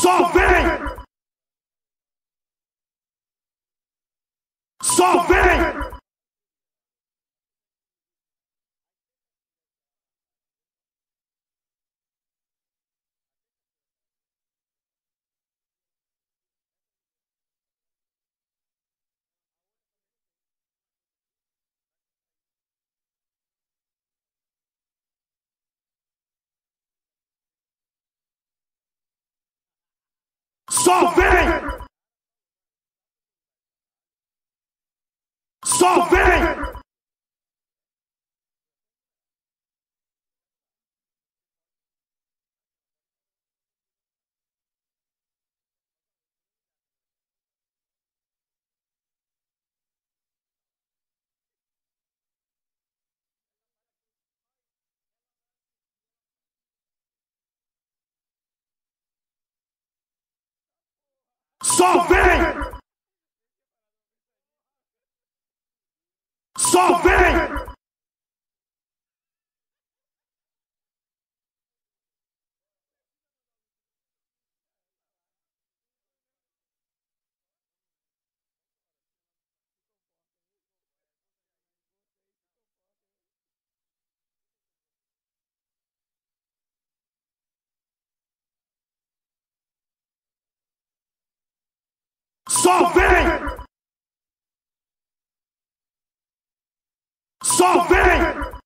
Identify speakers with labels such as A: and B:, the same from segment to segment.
A: Só vem! Só vem! Só vem! Só vem! Só vem! Só vem! Só vem! Só vem!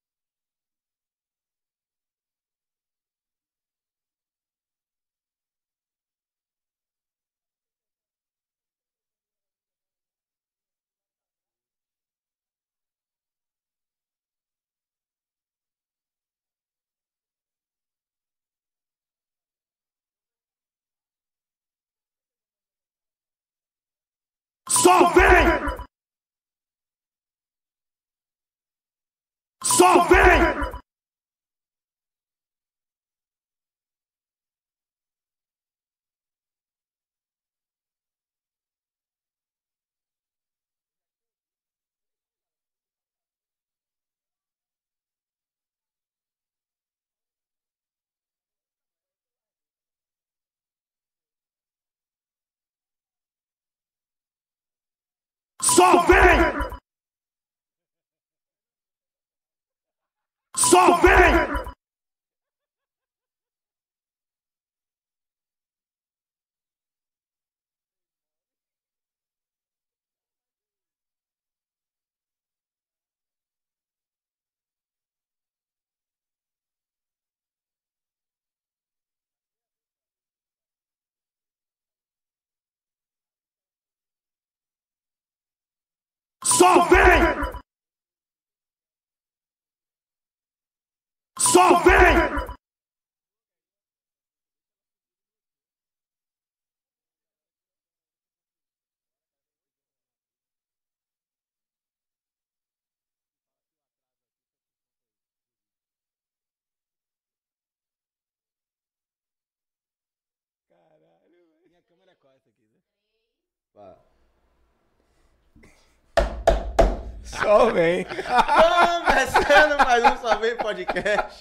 A: Só vem! Só vem! Só vem! Só vem! Só vem! Só vem!
B: Caralho, velho.
C: Minha câmera é qual essa aqui, né?
B: Só vem.
C: Começando mais um Só Vem Podcast.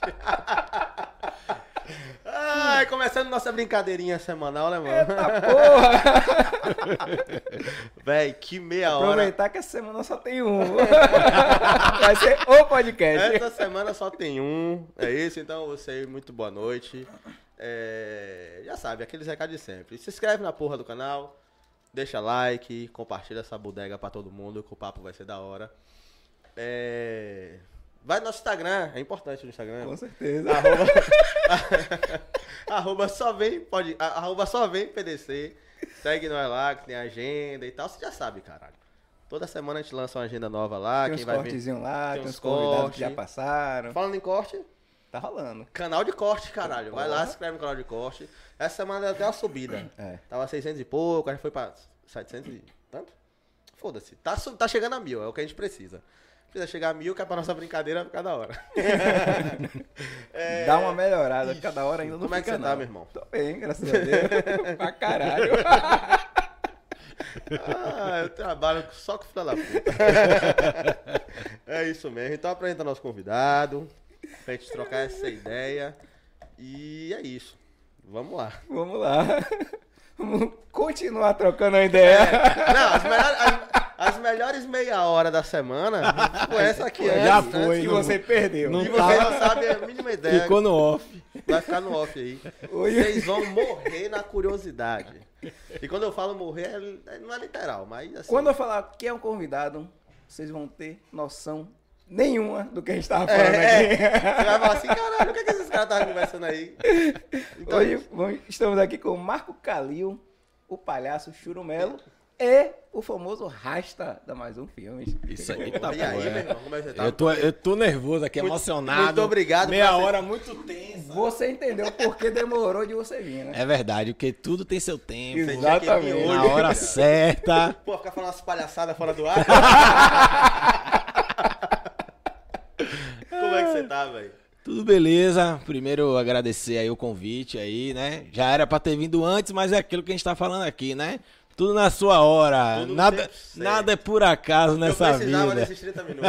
C: Ai, começando nossa brincadeirinha semanal, né, mano?
B: Porra!
C: Véi, que meia hora.
B: Aproveitar que essa semana só tem um. Vai ser o podcast.
C: Essa semana só tem um. É isso, então você, muito boa noite. Já sabe, aqueles recados de sempre. Se inscreve na porra do canal, deixa like, compartilha essa bodega pra todo mundo, que o papo vai ser da hora. Vai no nosso Instagram, é importante no Instagram.
B: Com certeza.
C: Arroba só vem PDC. Segue nós lá, que tem agenda e tal. Você já sabe, caralho. Toda semana a gente lança uma agenda nova lá.
B: Tem
C: quem
B: uns
C: vai vir.
B: cortezinhos lá,
C: Tem
B: tem
C: uns
B: uns convidados
C: corte.
B: que já passaram.
C: Falando em corte,
B: Tá rolando.
C: canal de corte, caralho. Vai lá,
B: Porra.
C: se inscreve no canal de corte. Essa semana deu até uma subida.
B: É.
C: Tava 600 e pouco, a gente foi pra 700 e tanto? Foda-se. Tá chegando a 1000, é o que a gente precisa. Precisa chegar a 1000, que é pra nossa brincadeira ficar da hora.
B: Dá uma melhorada,
C: Isso.
B: cada hora ainda não
C: Como é que
B: fica,
C: você tá,
B: não.
C: meu irmão?
B: Tô bem, graças a Deus. Pra caralho.
C: Eu trabalho só com filha da puta. É isso mesmo. Então apresenta nosso convidado, pra gente trocar essa ideia. E é isso. Vamos lá.
B: Vamos lá. continuar trocando a ideia.
C: Não, as melhores meia hora da semana foi essa aqui.
D: Já
C: antes,
D: foi,
B: Que
D: não-
B: você perdeu.
D: não
C: E você
D: tava-
C: não sabe a mínima ideia.
D: Ficou no off.
C: Vai ficar no off aí. Vocês vão morrer na curiosidade. E quando eu falo morrer, não é literal, mas assim...
B: Quando eu falar que é um convidado, vocês vão ter noção nenhuma do que a gente tava falando aqui.
C: Você vai falar assim, caralho, o que esses caras estavam conversando aí? Então,
B: Hoje estamos aqui com o Marco Calil, o palhaço Churumelo e o famoso Rasta da Mais Um Filmes.
D: Isso aí, tá
C: e aí, meu
D: bom.
C: irmão, como é que você tá?
D: Eu tô nervoso aqui,
C: Muito-
D: emocionado.
C: muito obrigado
D: Meia
C: por você-
D: hora muito tensa.
B: Você entendeu por que demorou de você vir, né?
D: É verdade, porque tudo tem seu tempo.
B: Exato.
C: Tinha que vir
B: Exatamente.
C: hoje,
D: Na hora
C: cara.
D: certa.
C: Pô, ficar falando umas palhaçadas fora do ar. Como é que você tá, velho?
D: Tudo beleza. Primeiro agradecer aí o convite aí, né? Já era pra ter vindo antes, mas é aquilo que a gente tá falando aqui, né? Tudo na sua hora.
C: Tudo no
D: Nada,
C: tempo certo.
D: nada é por acaso nessa
C: Eu precisava
D: vida.
C: desses 30 minutos.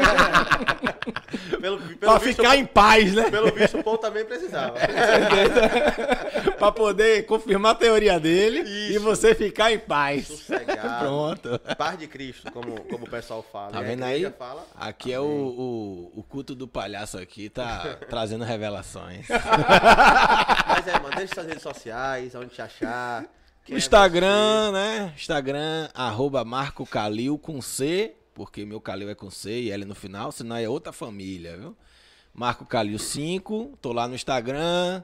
C: pelo
D: Pra
C: visto,
D: ficar em paz, né?
C: pelo visto, o Paul também precisava.
D: Pra poder confirmar a teoria dele e
C: Isso.
D: você ficar em paz.
C: Sossegado.
D: Pronto.
C: Paz de Cristo, como o pessoal fala.
D: Tá
C: E a
D: vendo
C: igreja
D: aí?
C: Fala,
D: Aqui é o culto do palhaço aqui, tá trazendo revelações.
C: mas mano, deixa suas redes sociais, onde te achar. quem é
D: Instagram, né? Instagram, @Marco Calil com C, porque meu Calil é com C e L no final, senão é outra família, viu? Marco Calil 5, tô lá no Instagram.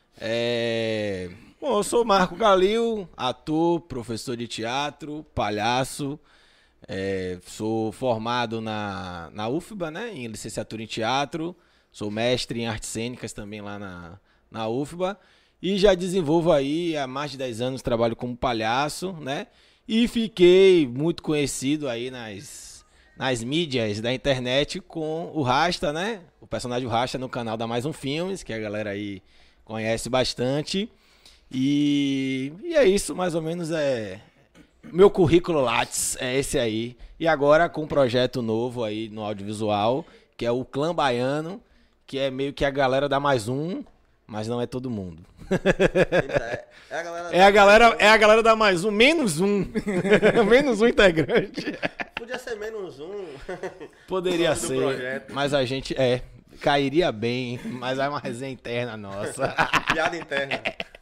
D: Bom, eu sou Marco Calil, ator, professor de teatro, palhaço. Sou formado na UFBA, né? Em licenciatura em teatro. Sou mestre em artes cênicas também lá na UFBA. E já desenvolvo aí há mais de 10 anos, trabalho como palhaço, né? E fiquei muito conhecido aí nas mídias da internet com o Rasta, né? O personagem Rasta no canal da Mais Um Filmes, que a galera aí conhece bastante. E é isso, mais ou menos meu currículo Lattes é esse aí. E agora com um projeto novo aí no audiovisual, que é o Clã Baiano, que é meio que a galera da Mais Um, mas não é todo mundo. É a galera da Mais Um, menos um. Menos um integrante.
C: Podia ser menos um.
D: Poderia
C: do
D: ser,
C: projeto.
D: mas a gente cairia bem, mas é uma resenha interna nossa.
C: Piada interna.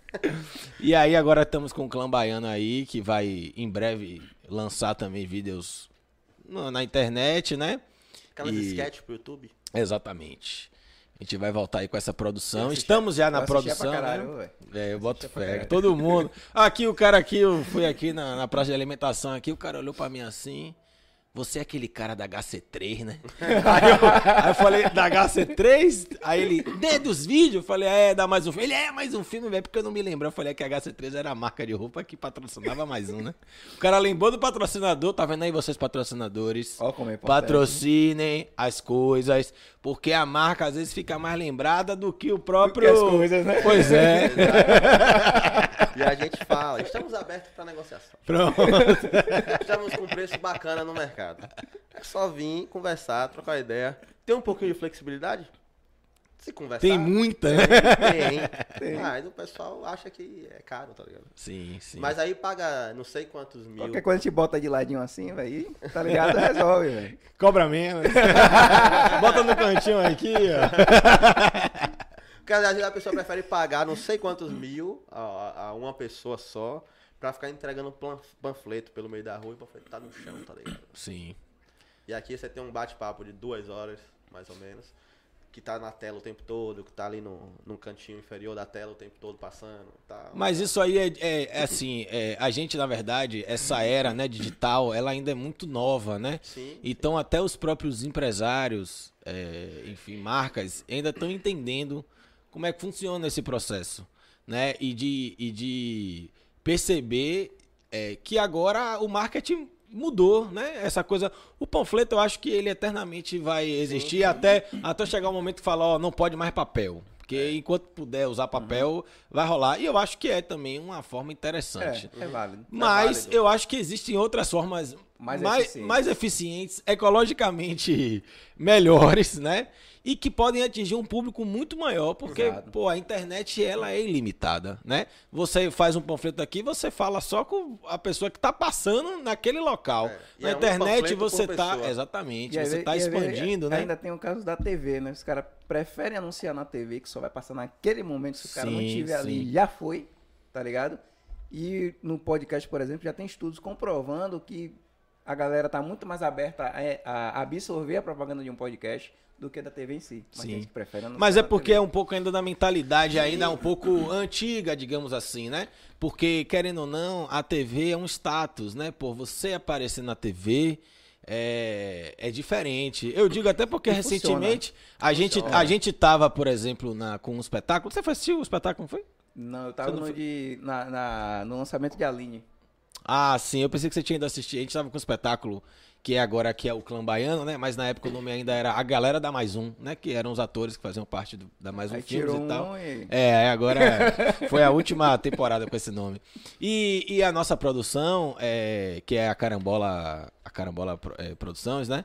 D: E aí agora estamos com o Clã Baiano aí, que vai em breve lançar também vídeos na internet, né?
C: Aquelas
D: E-
C: sketches pro YouTube.
D: Exatamente. A gente vai voltar aí com essa produção.
C: Eu assisti-
D: Estamos já na
B: Eu assistia
D: produção,
B: pra caralho,
D: né?
B: velho.
D: Eu boto
B: Assistia pra
D: fé.
B: caralho.
D: Todo mundo. Aqui, o cara aqui, eu fui aqui na praça de alimentação aqui, o cara olhou pra mim assim. Você é aquele cara da HC3, né? aí eu falei, da HC3? Aí ele, dos vídeos? Eu falei, dá mais um filme. Ele, mais um filme, velho, porque eu não me lembro. Eu falei que a HC3 era a marca de roupa que patrocinava mais um, né? O cara lembrou do patrocinador, tá vendo aí vocês patrocinadores?
B: Ó como é importante.
D: Patrocinem as coisas, porque a marca às vezes fica mais lembrada do que o próprio...
B: Do que as coisas, né?
D: Pois é.
C: E a gente fala, estamos abertos pra negociação.
D: Pronto.
C: Estamos com um preço bacana no mercado. É só vir, conversar, trocar ideia. Tem um pouquinho de flexibilidade? Se conversar.
D: Tem muita, né?
C: Tem. Mas o pessoal acha que é caro, tá ligado?
D: Sim, sim.
C: Mas aí paga não sei quantos mil.
B: Qualquer coisa a gente bota de ladinho assim, velho, tá ligado? Resolve, velho.
D: Cobra menos. Bota no cantinho aqui, ó.
C: Porque às vezes a pessoa prefere pagar não sei quantos mil a uma pessoa só pra ficar entregando panfleto pelo meio da rua e o panfleto tá no chão, tá ligado?
D: Sim.
C: E aqui você tem um bate-papo de 2 horas, mais ou menos, que tá na tela o tempo todo, que tá ali no cantinho inferior da tela o tempo todo passando. Tá...
D: Mas isso aí é assim, a gente, na verdade, essa era, né, digital, ela ainda é muito nova, né?
C: Sim.
D: Então até os próprios empresários, enfim, marcas, ainda estão entendendo como é que funciona esse processo, né? E de perceber que agora o marketing mudou, né? Essa coisa, o panfleto eu acho que ele eternamente vai existir até chegar um momento que fala, ó, não pode mais papel. Porque enquanto puder usar papel, vai rolar. E eu acho que é também uma forma interessante.
B: É válido.
D: Mas
C: válido.
D: eu acho que existem outras formas mais eficientes, ecologicamente melhores, né? E que podem atingir um público muito maior, porque,
B: Exato.
D: pô, a internet, ela é ilimitada, né? Você faz um panfleto aqui, você fala só com a pessoa que tá passando naquele local.
C: E
D: Na
C: é um
D: internet,
C: panfleto
D: você
C: por
D: tá...
C: pessoa.
D: Exatamente,
B: E aí,
D: você tá
B: e aí,
D: expandindo, né?
B: Ainda tem o caso da TV, né? Os caras preferem anunciar na TV, que só vai passar naquele momento. Se o cara não
D: Sim,
B: estiver ali,
D: sim.
B: já foi, tá ligado? E no podcast, por exemplo, já tem estudos comprovando que a galera tá muito mais aberta a absorver a propaganda de um podcast do que da TV em si. Mas
D: Sim.
B: tem gente que prefere anunciar
D: Mas é
B: na
D: porque
B: TV.
D: é um pouco ainda da mentalidade ainda um pouco antiga, digamos assim, né? Porque, querendo ou não, a TV é um status, né? Por você aparecer na TV é diferente. Eu digo até porque
B: E
D: recentemente a gente tava, por exemplo, com um espetáculo. Você foi assistir o espetáculo, não foi?
B: Não, eu tava
D: Você não
B: no lançamento de Aline.
D: Ah, sim, eu pensei que você tinha ido assistir. A gente tava com um espetáculo que agora que é o Clã Baiano, né? Mas na época o nome ainda era A Galera da Mais Um, né? Que eram os atores que faziam parte da Mais Um
B: Aí
D: Filmes
B: tirou
D: e tal. Agora foi a última temporada com esse nome. E a nossa produção, que é a Carambola Produções, né?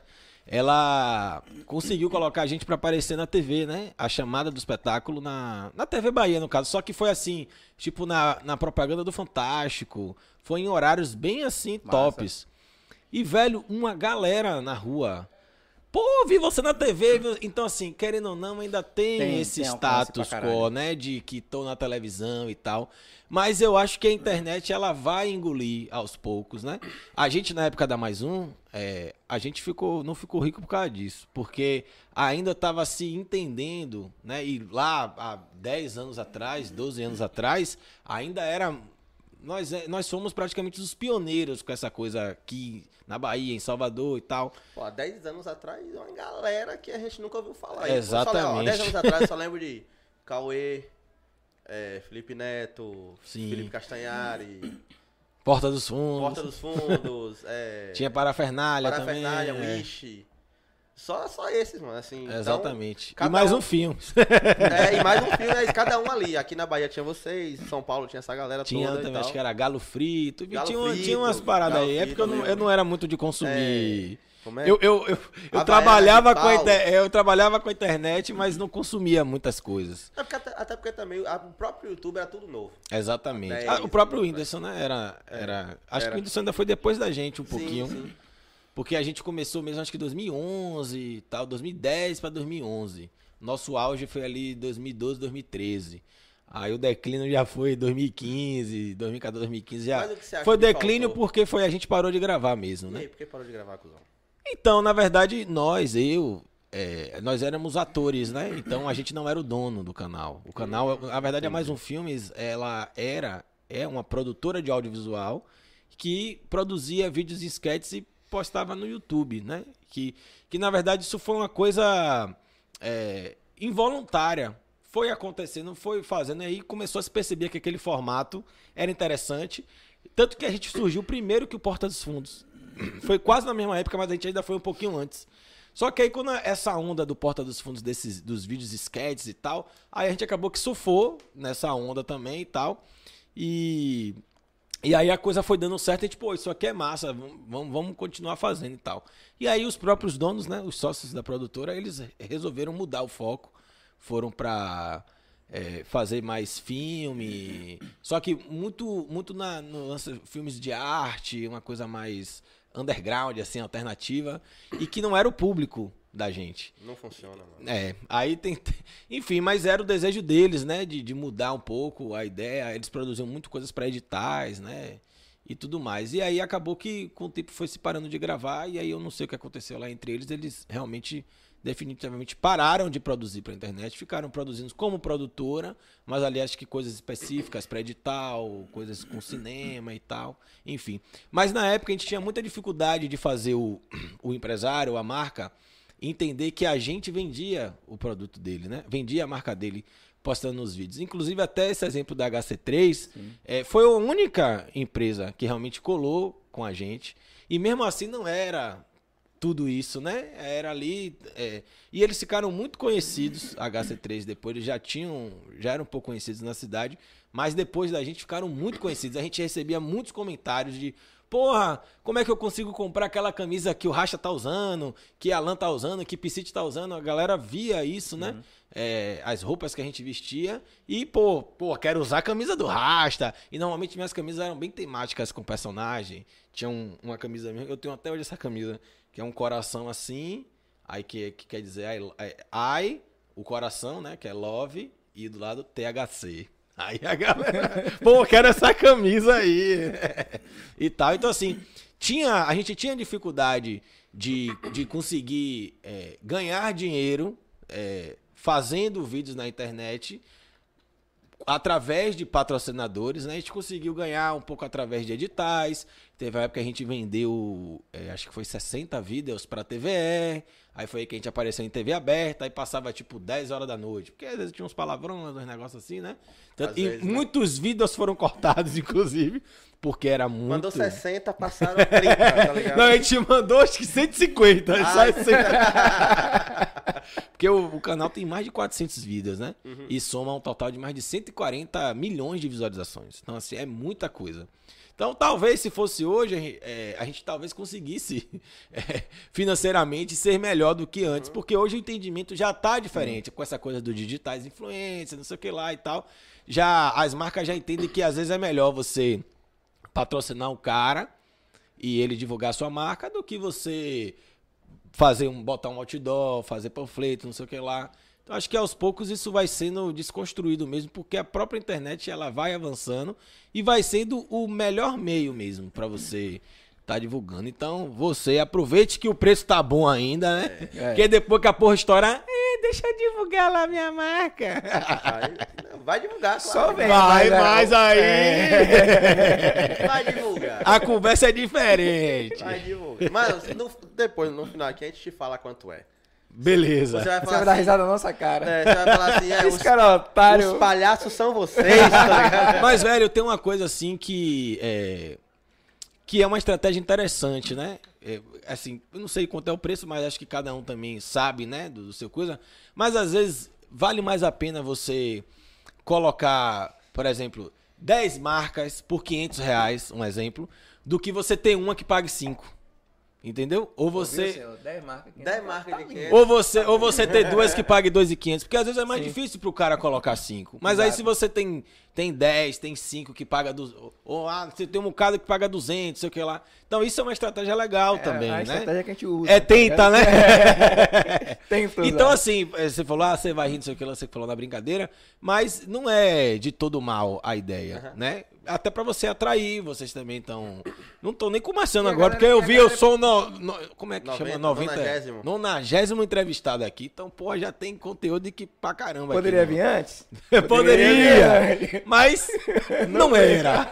D: Ela conseguiu colocar a gente pra aparecer na TV, né? A chamada do espetáculo na TV Bahia, no caso. Só que foi assim, tipo na propaganda do Fantástico. Foi em horários bem assim,
B: Massa.
D: tops. E, velho, uma galera na rua. Pô, vi você na TV. Então, assim, querendo ou não, ainda tem esse
B: tem alcance
D: status
B: pra
D: quo,
B: caralho.
D: né? De que tô na televisão e tal. Mas eu acho que a internet, ela vai engolir aos poucos, né? A gente, na época da Mais Um, a gente não ficou rico por causa disso. Porque ainda tava se entendendo, né? E lá, há 10 anos atrás, 12 anos atrás, ainda era... Nós somos praticamente os pioneiros com essa coisa aqui na Bahia, em Salvador e tal.
C: Pô, há 10 anos atrás, uma galera que a gente nunca ouviu falar.
D: Exatamente.
C: 10 anos atrás, eu só lembro de Cauê, Felipe Neto,
D: Sim.
C: Felipe Castanhari,
D: Porta dos Fundos.
C: Porta dos Fundos,
D: Tinha Parafernália também.
C: Parafernália, Wish. Só esses, mano, assim. Então,
D: Exatamente.
C: cada
D: E mais
C: um-
D: um filme.
C: e mais um filme, aí cada um ali. Aqui na Bahia tinha vocês, em São Paulo tinha essa galera
D: Tinha
C: toda e
D: também,
C: tal.
D: acho que era Galo Frito. E
C: Galo
D: tinha
C: Frito,
D: umas paradas
C: Galo
D: aí. É porque
C: Frito,
D: eu não era muito de consumir.
C: Como é?
D: Eu
C: Havaiana
D: trabalhava
C: de
D: com a
C: pau.
D: eu trabalhava com a internet, mas não consumia muitas coisas.
C: Até porque também o próprio YouTube era tudo novo.
D: Exatamente.
C: 10,
D: O próprio
C: né?
D: Whindersson, né? Acho que
C: Era.
D: o Whindersson ainda foi depois da gente um pouquinho.
C: Sim.
D: Porque a gente começou mesmo, acho que 2011 e tal, 2010 pra 2011. Nosso auge foi ali 2012, 2013. Aí o declínio já foi 2015, 2014, 2015 já.
C: Mas o que você acha
D: Foi
C: que
D: declínio
C: faltou?
D: porque a gente parou de gravar mesmo,
C: E
D: né?
C: aí, por que parou de gravar, cuzão?
D: Então, na verdade, nós éramos atores, né? Então a gente não era o dono do canal. O canal, na verdade, a Mais Um Filmes, ela é uma produtora de audiovisual que produzia vídeos e sketches e postava no YouTube, né? Que na verdade isso foi uma coisa involuntária. Foi acontecendo, foi fazendo, e aí começou a se perceber que aquele formato era interessante. Tanto que a gente surgiu primeiro que o Porta dos Fundos. Foi quase na mesma época, mas a gente ainda foi um pouquinho antes. Só que aí quando essa onda do Porta dos Fundos dos vídeos sketches e tal, aí a gente acabou que surfou nessa onda também e tal. E aí a coisa foi dando certo, a gente, pô, isso aqui é massa, vamos continuar fazendo e tal. E aí os próprios donos, né, os sócios da produtora, eles resolveram mudar o foco, foram pra fazer mais filme, só que muito no lance, filmes de arte, uma coisa mais underground, assim, alternativa, e que não era o público da gente.
C: Não funciona, mano.
D: Aí enfim, mas era o desejo deles, né, de mudar um pouco a ideia. Eles produziam muito coisas para editais, né, e tudo mais. E aí acabou que com o tempo foi se parando de gravar, e aí eu não sei o que aconteceu lá entre eles realmente, definitivamente pararam de produzir para internet, ficaram produzindo como produtora, mas ali acho que coisas específicas para edital, coisas com cinema e tal, enfim. Mas na época a gente tinha muita dificuldade de fazer o empresário, a marca, entender que a gente vendia o produto dele, né? Vendia a marca dele postando nos vídeos. Inclusive, até esse exemplo da HC3 foi a única empresa que realmente colou com a gente. E mesmo assim não era tudo isso, né? Era ali... E eles ficaram muito conhecidos, a HC3 depois, eles já eram um pouco conhecidos na cidade, mas depois da gente ficaram muito conhecidos. A gente recebia muitos comentários de... Porra, como é que eu consigo comprar aquela camisa que o Racha tá usando, que a Alan tá usando, que Piscite tá usando? A galera via isso, né? As roupas que a gente vestia e, pô, quero usar a camisa do Rasta. E normalmente minhas camisas eram bem temáticas com personagem. Tinha uma camisa minha, eu tenho até hoje essa camisa, que é um coração assim, aí que quer dizer I, o coração, né? Que é love, e do lado THC. Aí a galera, pô, quero essa camisa aí. E tal. Então, assim, a gente tinha dificuldade de conseguir ganhar dinheiro fazendo vídeos na internet através de patrocinadores, né? A gente conseguiu ganhar um pouco através de editais. Teve uma época que a gente vendeu, acho que foi 60 vídeos pra TVE. Aí foi aí que a gente apareceu em TV aberta, aí passava tipo 10 horas da noite. Porque às vezes tinha uns palavrões, uns negócios assim, né? E
C: vezes,
D: muitos vídeos foram cortados, inclusive, porque era muito...
C: Mandou 60, passaram 30, tá ligado?
D: Não, a gente mandou acho que 150. Só 60. Porque o canal tem mais de 400 vídeos, né? E soma um total de mais de 140 milhões de visualizações. Então, assim, é muita coisa. Então, talvez, se fosse hoje, a gente talvez conseguisse financeiramente ser melhor do que antes. Porque hoje o entendimento já tá diferente. Com essa coisa do digitais influência, não sei o que lá e tal. As marcas já entendem que às vezes é melhor você patrocinar um cara e ele divulgar a sua marca do que você botar um outdoor, fazer panfleto, não sei o que lá. Então, acho que aos poucos isso vai sendo desconstruído mesmo, porque a própria internet ela vai avançando e vai sendo o melhor meio mesmo para você estar divulgando. Então, você aproveite que o preço tá bom ainda, né? Porque depois que a porra estourar, deixa eu divulgar lá a minha marca.
C: Vai divulgar,
B: Só
C: claro.
B: vem.
D: Mas aí...
C: Vai divulgar.
D: A conversa é diferente.
C: Vai divulgar. Mas depois, no final aqui, a gente te fala quanto é.
D: Beleza.
C: Você vai
B: Você
C: falar
B: vai dar
C: assim,
B: risada na nossa cara.
C: você vai falar assim,
B: Esse cara é otário.
C: os palhaços são vocês, tá ligado?
D: Mas, velho, tem uma coisa assim que é uma estratégia interessante, né? Assim, eu não sei quanto é o preço, mas acho que cada um também sabe, né, do seu coisa. Mas, às vezes, vale mais a pena você colocar, por exemplo, 10 marcas por R$500, um exemplo, do que você ter uma que pague 5. Entendeu? Ou você...
B: 10 marcas.
C: 10 marcas de 500.
D: Ou você ter duas que pague 2.500, porque às vezes é mais difícil pro cara colocar 5. Mas aí se você tem 10, tem 5 que paga... Ou você tem um bocado que paga 200, sei o que lá. Então isso é uma estratégia legal também, né?
B: É a estratégia que a gente usa.
D: Tenta, né?
B: Tenta usar.
D: Então assim, você falou, você vai rindo, sei o que lá, você falou na brincadeira, mas não é de todo mal a ideia, né? Até pra você atrair, vocês também estão... Não tô nem começando agora, porque eu vi, eu sou como é que chama? 90º entrevistado aqui. Então, pô, já tem conteúdo de que pra caramba.
B: Poderia
D: aqui,
B: vir antes?
D: Poderia, mas não era.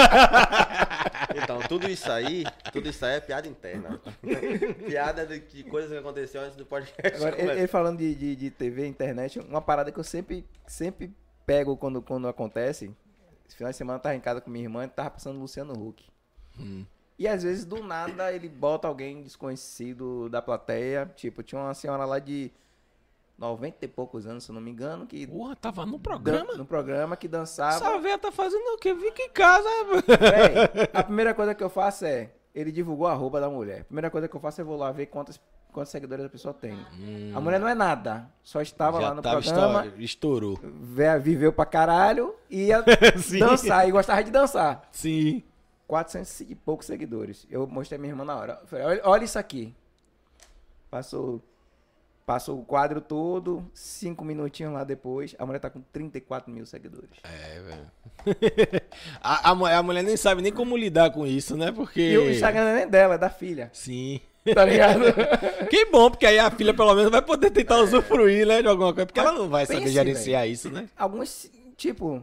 C: Então, tudo isso aí é piada interna. Piada de coisas que aconteceu antes do podcast.
B: Agora, ele falando de TV, internet, uma parada que eu sempre pego quando acontece. Esse final de semana eu tava em casa com minha irmã e tava passando Luciano Huck. E às vezes, do nada, ele bota alguém desconhecido da plateia. Tipo, tinha uma senhora lá de 90 e poucos anos, se eu não me engano, que...
D: Porra, tava no programa?
B: No programa que dançava.
D: Essa véia tá fazendo o quê? Fica em casa.
B: Véi, a primeira coisa que eu faço é... Ele divulgou a roupa da mulher. A primeira coisa que eu faço é vou lá ver quantos seguidores a pessoa tem. A mulher não é nada. Só estava lá no programa.
D: Estourou.
B: Viveu pra caralho e ia dançar. E gostava de dançar.
D: Sim.
B: 400 e poucos seguidores. Eu mostrei a minha irmã na hora. Eu falei, olha isso aqui. Passou o quadro todo, 5 minutinhos lá depois, a mulher tá com 34 mil seguidores.
D: Velho. a mulher nem sabe nem como lidar com isso, né? Porque...
B: E o Instagram não é nem dela, é da filha.
D: Sim.
B: Tá ligado?
D: Que bom, porque aí a filha pelo menos vai poder tentar usufruir, né, de alguma coisa. Porque ela não vai saber
B: Pense,
D: gerenciar isso, né?
B: Alguns, tipo...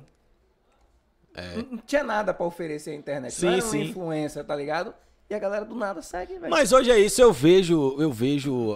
B: Não tinha nada pra oferecer à internet.
D: Sim,
B: não era uma
D: sim.
B: influência, tá ligado? E a galera do nada segue, velho.
D: Mas hoje é isso, eu vejo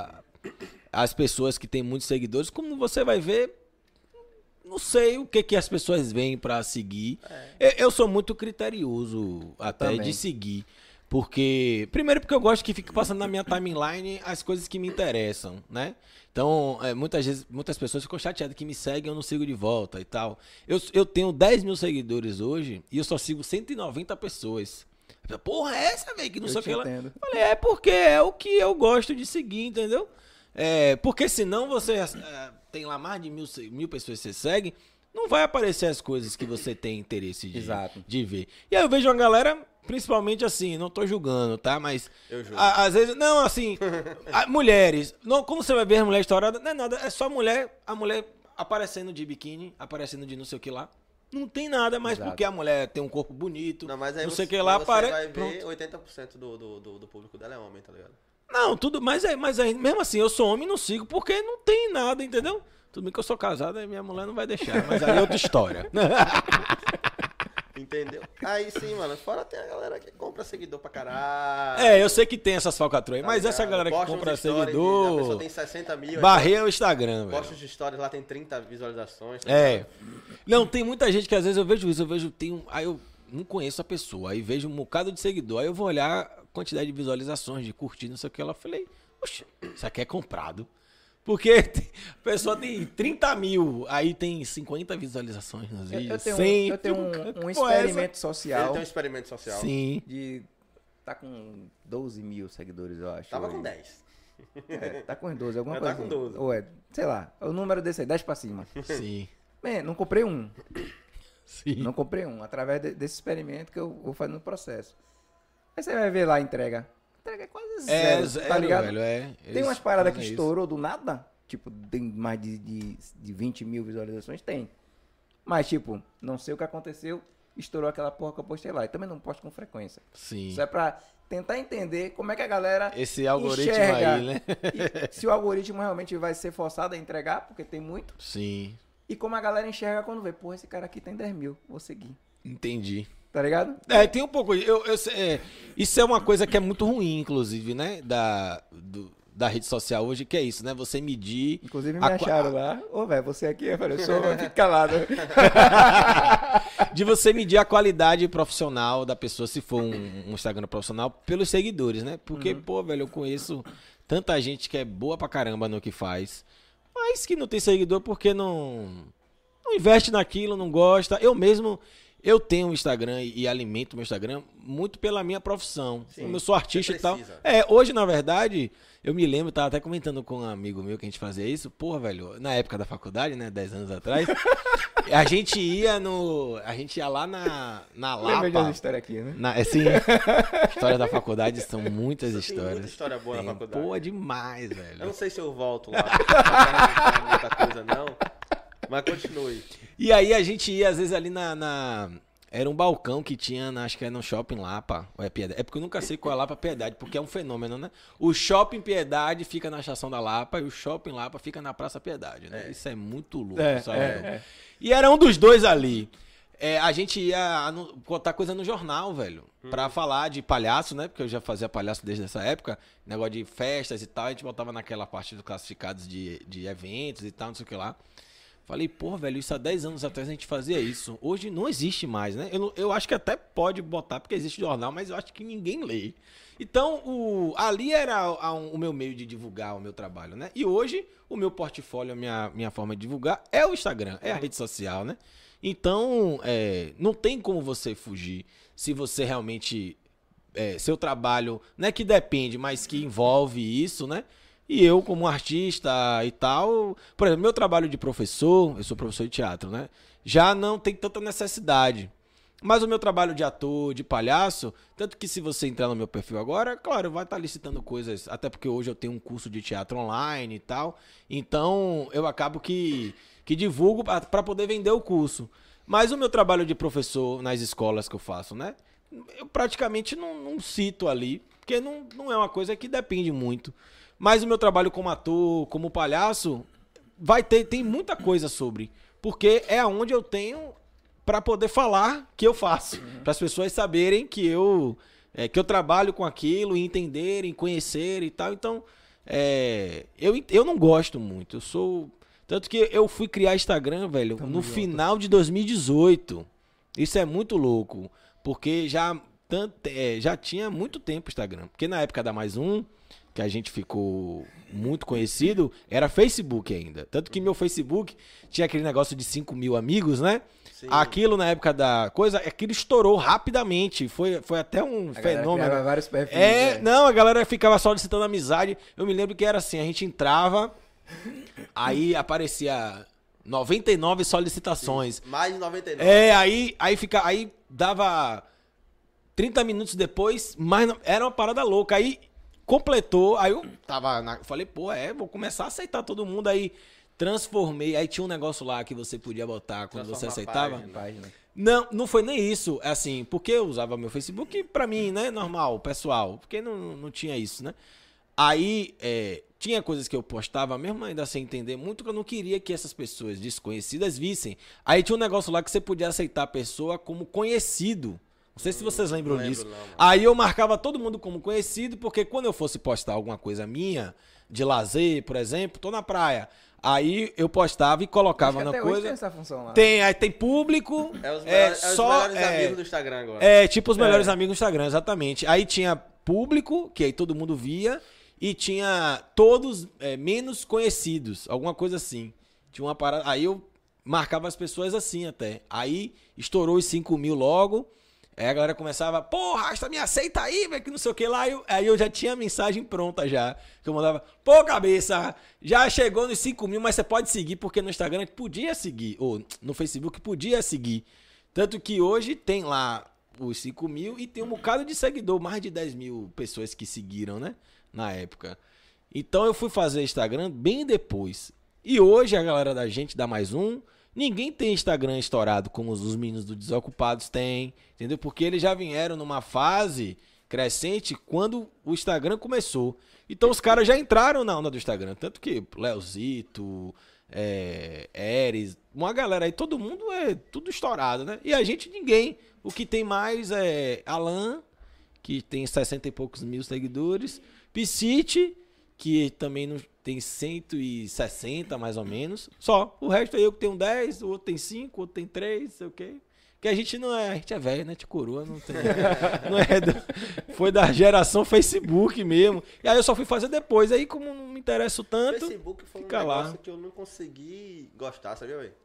D: as pessoas que têm muitos seguidores, como você vai ver, não sei o que as pessoas veem pra seguir. Eu sou muito criterioso até
B: também.
D: de seguir. Primeiro porque eu gosto que fique passando na minha timeline as coisas que me interessam, né? Então, muitas pessoas ficam chateadas que me seguem e eu não sigo de volta e tal. Eu tenho 10 mil seguidores hoje e eu só sigo 190 pessoas. Porra, é essa, velho, que não sei o que lá.
B: entendo.
D: Falei, é porque é o que eu gosto de seguir, entendeu? Porque senão você tem lá mais de 1.000 pessoas que você segue, não vai aparecer as coisas que você tem interesse
B: Exato.
D: de ver. E aí eu vejo uma galera, principalmente assim, não tô julgando, tá? Mas
C: Eu julgo.
D: às vezes, não, assim, mulheres, não, como você vai ver as mulheres estouradas, não é nada, é só a mulher aparecendo de biquíni, aparecendo de não sei o que lá. Não tem nada, mas
B: Exato.
D: porque a mulher tem um corpo bonito,
C: Não, mas aí
D: não
C: você,
D: sei o que lá,
C: mas você vai ver
D: pronto.
C: 80% do público dela é homem, tá ligado?
D: Não, tudo, mas aí, mesmo assim, eu sou homem e não sigo, porque não tem nada, entendeu? Tudo bem que eu sou casado, aí minha mulher não vai deixar, mas aí é outra história.
C: Entendeu? Aí sim, mano. Fora tem a galera que compra seguidor pra caralho.
D: Eu sei que tem essas falcatruas aí,
C: tá
D: mas
C: ligado?
D: essa galera que
C: Posta
D: compra
C: uns stories A
D: seguidor,
C: pessoa tem 60 mil.
D: barreia o Instagram,
C: Posta
D: velho.
C: os stories lá, tem 30 visualizações. tá ligado?
D: Não, tem muita gente que às vezes eu vejo isso, aí eu não conheço a pessoa, aí vejo um bocado de seguidor, aí eu vou olhar a quantidade de visualizações, de curtidas, não sei o que, ela falei, oxe, isso aqui é comprado. Porque a pessoa tem 30 mil, aí tem 50 visualizações nos vídeos, 100.
B: Eu tenho
D: tipo,
B: um
D: porra, é essa?
B: experimento
C: Ele
B: social
C: tem um experimento social.
D: Sim.
B: de... Tá com 12 mil seguidores, eu acho.
C: Tava
B: hoje.
C: com 10.
B: Tá com uns 12, alguma
C: Já
B: coisa
C: tá com
B: assim.
C: 12.
B: Ou sei lá, o número desse aí, 10 pra cima.
D: Sim.
B: Bem, não comprei um.
D: Sim.
B: Não comprei um. Através desse experimento que eu vou fazer no processo. Aí você vai ver lá a entrega. A entrega é quase zero, tá ligado?
D: Velho,
B: Tem umas paradas que
D: fazem isso.
B: estourou do nada. Tipo, tem mais de 20 mil visualizações? Tem. Mas, tipo, não sei o que aconteceu. Estourou aquela porra que eu postei lá. E também não posto com frequência.
D: Sim.
B: Isso é pra tentar entender como é que a galera
D: Esse algoritmo
B: enxerga.
D: aí, né?
B: E se o algoritmo realmente vai ser forçado a entregar, porque tem muito.
D: Sim.
B: E como a galera enxerga quando vê, porra, esse cara aqui tem 10 mil, vou seguir.
D: Entendi.
B: Tá ligado?
D: Tem um pouco. Isso é uma coisa que é muito ruim, inclusive, né? Da rede social hoje, que é isso, né? Você medir.
B: Inclusive me
D: a
B: acharam lá. Ô, velho, você aqui, eu falei, eu sou, fica calado.
D: de você medir a qualidade profissional da pessoa, se for um Instagram profissional, pelos seguidores, né? Porque, pô, velho, eu conheço tanta gente que é boa pra caramba no que faz, mas que não tem seguidor porque não investe naquilo, não gosta. Eu tenho um Instagram e alimento meu Instagram muito pela minha profissão.
C: Sim,
D: Como eu sou artista
C: você
D: e tal.
C: precisa.
D: Hoje, na verdade, eu me lembro, tava até comentando com um amigo meu que a gente fazia isso. Porra, velho, na época da faculdade, né, 10 anos atrás, a gente ia lá na
B: Lembrei de uma
D: Lapa.
B: história aqui, né?
D: Sim, histórias da faculdade são muitas
C: Tem
D: histórias.
C: muita história boa
D: Tem,
C: na faculdade.
D: Pô, demais, velho.
C: Eu não sei se eu volto lá. Pra perguntar muita coisa, não. Mas continue.
D: E aí a gente ia, às vezes, ali era um balcão que tinha, acho que era no Shopping Lapa, ou é Piedade. É porque eu nunca sei qual é Lapa Piedade, porque é um fenômeno, né? O Shopping Piedade fica na Estação da Lapa e o Shopping Lapa fica na Praça Piedade, né? Isso é muito louco, sabe? E era um dos dois ali. A gente ia botar coisa no jornal, velho, pra falar de palhaço, né? Porque eu já fazia palhaço desde essa época, negócio de festas e tal, a gente botava naquela parte dos classificados de eventos e tal, não sei o que lá. Falei, pô, velho, isso há 10 anos atrás a gente fazia isso. Hoje não existe mais, né? Eu acho que até pode botar, porque existe jornal, mas eu acho que ninguém lê. Então, ali era o meu meio de divulgar o meu trabalho, né? E hoje, o meu portfólio, a minha forma de divulgar é o Instagram, é a rede social, né? Então, não tem como você fugir se você realmente... seu trabalho, não é que depende, mas que envolve isso, né? E eu, como artista e tal, por exemplo, meu trabalho de professor, eu sou professor de teatro, né? Já não tem tanta necessidade. Mas o meu trabalho de ator, de palhaço, tanto que se você entrar no meu perfil agora, claro, vai estar licitando coisas, até porque hoje eu tenho um curso de teatro online e tal, então eu acabo que divulgo para poder vender o curso. Mas o meu trabalho de professor nas escolas que eu faço, né? Eu praticamente não cito ali, porque não é uma coisa que depende muito. Mas o meu trabalho como ator, como palhaço, tem muita coisa sobre. Porque é aonde eu tenho para poder falar que eu faço. Para as pessoas saberem que eu trabalho com aquilo, e entenderem, conhecerem e tal. Então, eu não gosto muito. Tanto que eu fui criar Instagram, velho, no final de 2018. Isso é muito louco. Porque já tinha muito tempo o Instagram. Porque na época da Mais Um... que a gente ficou muito conhecido, era Facebook ainda. Tanto que meu Facebook tinha aquele negócio de 5 mil amigos, né?
C: Sim.
D: Aquilo na época da coisa, aquilo estourou rapidamente. Foi até um fenômeno.
B: Criava vários perfis.
D: Não, a galera ficava solicitando amizade. Eu me lembro que era assim, a gente entrava, aí aparecia 99 solicitações.
C: Mais de 99.
D: Aí dava 30 minutos depois, mas era uma parada louca. Aí completou, aí eu falei, vou começar a aceitar todo mundo. Aí transformei, aí tinha um negócio lá que você podia botar quando você aceitava.
B: Página.
D: Não foi nem isso, assim, porque eu usava meu Facebook pra mim, né, normal, pessoal, porque não tinha isso, né. Aí tinha coisas que eu postava, mesmo ainda sem entender muito, que eu não queria que essas pessoas desconhecidas vissem. Aí tinha um negócio lá que você podia aceitar a pessoa como conhecido. Não sei se vocês lembram disso. Aí eu marcava todo mundo como conhecido, porque quando eu fosse postar alguma coisa minha, de lazer, por exemplo, tô na praia. Aí eu postava e colocava na
B: Até
D: coisa.
B: hoje tem essa função lá.
D: Aí tem público.
C: Os melhores amigos do Instagram agora.
D: Tipo os melhores amigos do Instagram, exatamente. Aí tinha público, que aí todo mundo via, e tinha todos menos conhecidos, alguma coisa assim. Tinha uma parada. Aí eu marcava as pessoas assim até. Aí estourou os 5 mil logo. Aí a galera começava, Rasta, me aceita aí, velho, que não sei o que lá. Aí eu já tinha a mensagem pronta já. Que eu mandava, cabeça, já chegou nos 5 mil, mas você pode seguir, porque no Instagram podia seguir, ou no Facebook podia seguir. Tanto que hoje tem lá os 5 mil e tem um bocado de seguidor, mais de 10 mil pessoas que seguiram, né, na época. Então eu fui fazer Instagram bem depois. E hoje a galera da gente dá mais um. Ninguém tem Instagram estourado como os meninos do Desocupados têm, entendeu? Porque eles já vieram numa fase crescente quando o Instagram começou. Então os caras já entraram na onda do Instagram. Tanto que Leozito, Eres, uma galera aí, todo mundo é tudo estourado, né? E a gente, ninguém. O que tem mais é Alan, que tem 60 e poucos mil seguidores. Piscite, que também não tem 160 mais ou menos. Só. O resto é eu que tenho 10, o outro tem 5, o outro tem 3, sei o quê. Que a gente não é. A gente é velho, né? De coroa, não tem. Foi da geração Facebook mesmo. E aí eu só fui fazer depois. Aí, como não me interesso tanto.
C: Facebook foi um
D: fica
C: negócio
D: lá.
C: que eu não consegui gostar, sabia, velho?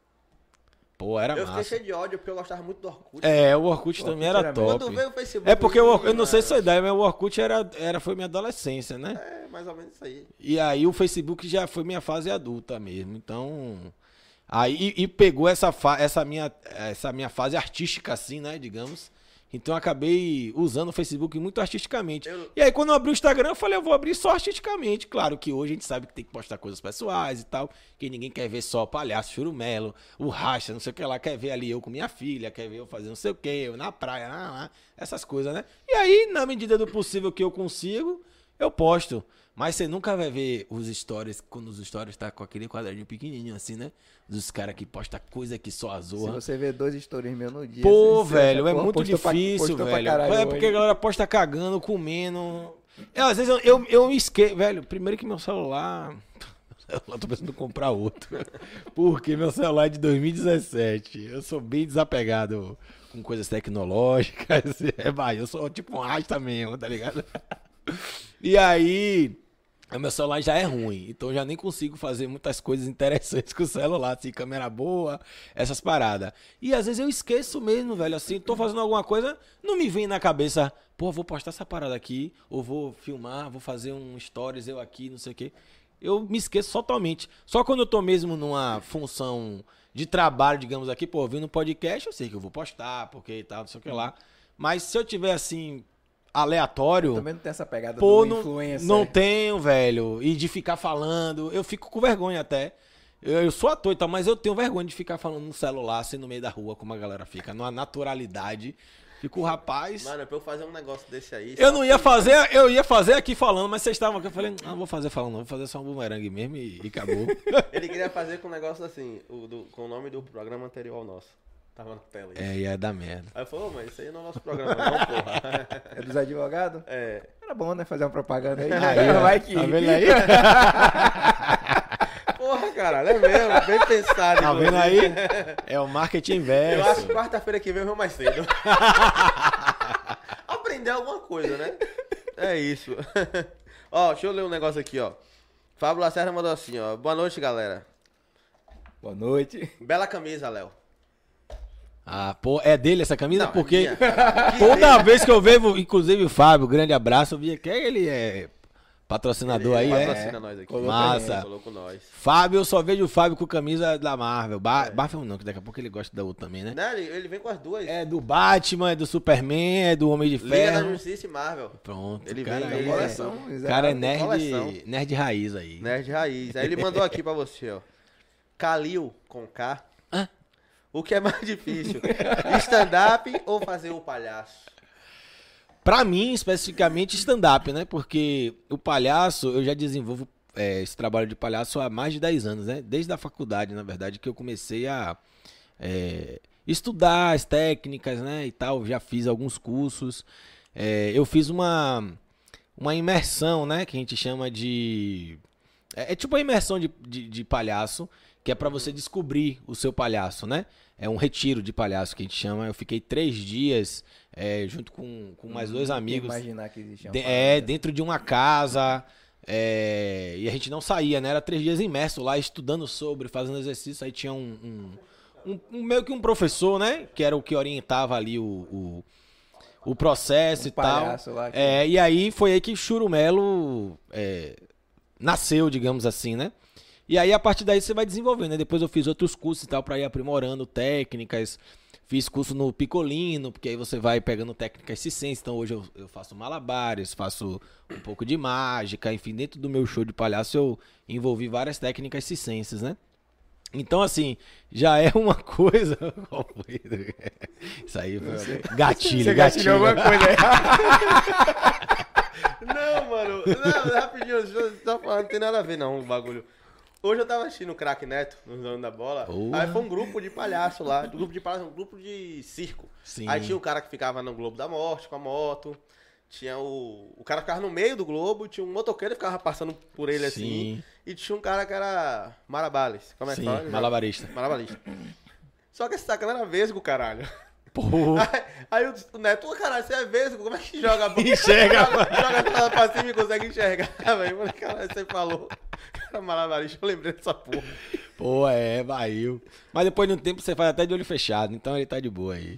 D: Era
C: eu
D: massa.
C: fiquei cheio de ódio porque eu gostava muito do Orkut.
D: O Orkut também era top.
C: Quando veio o Facebook...
D: É porque eu não sei se é ideia, mas o Orkut foi minha adolescência, né?
C: É, mais ou menos isso aí.
D: E aí o Facebook já foi minha fase adulta mesmo. Então... Aí pegou essa minha fase artística, assim, né, digamos. Então eu acabei usando o Facebook muito artisticamente. E aí quando eu abri o Instagram, eu falei, eu vou abrir só artisticamente. Claro que hoje a gente sabe que tem que postar coisas pessoais e tal, que ninguém quer ver só palhaço, churumelo, o Rasta, não sei o que lá, quer ver ali eu com minha filha, quer ver eu fazendo não sei o que, eu na praia, essas coisas, né? E aí, na medida do possível que eu consigo, eu posto. Mas você nunca vai ver os stories, quando os stories tá com aquele quadradinho pequenininho assim, né? Dos caras que postam coisa que só a zoa.
B: Se você vê 2 stories meus no dia...
D: Velho, é muito difícil, velho. É porque a galera posta cagando, comendo. Às vezes eu esqueço, velho. Primeiro que meu celular... Eu tô pensando em comprar outro. Porque meu celular é de 2017. Eu sou bem desapegado com coisas tecnológicas. Eu sou tipo um rasta mesmo, tá ligado? E aí... O meu celular já é ruim, então eu já nem consigo fazer muitas coisas interessantes com o celular, assim, câmera boa, essas paradas. E às vezes eu esqueço mesmo, velho, assim, tô fazendo alguma coisa, não me vem na cabeça, vou postar essa parada aqui, ou vou filmar, vou fazer um stories, eu aqui, não sei o quê. Eu me esqueço totalmente. Só quando eu tô mesmo numa função de trabalho, digamos aqui, ouvindo um podcast, eu sei que eu vou postar, porque e tal, não sei o que lá. Mas se eu tiver, assim... aleatório.
B: Também não tem essa pegada do influencer.
D: Não tenho, velho. E de ficar falando. Eu fico com vergonha até. Eu sou ator e tal, mas eu tenho vergonha de ficar falando no celular, assim, no meio da rua, como a galera fica. Numa naturalidade. Fico, rapaz...
C: Mano, pra eu fazer um negócio desse aí...
D: Eu ia fazer aqui falando, mas vocês estavam aqui, eu falei, não vou fazer falando, não, vou fazer só um bumerangue mesmo e acabou.
C: Ele queria fazer com um negócio assim, com o nome do programa anterior ao nosso. Tava na tela aí.
D: Ia dar merda.
C: Aí eu falei, mas isso aí não é nosso programa, não, porra.
B: É dos advogados?
C: É.
B: Era bom, né? Fazer uma propaganda aí.
D: Vai que... Tá vendo aí?
C: Porra, caralho, é mesmo. Bem pensado.
D: Tá vendo aí? É o marketing inverso.
C: Eu acho que quarta-feira que vem eu vou mais cedo. Aprender alguma coisa, né? É isso. Ó, deixa eu ler um negócio aqui, ó. Fábio Lacerda mandou assim, ó. Boa noite, galera.
B: Boa noite.
C: Bela camisa, Léo.
D: Ah, pô, é dele essa camisa?
C: Não,
D: Porque
C: minha, cara.
D: toda vez que eu vejo, inclusive o Fábio, grande abraço, eu vi que ele é patrocinador aí,
C: patrocina
D: é?
C: nós aqui.
B: Colocou
D: Massa.
C: Colou com nós.
D: Fábio, eu só vejo o Fábio com camisa da Marvel. Marvel não, que daqui a pouco ele gosta da outra também, né?
C: Né? Ele vem com as duas.
D: É do Batman, é do Superman, é do Homem de
C: Liga da
D: Ferro.
C: Justiça e Marvel.
D: Pronto,
C: Ele
D: o cara
C: vem,
D: aí
C: ele
B: Coleção,
D: o
B: exato.
D: cara é
C: coleção.
D: nerd raiz aí.
C: Nerd raiz. Aí ele mandou aqui pra você, ó. Kalil com K.
D: Hã?
C: O que é mais difícil? Stand-up ou fazer o palhaço?
D: Pra mim, especificamente, stand-up, né? Porque o palhaço, eu já desenvolvo esse trabalho de palhaço há mais de 10 anos, né? Desde a faculdade, na verdade, que eu comecei a estudar as técnicas, né? E tal, já fiz alguns cursos. Eu fiz uma imersão, né? Que a gente chama de... É tipo uma imersão de palhaço, que é pra você descobrir o seu palhaço, né? É um retiro de palhaço que a gente chama. Eu fiquei 3 dias junto com mais 2 amigos.
B: Imaginar que existe uma
D: Dentro de uma casa. E a gente não saía, né? Era 3 dias imerso lá, estudando sobre, fazendo exercício. Aí tinha meio que um professor, né? Que era o que orientava ali o processo e tal.
B: palhaço lá que-
D: E aí foi aí que Churumelo nasceu, digamos assim, né? E aí, a partir daí, você vai desenvolvendo, né? Depois eu fiz outros cursos e tal, pra ir aprimorando técnicas. Fiz curso no Picolino, porque aí você vai pegando técnicas circenses. Então, hoje eu faço malabares, faço um pouco de mágica. Enfim, dentro do meu show de palhaço, eu envolvi várias técnicas circenses, né? Então, assim, já é uma coisa... Qual foi? Isso aí foi gatilho,
B: Você
D: gatilho.
B: gatilhou alguma coisa aí.
C: Não, mano. Não, rapidinho, você tá falando, não tem nada a ver não, o bagulho. Hoje eu tava assistindo o Craque Neto, no Dono da Bola.
D: Porra.
C: Aí foi um grupo de palhaço lá. Um grupo de circo.
D: Sim.
C: Aí tinha o cara que ficava no Globo da Morte com a moto. Tinha o cara que ficava no meio do globo. Tinha um motoqueiro que ficava passando por ele assim.
D: Sim.
C: E tinha um cara que era Marabales. Como é que
D: Sim,
C: fala?
D: malabarista.
C: Malabarista. Só que esse sacana era vesgo, caralho.
D: Porra.
C: Aí o Neto, caralho, você é vesgo, como é que joga a bola?
D: Enxerga.
C: Joga a bola pra cima e consegue enxergar, velho. Eu falei, caralho, você falou. Cara, malabarista, eu lembrei dessa porra.
D: Pô, Bahia. Mas depois de um tempo você faz até de olho fechado, então ele tá de boa aí.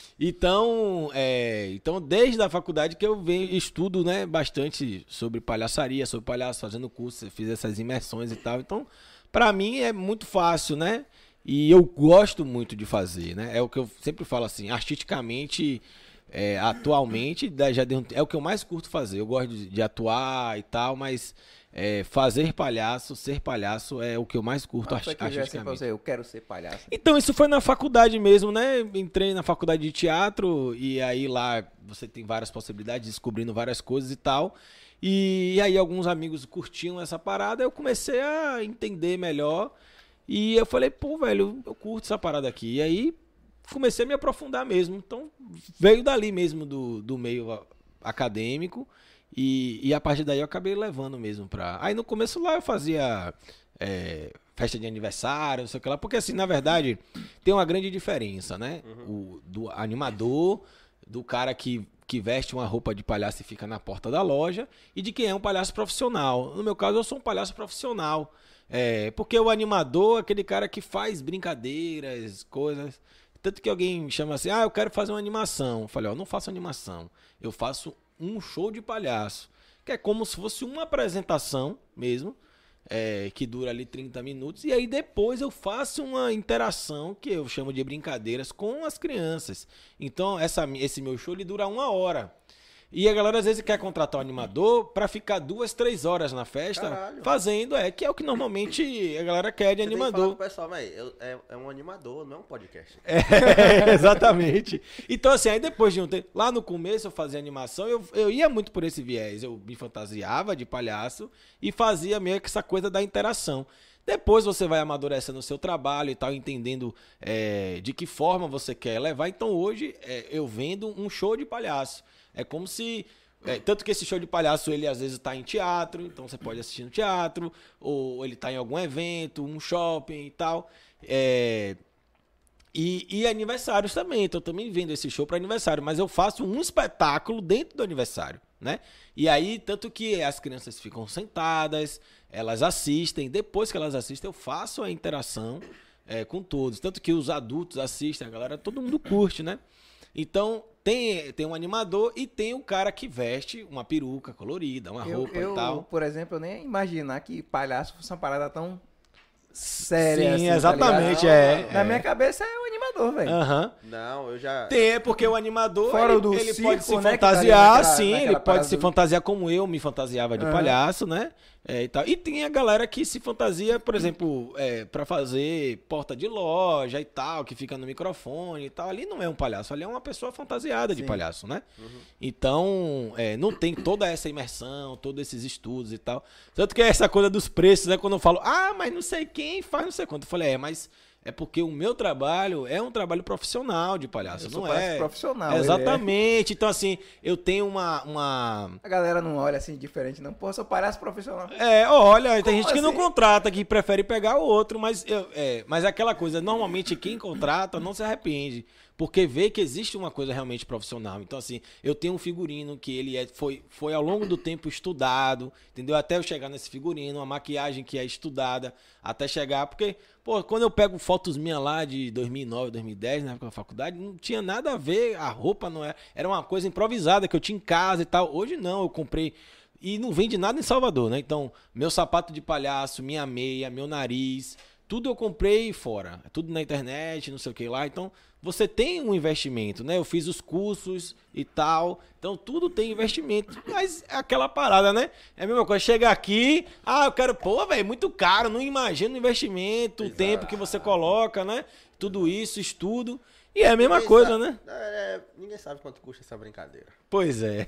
D: Então, desde a faculdade que eu estudo, né, bastante sobre palhaçaria, sobre palhaço, fazendo curso, fiz essas imersões e tal. Então, pra mim é muito fácil, né? E eu gosto muito de fazer, né? É o que eu sempre falo assim, artisticamente, atualmente, é o que eu mais curto fazer. Eu gosto de atuar e tal, mas fazer palhaço, ser palhaço é o que eu mais curto
B: Mas foi que eu já sei pra
D: artisticamente.
B: você, eu quero ser palhaço.
D: Então, isso foi na faculdade mesmo, né? Entrei na faculdade de teatro e aí lá você tem várias possibilidades, descobrindo várias coisas e tal. E aí alguns amigos curtiam essa parada, eu comecei a entender melhor. E eu falei, pô, velho, eu curto essa parada aqui. E aí comecei a me aprofundar mesmo. Então veio dali mesmo do meio acadêmico. E a partir daí eu acabei levando mesmo pra... Aí no começo lá eu fazia festa de aniversário, não sei o que lá. Porque assim, na verdade, tem uma grande diferença, né? Do animador, do cara que veste uma roupa de palhaço e fica na porta da loja. E de quem é um palhaço profissional. No meu caso, eu sou um palhaço profissional. Porque o animador é aquele cara que faz brincadeiras, coisas. Tanto que alguém me chama assim, eu quero fazer uma animação. Eu falei, eu não faço animação. Eu faço um show de palhaço. Que é como se fosse uma apresentação mesmo, que dura ali 30 minutos. E aí depois eu faço uma interação, que eu chamo de brincadeiras, com as crianças. Então esse meu show ele dura 1 hora. E a galera às vezes quer contratar um animador pra ficar 2, 3 horas na festa.
C: Caralho.
D: Fazendo, que é o que normalmente a galera quer de
C: Você tem que falar
D: animador.
C: pro pessoal, mas é um animador, não é um podcast.
D: Exatamente. Então assim, aí depois de um tempo, lá no começo eu fazia animação, eu ia muito por esse viés. Eu me fantasiava de palhaço e fazia meio que essa coisa da interação. Depois você vai amadurecendo o seu trabalho e tal, entendendo de que forma você quer levar. Então hoje eu vendo um show de palhaço. É como se... tanto que esse show de palhaço, ele às vezes está em teatro, então você pode assistir no teatro, ou ele está em algum evento, um shopping e tal. E aniversários também, então eu também vendo esse show para aniversário, mas eu faço um espetáculo dentro do aniversário. né? E aí, tanto que as crianças ficam sentadas, elas assistem, depois que elas assistem, eu faço a interação com todos. Tanto que os adultos assistem, a galera, todo mundo curte, né? Então, tem um animador e tem o cara que veste uma peruca colorida, uma roupa e tal.
B: Por exemplo, eu nem ia imaginar que palhaço fosse uma parada tão séria.
D: Sim,
B: assim,
D: exatamente,
B: tá ligado? Na minha cabeça é o animador, velho.
D: Aham.
C: Não, eu já...
D: Tem, porque o animador,
B: Fora
D: ele,
B: do
D: ele
B: circo,
D: pode se
B: né, que tá
D: fantasiar,
B: ali naquela-
D: sim,
B: naquela
D: ele pode
B: parada
D: se
B: do-
D: fantasiar como eu me fantasiava de
B: Aham.
D: palhaço, né? E tal. E tem a galera que se fantasia, por exemplo, pra fazer porta de loja e tal, que fica no microfone e tal. Ali não é um palhaço, ali é uma pessoa fantasiada de
B: Sim.
D: palhaço, né? Então, não tem toda essa imersão, todos esses estudos e tal. Tanto que é essa coisa dos preços, né? Quando eu falo, mas não sei quem faz não sei quanto. Eu falei, mas é porque o meu trabalho é um trabalho profissional de palhaço,
B: Eu sou
D: não
B: palhaço
D: é?
B: profissional, ele
D: Exatamente. Então, assim, eu tenho uma...
B: A galera não olha assim diferente, não. Pô, eu sou palhaço profissional.
D: Olha, tem
B: Como
D: gente que não
B: assim?
D: contrata, que prefere pegar o outro, mas é aquela coisa, normalmente quem contrata não se arrepende, porque vê que existe uma coisa realmente profissional. Então, assim, eu tenho um figurino que ele foi ao longo do tempo estudado, entendeu? Até eu chegar nesse figurino, uma maquiagem que é estudada, até chegar, porque, pô, quando eu pego fotos minhas lá de 2009, 2010, na época da faculdade, não tinha nada a ver, a roupa não era uma coisa improvisada que eu tinha em casa e tal. Hoje não, eu comprei. E não vende nada em Salvador, né? Então, meu sapato de palhaço, minha meia, meu nariz, tudo eu comprei fora. Tudo na internet, não sei o que lá. Então, você tem um investimento, né? Eu fiz os cursos e tal. Então, tudo tem investimento. Mas é aquela parada, né? É a mesma coisa. Chega aqui, eu quero... Pô, velho, muito caro. Não imagina o investimento, o tempo que você coloca, né? Tudo isso, estudo. E é a mesma
C: Ninguém
D: coisa,
C: sabe-
D: né?
C: Ninguém sabe quanto custa essa brincadeira.
D: Pois é.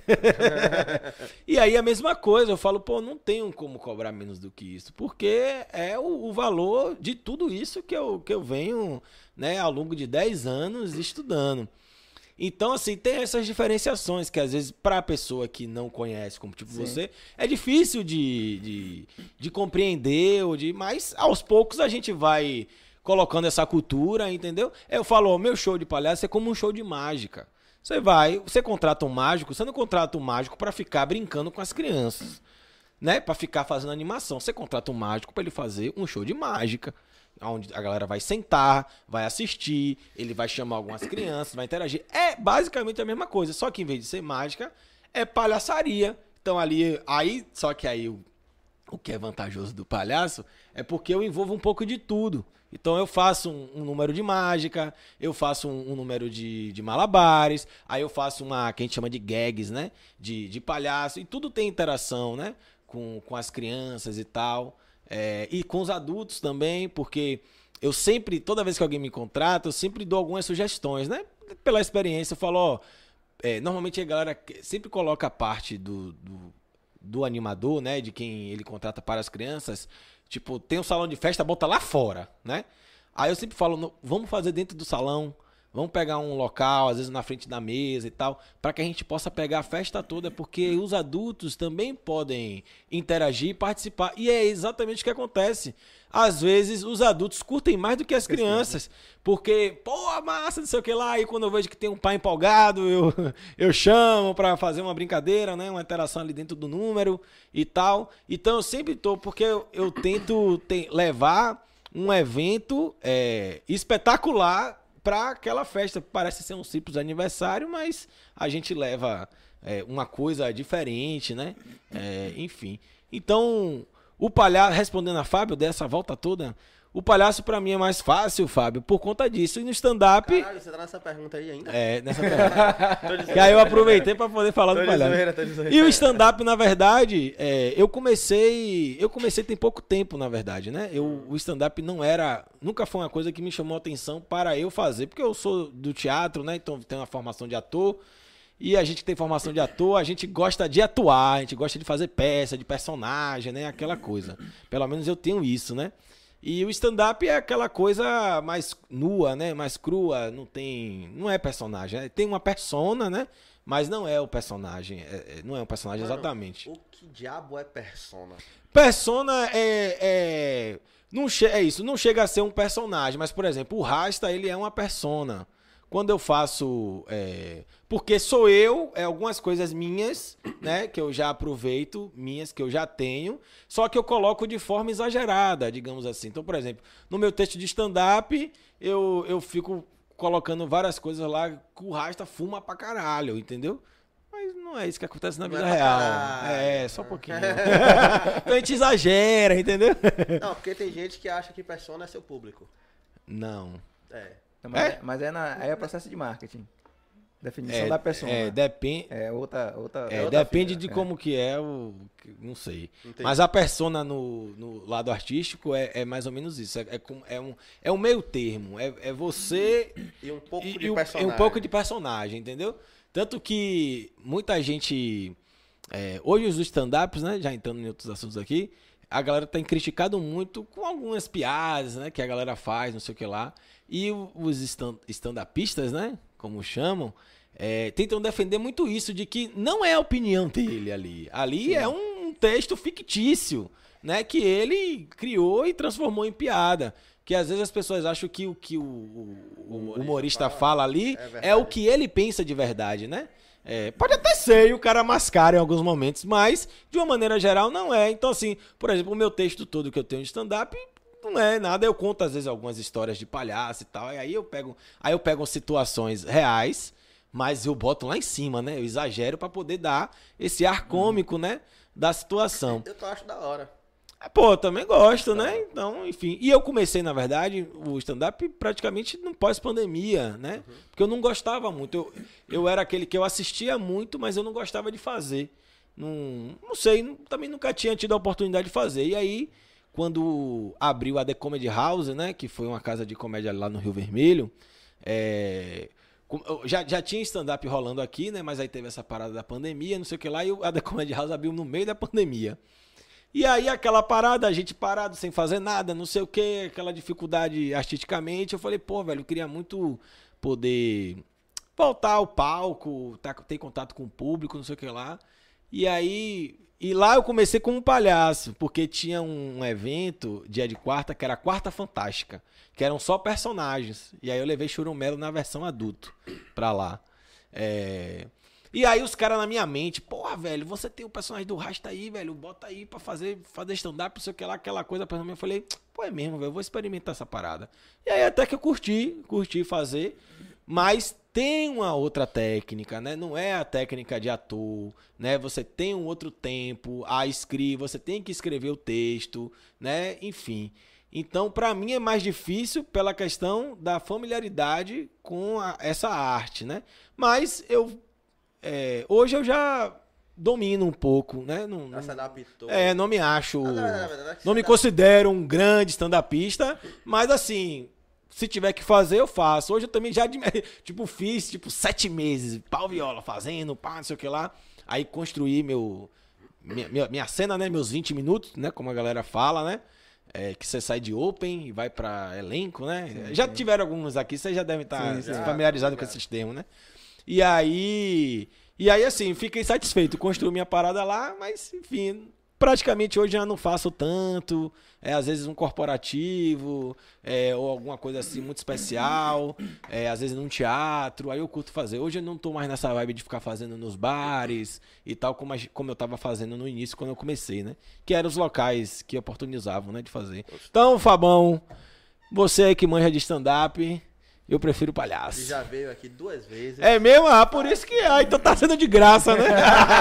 D: E aí a mesma coisa, eu falo, pô, não tenho como cobrar menos do que isso, porque é o valor de tudo isso que eu venho, né, ao longo de 10 anos estudando. Então, assim, tem essas diferenciações que às vezes para a pessoa que não conhece, como tipo você, é difícil de compreender, mas aos poucos a gente vai colocando essa cultura, entendeu? Eu falo, ó, meu show de palhaço é como um show de mágica. Você contrata um mágico, você não contrata um mágico para ficar brincando com as crianças, né? Para ficar fazendo animação. Você contrata um mágico para ele fazer um show de mágica, onde a galera vai sentar, vai assistir, ele vai chamar algumas crianças, vai interagir. É basicamente a mesma coisa, só que em vez de ser mágica, é palhaçaria. Então só que aí o que é vantajoso do palhaço é porque eu envolvo um pouco de tudo. Então eu faço um número de mágica, eu faço um número de malabares, aí eu faço que a gente chama de gags, né? De palhaço, e tudo tem interação, né? Com as crianças e tal. E com os adultos também, porque eu sempre, toda vez que alguém me contrata, eu sempre dou algumas sugestões, né? Pela experiência, eu falo, ó, normalmente a galera sempre coloca a parte do animador, né? De quem ele contrata para as crianças. Tipo, tem um salão de festa, bota lá fora, né? Aí eu sempre falo, vamos fazer dentro do salão, vamos pegar um local, às vezes na frente da mesa e tal, para que a gente possa pegar a festa toda, porque os adultos também podem interagir e participar. E é exatamente o que acontece. Às vezes, os adultos curtem mais do que as crianças, porque, pô, massa, não sei o que lá, e quando eu vejo que tem um pai empolgado, eu chamo pra fazer uma brincadeira, né, uma interação ali dentro do número e tal. Então, eu sempre porque eu tento levar um evento espetacular para aquela festa. Parece ser um simples aniversário, mas a gente leva uma coisa diferente, né? Enfim. Então, o palhaço, respondendo a Fábio, dessa volta toda, o palhaço para mim é mais fácil, Fábio, por conta disso. E no stand-up...
C: Caralho, você tá nessa pergunta aí ainda?
D: Nessa pergunta. Que aí eu aproveitei para poder falar do palhaço.
C: Tô de zoeira.
D: E o stand-up, na verdade, eu comecei tem pouco tempo, na verdade, né? O stand-up nunca foi uma coisa que me chamou a atenção para eu fazer, porque eu sou do teatro, né? Então tenho uma formação de ator, e a gente que tem formação de ator, a gente gosta de atuar, a gente gosta de fazer peça, de personagem, né? Aquela coisa. Pelo menos eu tenho isso, né? E o stand-up é aquela coisa mais nua, né? Mais crua, não é personagem. Tem uma persona, né? Mas não é o personagem. Não é um personagem exatamente.
C: O que diabo é persona?
D: Persona não é isso, não chega a ser um personagem. Mas, por exemplo, o Rasta, ele é uma persona. quando eu faço... porque sou eu, algumas coisas minhas, né? Que eu já aproveito, minhas, que eu já tenho, só que eu coloco de forma exagerada, digamos assim. Então, por exemplo, no meu texto de stand-up, eu fico colocando várias coisas lá que o Rasta fuma pra caralho, entendeu? Mas não é isso que acontece na
C: Não
D: vida
C: é pra
D: real.
C: caralho.
D: Só um pouquinho. Então a gente exagera, entendeu?
C: Não, porque tem gente que acha que persona é seu público.
D: Não.
C: É.
B: Não, mas aí é processo de marketing. Definição da pessoa.
D: Depende.
B: Outra
D: Depende
B: fita,
D: de como que é não sei.
C: Entendi.
D: Mas a persona no lado artístico é mais ou menos isso. É um meio termo. É você
C: E um pouco
D: e
C: de
D: um
C: personagem.
D: pouco de personagem, entendeu? Tanto que muita gente... hoje os stand-ups, né? Já entrando em outros assuntos aqui, a galera tem criticado muito com algumas piadas, né? Que a galera faz, não sei o que lá. E os stand-upistas, né? Como chamam, tentam defender muito isso, de que não é a opinião dele ali. Ali Sim. É um texto fictício, né? Que ele criou e transformou em piada. Que às vezes as pessoas acham que o que o humorista fala ali é o que ele pensa de verdade, né? Pode até ser, e o cara mascara em alguns momentos, mas de uma maneira geral não é. Então assim, por exemplo, o meu texto todo que eu tenho de stand-up não é nada. Eu conto às vezes algumas histórias de palhaço e tal, e aí eu pego situações reais, mas eu boto lá em cima, né? Eu exagero pra poder dar esse ar cômico, né? Da situação.
C: Eu acho da hora.
D: Pô, eu também gosto, né? Então, enfim. E eu comecei, na verdade, o stand-up praticamente no pós-pandemia, né? Porque eu não gostava muito. Eu era aquele que eu assistia muito, mas eu não gostava de fazer. Não sei, também nunca tinha tido a oportunidade de fazer. E aí, quando abriu a The Comedy House, né? Que foi uma casa de comédia lá no Rio Vermelho, já tinha stand-up rolando aqui, né? Mas aí teve essa parada da pandemia, não sei o que lá, e a The Comedy House abriu no meio da pandemia. E aí aquela parada, a gente parado sem fazer nada, não sei o que, aquela dificuldade artisticamente, eu falei, pô, velho, eu queria muito poder voltar ao palco, ter contato com o público, não sei o que lá. E aí, lá eu comecei como um palhaço, porque tinha um evento, dia de quarta, que era a Quarta Fantástica, que eram só personagens. E aí eu levei Churumelo na versão adulto pra lá. E aí os caras na minha mente, porra, velho, você tem o personagem do Rasta aí, velho, bota aí pra fazer stand-up, não sei o que lá, aquela coisa. Eu falei, pô, é mesmo, velho, eu vou experimentar essa parada. E aí até que eu curti fazer, mas tem uma outra técnica, né? Não é a técnica de ator, né? Você tem um outro tempo, você tem que escrever o texto, né? Enfim. Então, pra mim é mais difícil pela questão da familiaridade com essa arte, né? Mas hoje eu já domino um pouco, né? Não
C: se adaptou.
D: Não me acho... Não me considero um grande stand-upista, mas assim, se tiver que fazer, eu faço. Hoje eu também já, fiz 7 meses, pau viola, fazendo, pá, não sei o que lá. Aí construí minha cena, né? Meus 20 minutos, né? Como a galera fala, né? Que você sai de open e vai pra elenco, né?
B: Sim,
D: já tiveram alguns aqui, vocês já devem estar familiarizados com esses termos, né? E aí, assim, fiquei satisfeito. Construí minha parada lá, mas, enfim, praticamente hoje já não faço tanto. Às vezes um corporativo, ou alguma coisa assim muito especial. Às vezes num teatro, aí eu curto fazer. Hoje eu não tô mais nessa vibe de ficar fazendo nos bares e tal, como eu tava fazendo no início, quando eu comecei, né? Que eram os locais que oportunizavam, né, de fazer. Então, Fabão, você aí que manja de stand-up... Eu prefiro palhaço.
C: E já veio aqui 2 vezes.
D: É mesmo? Ah, por isso que... então tá sendo de graça, né?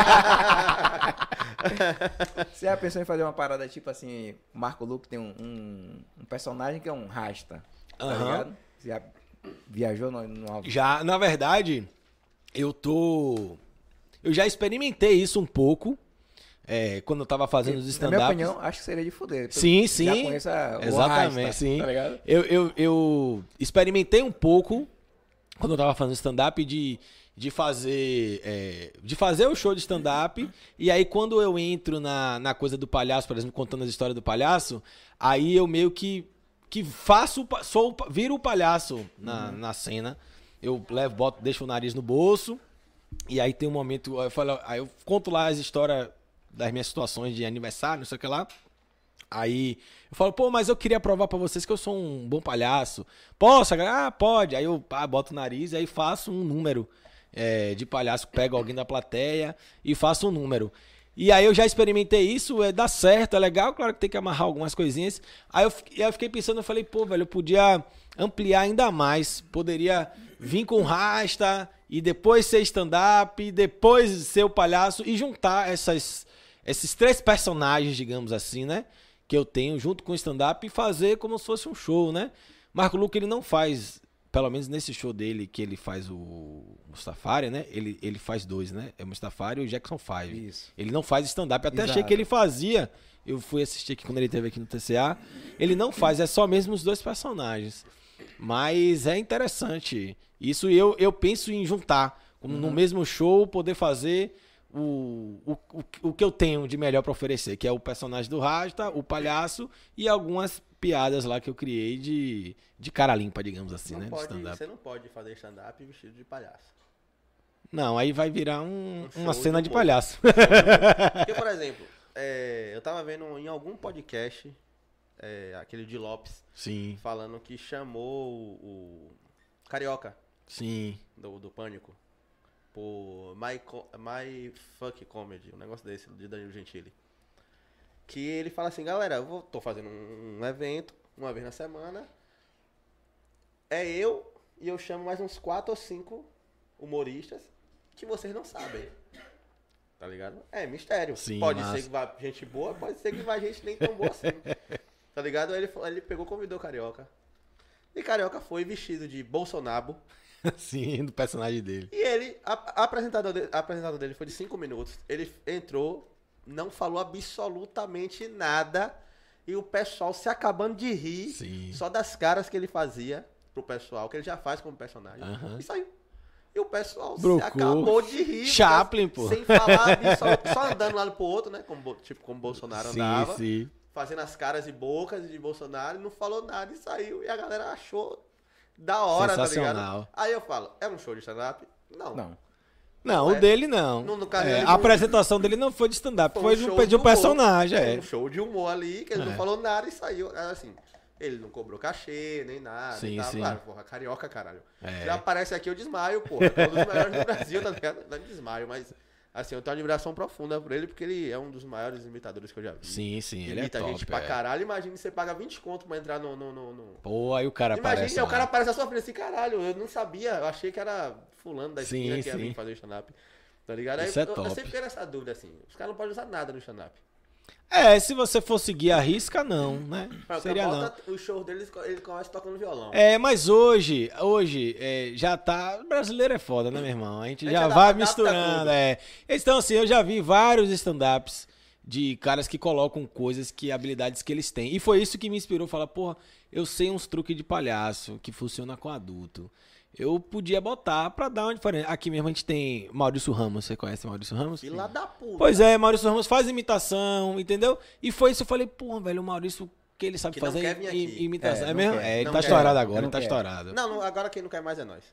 B: Se a pessoa fazer uma parada tipo assim, o Marco Luque tem um personagem que é um Rasta, tá ligado? Você já viajou no...
D: Já, na verdade, eu já experimentei isso um pouco. Quando eu tava fazendo os stand-ups.
B: Na minha opinião, acho que seria de fuder.
D: Sim.
B: Já conheço
D: exatamente,
B: Rasta,
D: sim.
B: Tá ligado?
D: Eu experimentei um pouco, quando eu tava fazendo stand-up, de fazer o show de stand-up. E aí, quando eu entro na coisa do palhaço, por exemplo, contando as histórias do palhaço, aí eu meio que viro o palhaço na cena. Eu deixo o nariz no bolso. E aí tem um momento, aí eu conto lá as histórias das minhas situações de aniversário, não sei o que lá. Aí eu falo, pô, mas eu queria provar pra vocês que eu sou um bom palhaço. Posso? Ah, pode. Aí eu boto o nariz e aí faço um número de palhaço, pego alguém da plateia e faço um número. E aí eu já experimentei isso, dá certo, é legal, claro que tem que amarrar algumas coisinhas. Aí eu fiquei pensando, eu falei, pô, velho, eu podia ampliar ainda mais. Poderia vir com rasta e depois ser stand-up, e depois ser o palhaço e juntar esses 3 personagens, digamos assim, né? Que eu tenho junto com o stand-up e fazer como se fosse um show, né? Marco Luque, ele não faz, pelo menos nesse show dele, que ele faz o Mustafari, né? Ele faz 2, né? É o Mustafari e o Jackson 5.
B: Isso.
D: Ele não faz stand-up. Até achei
B: Exato.
D: que ele fazia. Eu fui assistir aqui quando ele esteve aqui no TCA. Ele não faz, é só mesmo os 2 personagens. Mas é interessante. Isso eu penso em juntar. Como no mesmo show, poder fazer o que eu tenho de melhor para oferecer, que é o personagem do Rasta, o palhaço e algumas piadas lá que eu criei de cara limpa, digamos assim, né? De stand-up.
C: Você não pode fazer stand-up vestido de palhaço.
D: Não, aí vai virar uma
C: show
D: cena
C: de
D: de
C: humor.
D: palhaço.
C: Porque, por exemplo, eu tava vendo em algum podcast, aquele de Lopes,
D: Sim,
C: falando que chamou o Carioca
D: sim.
C: do Pânico por My Fuck Comedy, um negócio desse, de Danilo Gentili. Que ele fala assim, galera, tô fazendo um evento, uma vez na semana, eu chamo mais uns 4 ou 5 humoristas que vocês não sabem. Tá ligado? É mistério.
D: Sim,
C: pode
D: massa.
C: ser que vá gente boa, pode ser que vá gente nem tão boa assim. Tá ligado? Aí ele pegou, convidou o Carioca. E Carioca foi vestido de Bolsonaro.
D: Sim, do personagem dele.
C: E ele, a apresentação dele foi de 5 minutos. Ele entrou, não falou absolutamente nada. E o pessoal se acabando de rir.
D: Sim.
C: Só das caras que ele fazia pro pessoal, que ele já faz como personagem.
D: Aham.
C: E saiu. E o pessoal
D: Brocou.
C: se acabou de rir.
D: Chaplin, pô.
C: Sem falar, só andando lá pro outro, né? Como Bolsonaro andava.
D: Sim.
C: Fazendo as caras e bocas de Bolsonaro. E não falou nada e saiu. E a galera achou da hora, tá
D: Sensacional.
C: ligado? Aí eu falo, é um show de stand-up? Não.
D: Não,
C: Ué,
D: o dele não.
C: no caso,
D: É,
C: ele
D: a
C: não-
D: apresentação dele não foi de stand-up, foi de
C: show
D: um
C: humor.
D: personagem.
C: É
D: É.
C: um show de humor ali, que ele não
D: É.
C: falou nada e saiu. Assim, ele não cobrou cachê, nem nada.
D: Sim,
C: e tal.
D: sim.
C: Claro, porra, carioca, caralho.
D: É.
C: Já aparece aqui, eu desmaio, porra. É um dos melhores do Brasil, tá ligado? Não desmaio, mas assim, eu tenho uma admiração profunda por ele, porque ele é um dos maiores imitadores que eu já vi.
D: Sim, sim, ele é
C: Imita
D: top.
C: gente pra
D: é.
C: caralho. Imagina você paga 20 conto pra entrar no...
D: Pô, aí o cara
C: Imagina,
D: aparece
C: o
D: lá.
C: cara aparece na sua frente assim, caralho, eu não sabia, eu achei que era fulano da
D: Sim,
C: esquina que ia
D: sim.
C: vir fazer stand-up. Tá ligado? Aí
D: Isso é
C: eu
D: top.
C: sempre tenho essa dúvida, assim, os caras não podem usar nada no stand-up.
D: É, se você for seguir a risca, não, né?
C: Mas
D: Seria não.
C: volta, o show deles, ele começa tocando violão.
D: É, mas hoje já tá. O brasileiro é foda, né, meu irmão? A gente já
C: adapta
D: vai
C: tudo.
D: misturando. Então, assim, eu já vi vários stand-ups de caras que colocam coisas, habilidades que eles têm. E foi isso que me inspirou. Falar, porra, eu sei uns truques de palhaço que funciona com adulto. Eu podia botar pra dar uma diferença. Aqui mesmo a gente tem Maurício Ramos. Você conhece Maurício Ramos?
C: Filha da puta.
D: Pois é, Maurício Ramos faz imitação, entendeu? E foi isso, eu falei, porra, velho, o Maurício, que ele sabe
C: Que não
D: fazer
C: quer vir aqui.
D: imitação. É
B: É, não
D: mesmo?
B: quer.
D: É, ele
C: Não
D: tá
C: quer.
D: estourado agora,
B: Não
D: ele tá
B: quer.
D: estourado.
C: Não, agora quem não quer mais é nós.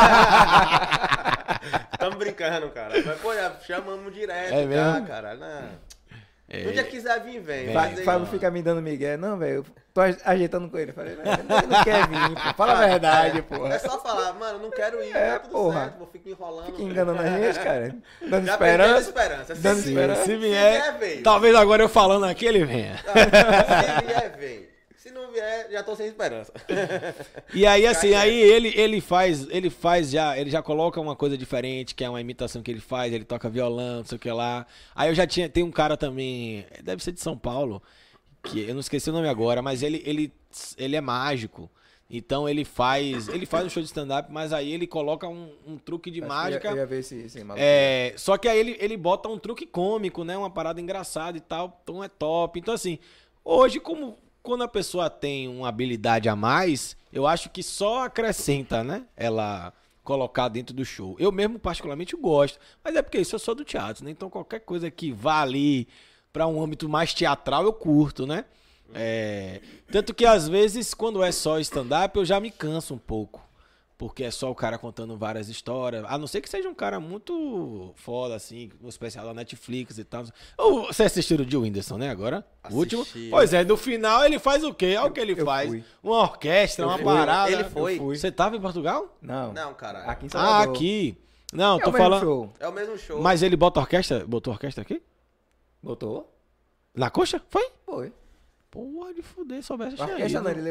C: Tamo brincando, cara. Mas, pô, já chamamos direto,
D: É
C: já,
D: mesmo?
C: cara. Não.
D: É.
C: Um dia quiser vir, vem.
D: Vem.
C: Mas aí,
B: Fábio fica me dando migué. Não, velho, eu tô ajeitando com ele. Eu falei, velho, ele não quer vir, pô. Fala a verdade, pô.
C: É só falar, mano, não quero ir,
B: É,
C: tá tudo
B: porra.
C: certo, vou ficar enrolando.
B: Fica enganando a gente, cara. Dando
C: Já perdeu a
B: esperança.
C: esperança.
B: Dando
C: Se
B: esperança.
D: Se
C: Se
D: vier,
C: vier, veio.
D: talvez agora eu falando aqui ele venha.
C: Se vier, vem. Se não vier, já tô sem esperança.
D: E aí, assim,
C: Cai
D: aí ele já coloca uma coisa diferente, que é uma imitação que ele faz, ele toca violão, não sei o que lá. Aí tem um cara também, deve ser de São Paulo, que eu não esqueci o nome agora, mas ele é mágico. Então ele faz um show de stand-up, mas aí ele coloca um truque de mágica.
B: Eu ia ver esse maluco.
D: Só que aí ele bota um truque cômico, né? Uma parada engraçada e tal. Então é top. Então, assim, hoje, quando a pessoa tem uma habilidade a mais, eu acho que só acrescenta, né? Ela colocar dentro do show. Eu mesmo, particularmente, gosto. Mas é porque isso eu sou do teatro, né? Então qualquer coisa que vá ali para um âmbito mais teatral, eu curto, né? Tanto que às vezes, quando é só stand-up, eu já me canso um pouco. porque é só o cara contando várias histórias. A não ser que seja um cara muito foda, assim, um especial da Netflix e tal. Você assistiu o de Whindersson, né, agora? O último? Pois é, no final ele faz o quê? Olha o que ele faz.
B: Fui.
D: Uma orquestra, uma parada.
C: Ele foi.
D: Você tava em Portugal?
B: Não.
C: Não, caralho.
B: Aqui em Salvador.
D: Aqui. Não,
B: É
D: tô
B: o mesmo
D: falando.
B: show.
C: É o mesmo show.
D: Mas ele botou orquestra aqui?
B: Botou?
D: Na coxa? Foi?
B: Foi.
D: Porra, de fuder, soubesse
B: A orquestra não, ele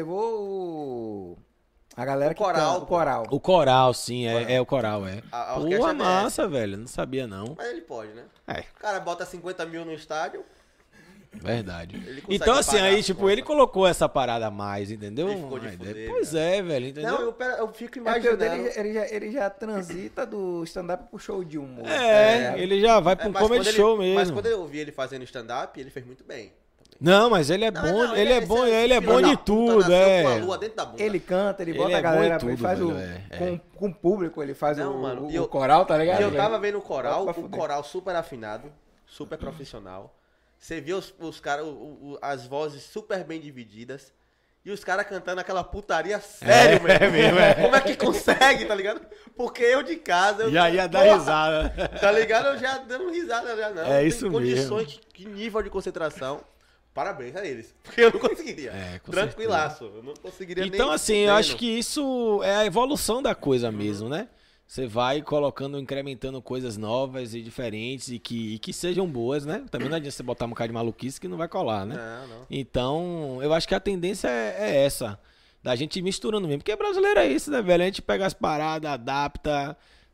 B: levou a galera que
C: coral,
B: canta, o coral.
D: O coral, sim, é o coral, é.
C: A orquestra
D: Porra,
C: é
D: massa, velho, não sabia não.
C: Mas ele pode, né?
D: É,
C: O cara bota 50 mil no estádio.
D: verdade.
C: Ele consegue
D: Então, assim,
C: pagar
D: aí,
C: as
D: tipo,
C: contas.
D: ele colocou essa parada a mais, entendeu?
C: Ele ficou de
D: Uma
C: fuder,
D: ideia. Pois é, velho, entendeu?
C: Não, eu fico
B: É porque o
C: imaginando.
B: dele, ele já transita do stand-up pro show de humor.
D: Ele já vai pra um
C: mas
D: comedy
C: quando
D: show
C: ele,
D: mesmo.
C: Mas quando eu vi ele fazendo stand-up, ele fez muito bem.
D: Não, mas ele é
C: Não,
D: bom,
C: não,
D: ele é bom,
C: esse
D: ele é
C: filho
D: bom
C: da
D: de
C: puta
D: tudo,
C: nasceu
D: é.
C: com a lua dentro da bunda.
B: Ele canta, ele
D: Ele
B: bota
D: é
B: a
D: bom
B: galera,
D: em tudo,
B: ele faz
D: velho,
B: com o público, ele faz
C: Não, mano,
B: o
C: e eu-
B: coral, tá ligado?
C: E eu tava vendo o coral,
B: Bota pra fuder.
C: super afinado, super profissional. Você via os caras, as vozes super bem divididas. E os caras cantando aquela putaria sério, mesmo. Como é que consegue, tá ligado? Porque eu de casa. Eu,
D: Já ia dar
C: porra,
D: risada.
C: Tá ligado? Eu já dando risada, já não.
D: É
C: Tem
D: isso
C: condições, que nível de concentração. Parabéns a eles. Porque eu não conseguiria.
D: Com
C: Tranquilaço. Eu não conseguiria nem.
D: Então, assim, eu
C: fudendo.
D: acho que isso é a evolução da coisa mesmo, né? Você vai colocando, incrementando coisas novas e diferentes e que sejam boas, né? Também não adianta você botar um cara de maluquice que não vai colar, né?
C: Não.
D: Então, eu acho que a tendência é essa. Da gente ir misturando mesmo. Porque brasileiro é isso, né, velho? A gente pega as paradas, adapta.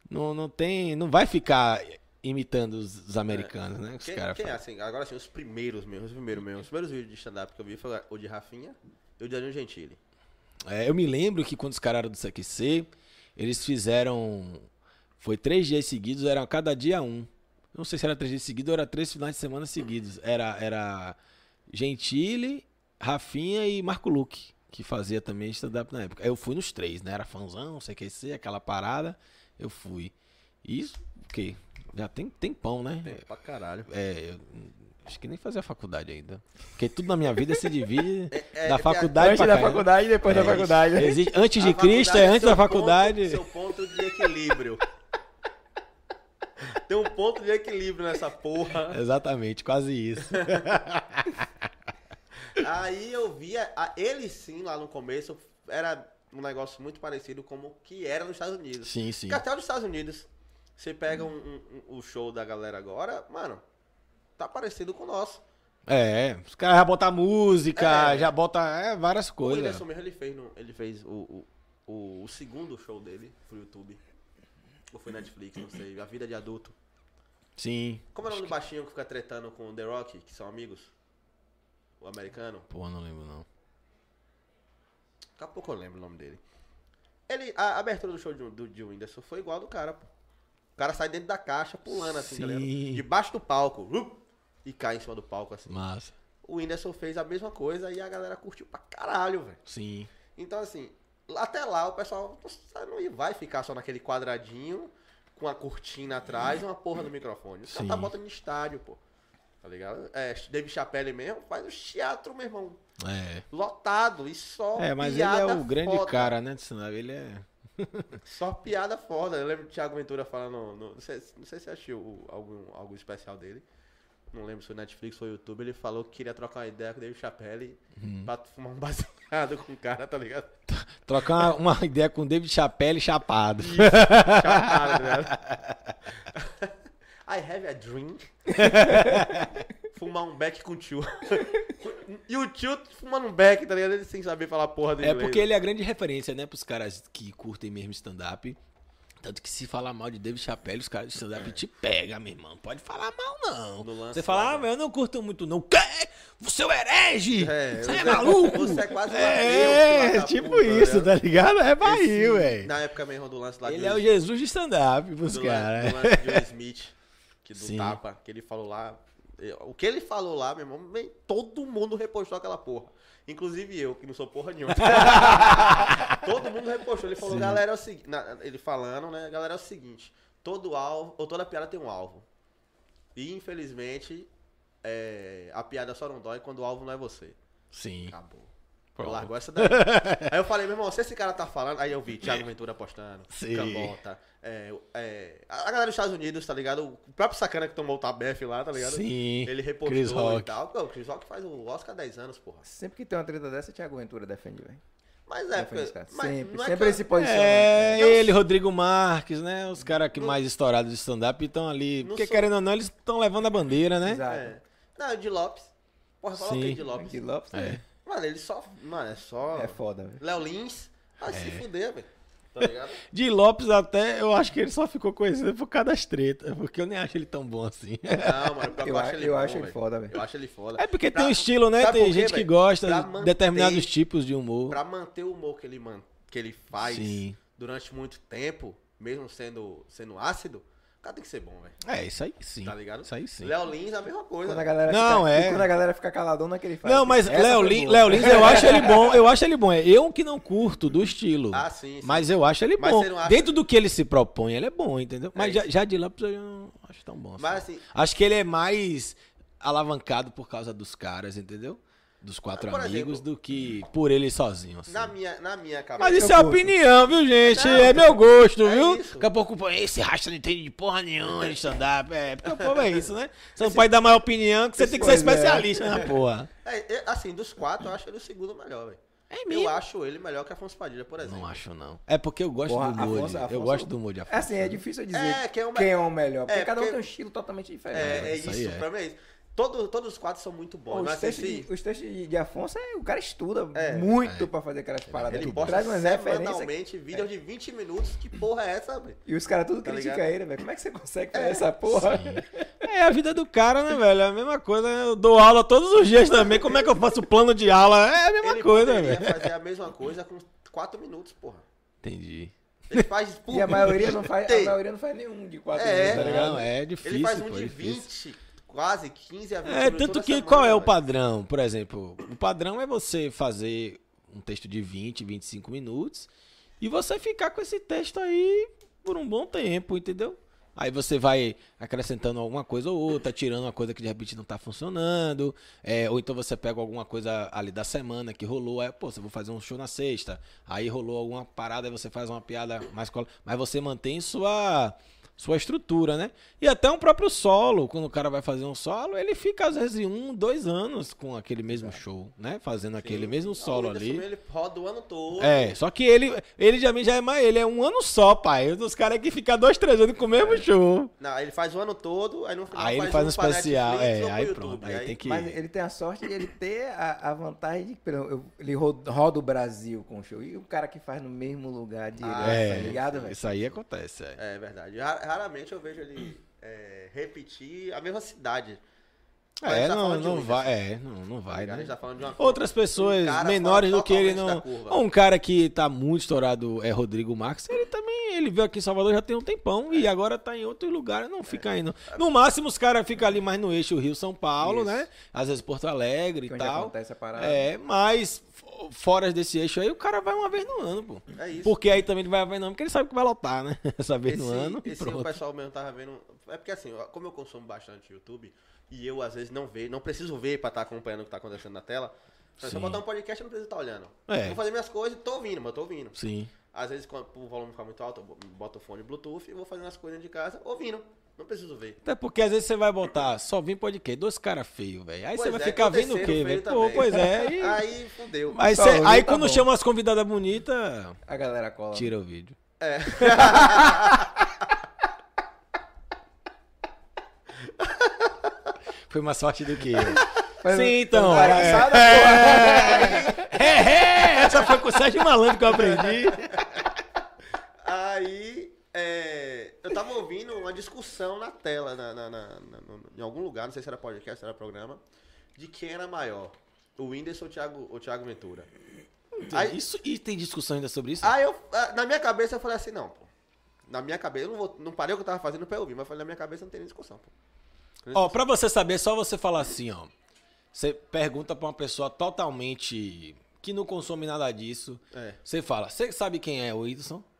D: Não vai ficar imitando os americanos, né? Que os caras
C: Quem é
D: fazem.
C: assim? Agora assim, os primeiros vídeos de stand-up que eu vi foi o de Rafinha e o de Danilo Gentili.
D: Eu me lembro que quando os caras eram do CQC, eles fizeram. Foi 3 dias seguidos, era cada dia um. Não sei se era 3 dias seguidos ou era 3 finais de semana seguidos. Era Gentili, Rafinha e Marco Luque, que fazia também stand-up na época. Aí eu fui nos 3, né? Era fãzão, CQC, aquela parada. Eu fui. Isso, o quê? Já tem tempão, né?
C: Tem pra caralho.
D: Eu acho que nem fazia faculdade ainda. Porque tudo na minha vida se divide
C: é
D: da
C: que
D: faculdade
B: Antes
D: pra
B: da
D: cá, né?
B: faculdade e depois da faculdade.
D: Existe antes de
C: A
D: Cristo,
C: faculdade
D: antes da
C: seu
D: faculdade.
C: Seu ponto de equilíbrio. Tem um ponto de equilíbrio nessa porra.
D: Exatamente, quase isso.
C: Aí eu via, ele sim, lá no começo, era um negócio muito parecido como que era nos Estados Unidos.
D: Sim, sim.
C: Porque até nos Estados Unidos, você pega o show da galera agora, mano, tá parecido com o nosso.
D: Os caras já botam música,
C: É.
D: já botam várias
C: O
D: coisas.
C: Whindersson mesmo, ele fez o segundo show dele pro YouTube. Ou foi Netflix, não sei. A Vida de Adulto.
D: Sim.
C: Como é o nome do baixinho que fica tretando com o The Rock, que são amigos? O americano?
D: Pô, não lembro não.
C: Daqui a pouco eu lembro o nome dele. A abertura do show de Whindersson foi igual a do cara, pô. O cara sai dentro da caixa, pulando assim,
D: Sim.
C: tá ligado? Debaixo do palco. E cai em cima do palco, assim.
D: Massa.
C: O Whindersson fez a mesma coisa e a galera curtiu pra caralho, velho.
D: Sim.
C: Então, assim, até lá o pessoal não vai ficar só naquele quadradinho com a cortina atrás e uma porra do microfone. Os caras tá
D: Sim.
C: botando em estádio, pô. Tá ligado? David Chappelle mesmo faz o teatro, meu irmão. Lotado e só
D: Mas ele
C: piada
D: é o grande
C: foda.
D: cara, né? Senão ele é...
C: Só piada foda. Eu lembro do Thiago Ventura falando. Não sei se você assistiu algum especial dele. Não lembro se foi Netflix ou YouTube. Ele falou que queria trocar uma ideia com o David Chappelle pra fumar um baseado com o cara, tá ligado?
D: Trocar uma ideia com o David Chappelle chapado.
C: Chapado, né? I have a dream. Fumar um beck com o tio. E o tio fumando um beck, tá ligado? Ele sem saber falar porra do inglês.
D: Porque ele é a grande referência, né? Pros caras que curtem mesmo stand-up. Tanto que se falar mal de David Chappelle, os caras de stand-up te pegam, meu irmão. Pode falar mal, não.
C: No lance
D: Você fala,
C: lá,
D: mas eu não curto muito, não. Quê? Você é um herege!
C: É,
D: Você é maluco!
C: Você é quase um ateu, filho da
D: tipo
C: puta,
D: isso,
C: né?
D: tá ligado? É barril,
C: Esse-
D: velho.
C: Na época mesmo do lance lá
D: Ele
C: de
D: é o Jesus de stand-up pros
C: do
D: caras.
C: lance de Will Smith, do
D: Sim.
C: tapa, que ele falou lá. O que ele falou lá, meu irmão, todo mundo repostou aquela porra. Inclusive eu, que não sou porra nenhuma. Todo mundo repostou. Ele falou,
D: Sim.
C: galera, é o seguinte. Ele falando, né? Galera, é o seguinte. Todo alvo, ou toda piada tem um alvo. E infelizmente, a piada só não dói quando o alvo não é você.
D: Sim.
C: Acabou. Eu largo essa daí. Aí eu falei, meu irmão, se esse cara tá falando... Aí eu vi Thiago Ventura postando,
D: Sim.
C: Cambota, a galera dos Estados Unidos, tá ligado? O próprio Sacana que tomou o Tabef lá, tá ligado?
D: Sim.
C: Ele
D: Chris
C: repostou
D: Rock.
C: e tal. Pô, o Chris Rock faz o Oscar há 10 anos, porra.
B: Sempre que tem uma treta dessa, Thiago Ventura defende, velho.
C: Mas
B: Defende os caras.
C: mas
B: Sempre,
C: não é
B: sempre
C: que-
B: ele se posiciona.
D: É,
C: Não-
D: ele, Rodrigo Marques, né? Os caras que mais estourados de stand-up estão ali.
C: Não
D: Porque
C: sou-
D: querendo ou não, eles estão levando a bandeira, né?
B: Exato.
C: É. Não, o de Lopes. Porra, fala o
D: Sim.
C: que de Lopes?
B: Aqui, Lopes
D: É.
C: Mano, ele só... Mano, é só...
B: é foda, velho.
C: Léo Lins. Vai
D: É.
C: se fuder, velho. Tá ligado?
D: De Lopes até, eu acho que ele só ficou conhecido por causa das tretas. Porque eu nem acho ele tão bom assim.
C: Não, mano,
B: Eu
C: acho ele
B: eu
C: bom,
B: acho ele
C: velho.
B: foda, velho.
C: Eu acho ele foda.
D: É porque
C: Pra-
D: tem um estilo, né?
C: sabe
D: Tem
C: por quê,
D: gente que
C: velho?
D: gosta
C: Pra
D: de
C: manter-
D: determinados tipos de humor.
C: Pra manter o humor que ele faz
D: Sim.
C: durante muito tempo, mesmo sendo ácido, o cara tem que ser bom, velho.
D: É, isso aí sim.
C: Tá ligado?
D: Isso aí sim.
C: Léo Lins é a mesma coisa.
B: Quando a galera
D: Não,
B: fica,
D: é.
B: e quando a galera fica caladona, que ele faz.
D: Não, mas
B: Essa
D: Léo
B: foi
D: Lins,
B: boa.
D: eu acho ele bom. Eu acho ele bom. É eu que não curto do estilo.
C: Ah, sim, sim.
D: Mas eu acho ele
C: Mas
D: bom.
C: você não acha-
D: Dentro do que ele se propõe, ele é bom, entendeu? Mas
C: isso.
D: já de Lopes eu não acho tão bom.
C: Mas
D: assim.
C: assim,
D: Acho que ele é mais alavancado por causa dos caras, entendeu? Dos quatro
C: Por
D: amigos,
C: exemplo,
D: do que por ele sozinho. Assim.
C: na minha cabeça...
D: Mas isso
B: eu
D: é
B: curto.
D: opinião, viu, gente?
C: Não,
D: é meu gosto,
C: é
D: viu?
C: isso.
D: Daqui a pouco, pô, esse racha não entende de porra nenhuma de stand-up. É, porque o povo é isso, né? Você não pode dar mais opinião, que você tem que ser
B: Pois é.
D: especialista na porra.
C: assim, dos quatro, eu acho ele o segundo melhor, velho.
D: É
C: Eu acho ele melhor que Afonso Padilha, por exemplo.
D: Não acho, não. É porque eu gosto
B: Porra,
D: do humor.
B: Afonso-
D: Eu
B: Afonso-
D: gosto do humor de Afonso.
B: É assim, é difícil eu dizer
C: É, quem
B: quem
C: é
B: é
C: o
B: o melhor. Porque
C: É,
B: cada um
C: porque-
B: tem um estilo totalmente diferente.
C: É
D: isso
C: isso,
D: aí é.
C: pra mim é isso. Todos os quatro são muito
B: Pô,
C: bons.
B: os
C: Mas
B: textos,
C: assim,
B: os textos de Afonso, o cara estuda
C: É.
B: muito pra fazer aquelas paradas.
C: ele
B: Ele
C: posta
B: traz umas referências.
C: semanalmente vídeos de 20 minutos. Que porra é essa, velho?
B: E os caras tudo
C: Tá
B: criticam
C: ligado?
B: ele, velho. Como é que você consegue fazer essa porra?
D: É a vida do cara, né, velho? É a mesma coisa. Eu dou aula todos os dias também. Como é que eu faço plano de aula? É a mesma
C: Ele
D: coisa,
C: poderia
D: velho.
C: fazer a mesma coisa com 4 minutos, porra.
D: Entendi.
C: Ele faz por
B: E a maioria não faz,
C: Tem.
B: nenhum de 4
C: É.
B: minutos, tá ligado?
D: Não, é difícil.
C: Ele faz um
D: pô,
C: de
D: é difícil.
C: 20, quase 15 a 20
D: É,
C: minutos
D: tanto
C: toda
D: que
C: semana,
D: qual é o
C: velho.
D: padrão? Por exemplo, o padrão é você fazer um texto de 20, 25 minutos e você ficar com esse texto aí por um bom tempo, entendeu? Aí você vai acrescentando alguma coisa ou outra, tirando uma coisa que de repente não tá funcionando, ou então você pega alguma coisa ali da semana que rolou, aí, pô, você vou fazer um show na sexta, aí rolou alguma parada, aí você faz uma piada mais... Mas você mantém sua estrutura, né? E até um próprio solo, quando o cara vai fazer um solo, ele fica às vezes 1, 2 anos com aquele mesmo show, né? Fazendo aquele mesmo solo
C: O Whindersson,
D: ali.
C: Ele roda o ano todo.
D: É, só que ele já é mais, ele é um ano só, pai. Os caras que ficam 2, 3 anos com o mesmo show.
C: Não, ele faz o ano todo, aí no final
D: Aí ele faz um
C: pra
D: especial,
C: Netflix ou pro
D: aí
C: YouTube.
D: pronto, aí tem que...
B: Mas ele tem a sorte de ele ter a vantagem de. Por exemplo, ele roda o Brasil com o show. E o cara que faz no mesmo lugar direto, tá ligado, velho?
D: Isso aí acontece,
C: É verdade. Raramente eu vejo ele repetir a mesma cidade. Mas a gente tá falando de
D: não
C: Whindersson,
D: vai, não
C: tá
D: vai,
C: ligado? A
D: né?
C: gente tá falando de uma
D: Outras pessoas
C: Um cara
D: menores
C: fora
D: do que ele
C: totalmente
D: não.
C: da curva.
D: Ou um cara que tá muito estourado é Rodrigo Marques. Ele também, ele veio aqui em Salvador já tem um tempão e agora tá em outro lugar, não fica indo. No máximo os caras ficam ali mais no eixo Rio-São Paulo,
B: Isso.
D: né? Às vezes Porto Alegre
B: Que
D: e
B: onde
D: tal.
B: acontece a parada.
D: É, mas fora desse eixo aí, o cara vai uma vez no ano, pô.
C: É isso.
D: Porque aí também ele vai uma vez no ano, porque ele sabe que vai lotar, né? Essa vez no ano e
C: esse o
D: pronto.
C: pessoal mesmo tava vendo. É porque assim, como eu consumo bastante YouTube e eu às vezes não vejo, não preciso ver pra estar acompanhando o que tá acontecendo na tela. Se
D: Sim.
C: eu botar um podcast, eu não preciso estar olhando.
D: É.
C: Vou fazer minhas coisas e tô ouvindo, mas eu tô ouvindo.
D: Sim.
C: Às vezes, quando o volume fica muito alto, eu boto o fone Bluetooth e vou fazendo as coisas de casa ouvindo. Não preciso ver.
D: Até porque às vezes você vai botar só vir podcast, 2 caras feios, velho. Aí
C: Pois
D: você vai
C: é,
D: ficar
C: tem o
D: vendo o quê,
C: terceiro
D: velho?
C: feio
D: Pô,
C: também.
D: pois é. E...
C: Aí fudeu.
D: Aí,
B: Só
D: cê-
B: ouvir,
D: aí
B: tá
D: quando
B: bom.
D: chama as convidadas bonitas,
B: A galera cola.
D: tira o vídeo. Foi mais sorte do que eu.
B: Mas-
D: Sim, então.
B: mas palhaçada, porra.
D: Essa foi com o Sérgio Malandro que eu aprendi.
C: Aí, eu tava ouvindo uma discussão na tela, em algum lugar, não sei se era podcast, se era programa, de quem era maior, o Whindersson ou o Thiago Ventura. Aí,
D: Isso, e tem discussão ainda sobre isso?
C: na minha cabeça eu falei assim, não, pô. Na minha cabeça, eu não parei o que eu tava fazendo pra eu ouvir, mas eu falei, na minha cabeça não tem nem discussão, pô.
D: Ó, pra você saber, é só você falar assim, ó. Você pergunta pra uma pessoa totalmente que não consome nada disso.
C: É.
D: Você fala, você sabe quem é o Whindersson?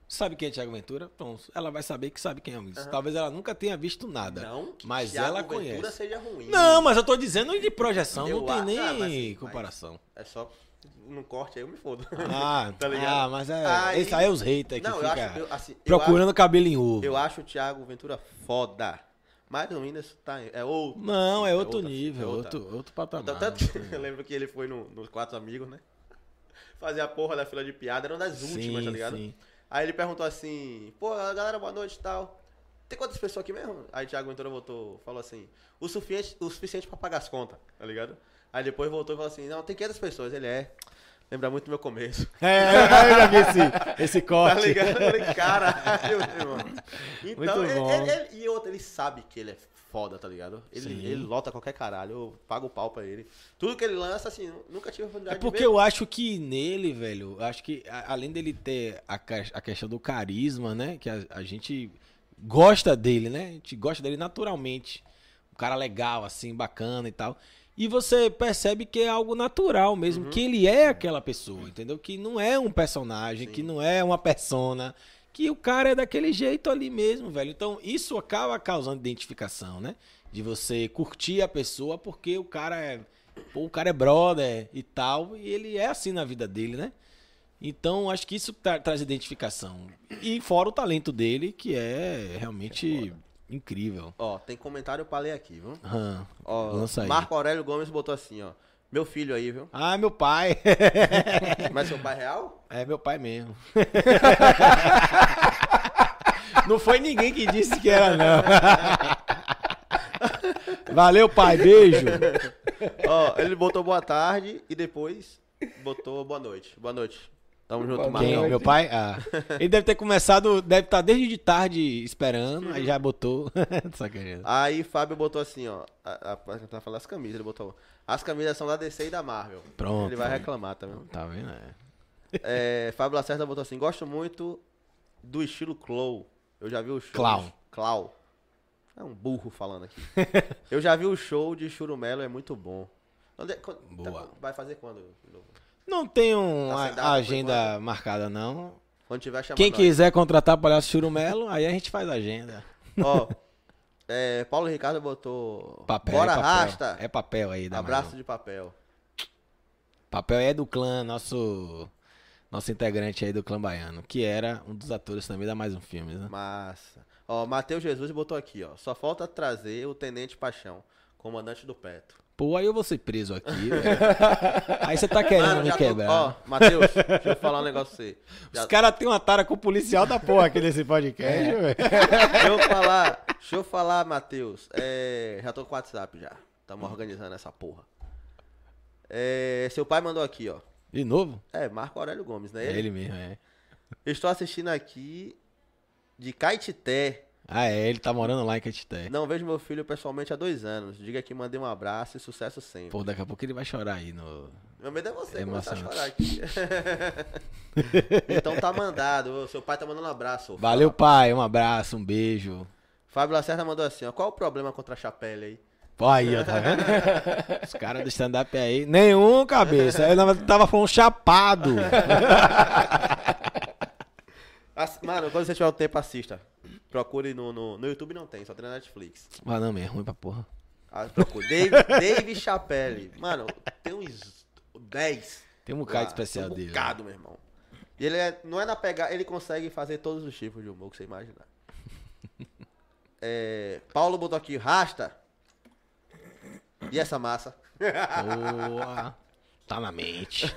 D: Sabe quem é Thiago Ventura? Pronto. Ela vai saber que sabe quem é isso. Talvez ela nunca tenha visto nada.
C: Não, que
D: mas
C: Thiago
D: ela
C: Ventura
D: conhece.
C: seja ruim.
D: Não, mas eu tô dizendo de projeção,
C: Eu
D: não tem
C: acho-
D: nem
C: mas-
D: comparação.
C: É só no corte aí eu me fodo.
D: Ah,
C: Tá ligado?
D: mas é.
C: Aí-
D: Esse aí é os haters que
C: Não, eu
D: fica
C: acho, assim,
D: procurando cabelo em ovo.
C: eu acho o Thiago Ventura foda. Mas o Whindersson tá, é outro.
D: Não, é outro
C: outra-
D: nível,
C: é outra.
D: outro patamar.
C: Tanto que eu lembro que ele foi nos Quatro Amigos, né? Fazer a porra da fila de piada, era uma das últimas, tá ligado?
D: Sim.
C: Aí ele perguntou assim, pô, galera, boa noite e tal. Tem quantas pessoas aqui mesmo? Aí o Thiago Ventura falou assim, o suficiente pra pagar as contas, tá ligado? Aí depois voltou e falou assim, não, tem 500 pessoas. Ele lembra muito do meu começo.
D: Eu já vi esse
C: Tá
D: corte.
C: ligado? Eu falei, caralho, meu irmão. Então,
D: Muito bom.
C: e outra, ele sabe que ele é foda, tá ligado? Ele lota qualquer caralho, eu pago o pau pra ele. Tudo que ele lança, assim, nunca tive a
D: É
C: oportunidade
D: porque
C: de ver.
D: eu acho que nele, velho, acho que além dele ter a questão do carisma, né? Que a gente gosta dele, né? A gente gosta dele naturalmente. Um cara legal, assim, bacana e tal. E você percebe que é algo natural mesmo, que ele é aquela pessoa, entendeu? Que não é um personagem, que não é uma persona, que o cara é daquele jeito ali mesmo, velho. Então, isso acaba causando identificação, né? De você curtir a pessoa porque o cara é brother e tal, e ele é assim na vida dele, né? Então, acho que isso traz identificação. E fora o talento dele, que é realmente incrível.
C: Ó, tem comentário pra ler aqui, viu? Ó,
D: Lança aí.
C: Marco Aurélio Gomes botou assim, ó. Meu filho aí, viu?
D: Ah, meu pai.
C: Mas seu pai é real?
D: É meu pai mesmo. Não foi ninguém que disse que era, não. Valeu, pai. Beijo.
C: Ó, ele botou boa tarde e depois botou boa noite. Boa noite. Tamo junto,
B: Boa
C: Marcão.
D: Quem? Meu pai? Ah. Ele deve ter começado, deve estar desde de tarde esperando, aí já botou. Sacanagem.
C: Aí Fábio botou assim, ó. Pra falar as camisas, ele botou. As camisas são da DC e da Marvel.
D: Pronto.
C: Ele vai reclamar, tá vendo?
D: Tá vendo?
C: Fábio Lacerda botou assim, gosto muito do estilo Clow. Eu já vi o show.
D: Clown.
C: Clown. É um burro falando aqui. Eu já vi o show de Churumelo, é muito bom.
D: Boa.
C: Vai fazer quando?
D: Não tem
C: Tá
D: uma
C: sem data, por
D: agenda marcada, não.
C: Quando tiver chamando.
D: Quem quiser contratar Palhaço Churumelo, aí a gente faz a agenda.
C: Ó, Paulo Ricardo botou.
D: Papel.
C: Bora,
D: é papel.
C: rasta.
D: É papel aí, dá
C: Abraço
D: mais um.
C: de papel.
D: Papel é do clã, nosso integrante aí do clã baiano, que era um dos atores também da Mais Um Filmes, né?
C: Massa. Ó, Matheus Jesus botou aqui, ó. Só falta trazer o Tenente Paixão, comandante do Petro.
D: Pô, aí eu vou ser preso aqui, velho. Aí você tá querendo me
C: já
D: quebrar.
C: Ó, Matheus, deixa eu falar um negócio pra você.
D: Os caras têm uma tara com o policial da porra aqui nesse podcast, velho.
C: Deixa eu falar, Matheus. Já tô com o WhatsApp já. Tamo organizando essa porra. Seu pai mandou aqui, ó.
D: De novo?
C: Marco Aurélio Gomes, né?
D: É ele mesmo, é.
C: Estou assistindo aqui de Caetité.
D: Ah, ele tá morando lá em Caetité.
C: Não vejo meu filho pessoalmente há 2 anos. Diga que mandei um abraço e sucesso sempre.
D: Pô, daqui a pouco ele vai chorar aí no...
C: Meu medo é você começar a
D: emocionante.
C: chorar aqui. Então tá mandado. Ô, seu pai tá mandando um abraço.
D: Valeu, pai. Um abraço, um beijo.
C: Fábio Lacerda mandou assim, ó. Qual o problema contra a Chapelle aí?
D: Pô, aí, ó, tá vendo? Os caras do stand-up aí. Nenhum, cabeça. Eu tava falando chapado.
C: Mano, quando você tiver o tempo, assista. Procure no YouTube, não tem, só tem na Netflix.
D: Mas não, é ruim pra porra.
C: Procure. Dave Chappelle. Mano, tem uns 10.
D: Tem um bocado
C: lá,
D: especial
C: tem um
D: dele.
C: bocado, meu irmão. E ele não é na pegada, ele consegue fazer todos os tipos de humor que você imaginar. Paulo botou aqui, rasta. E essa massa?
D: Boa. Tá na mente.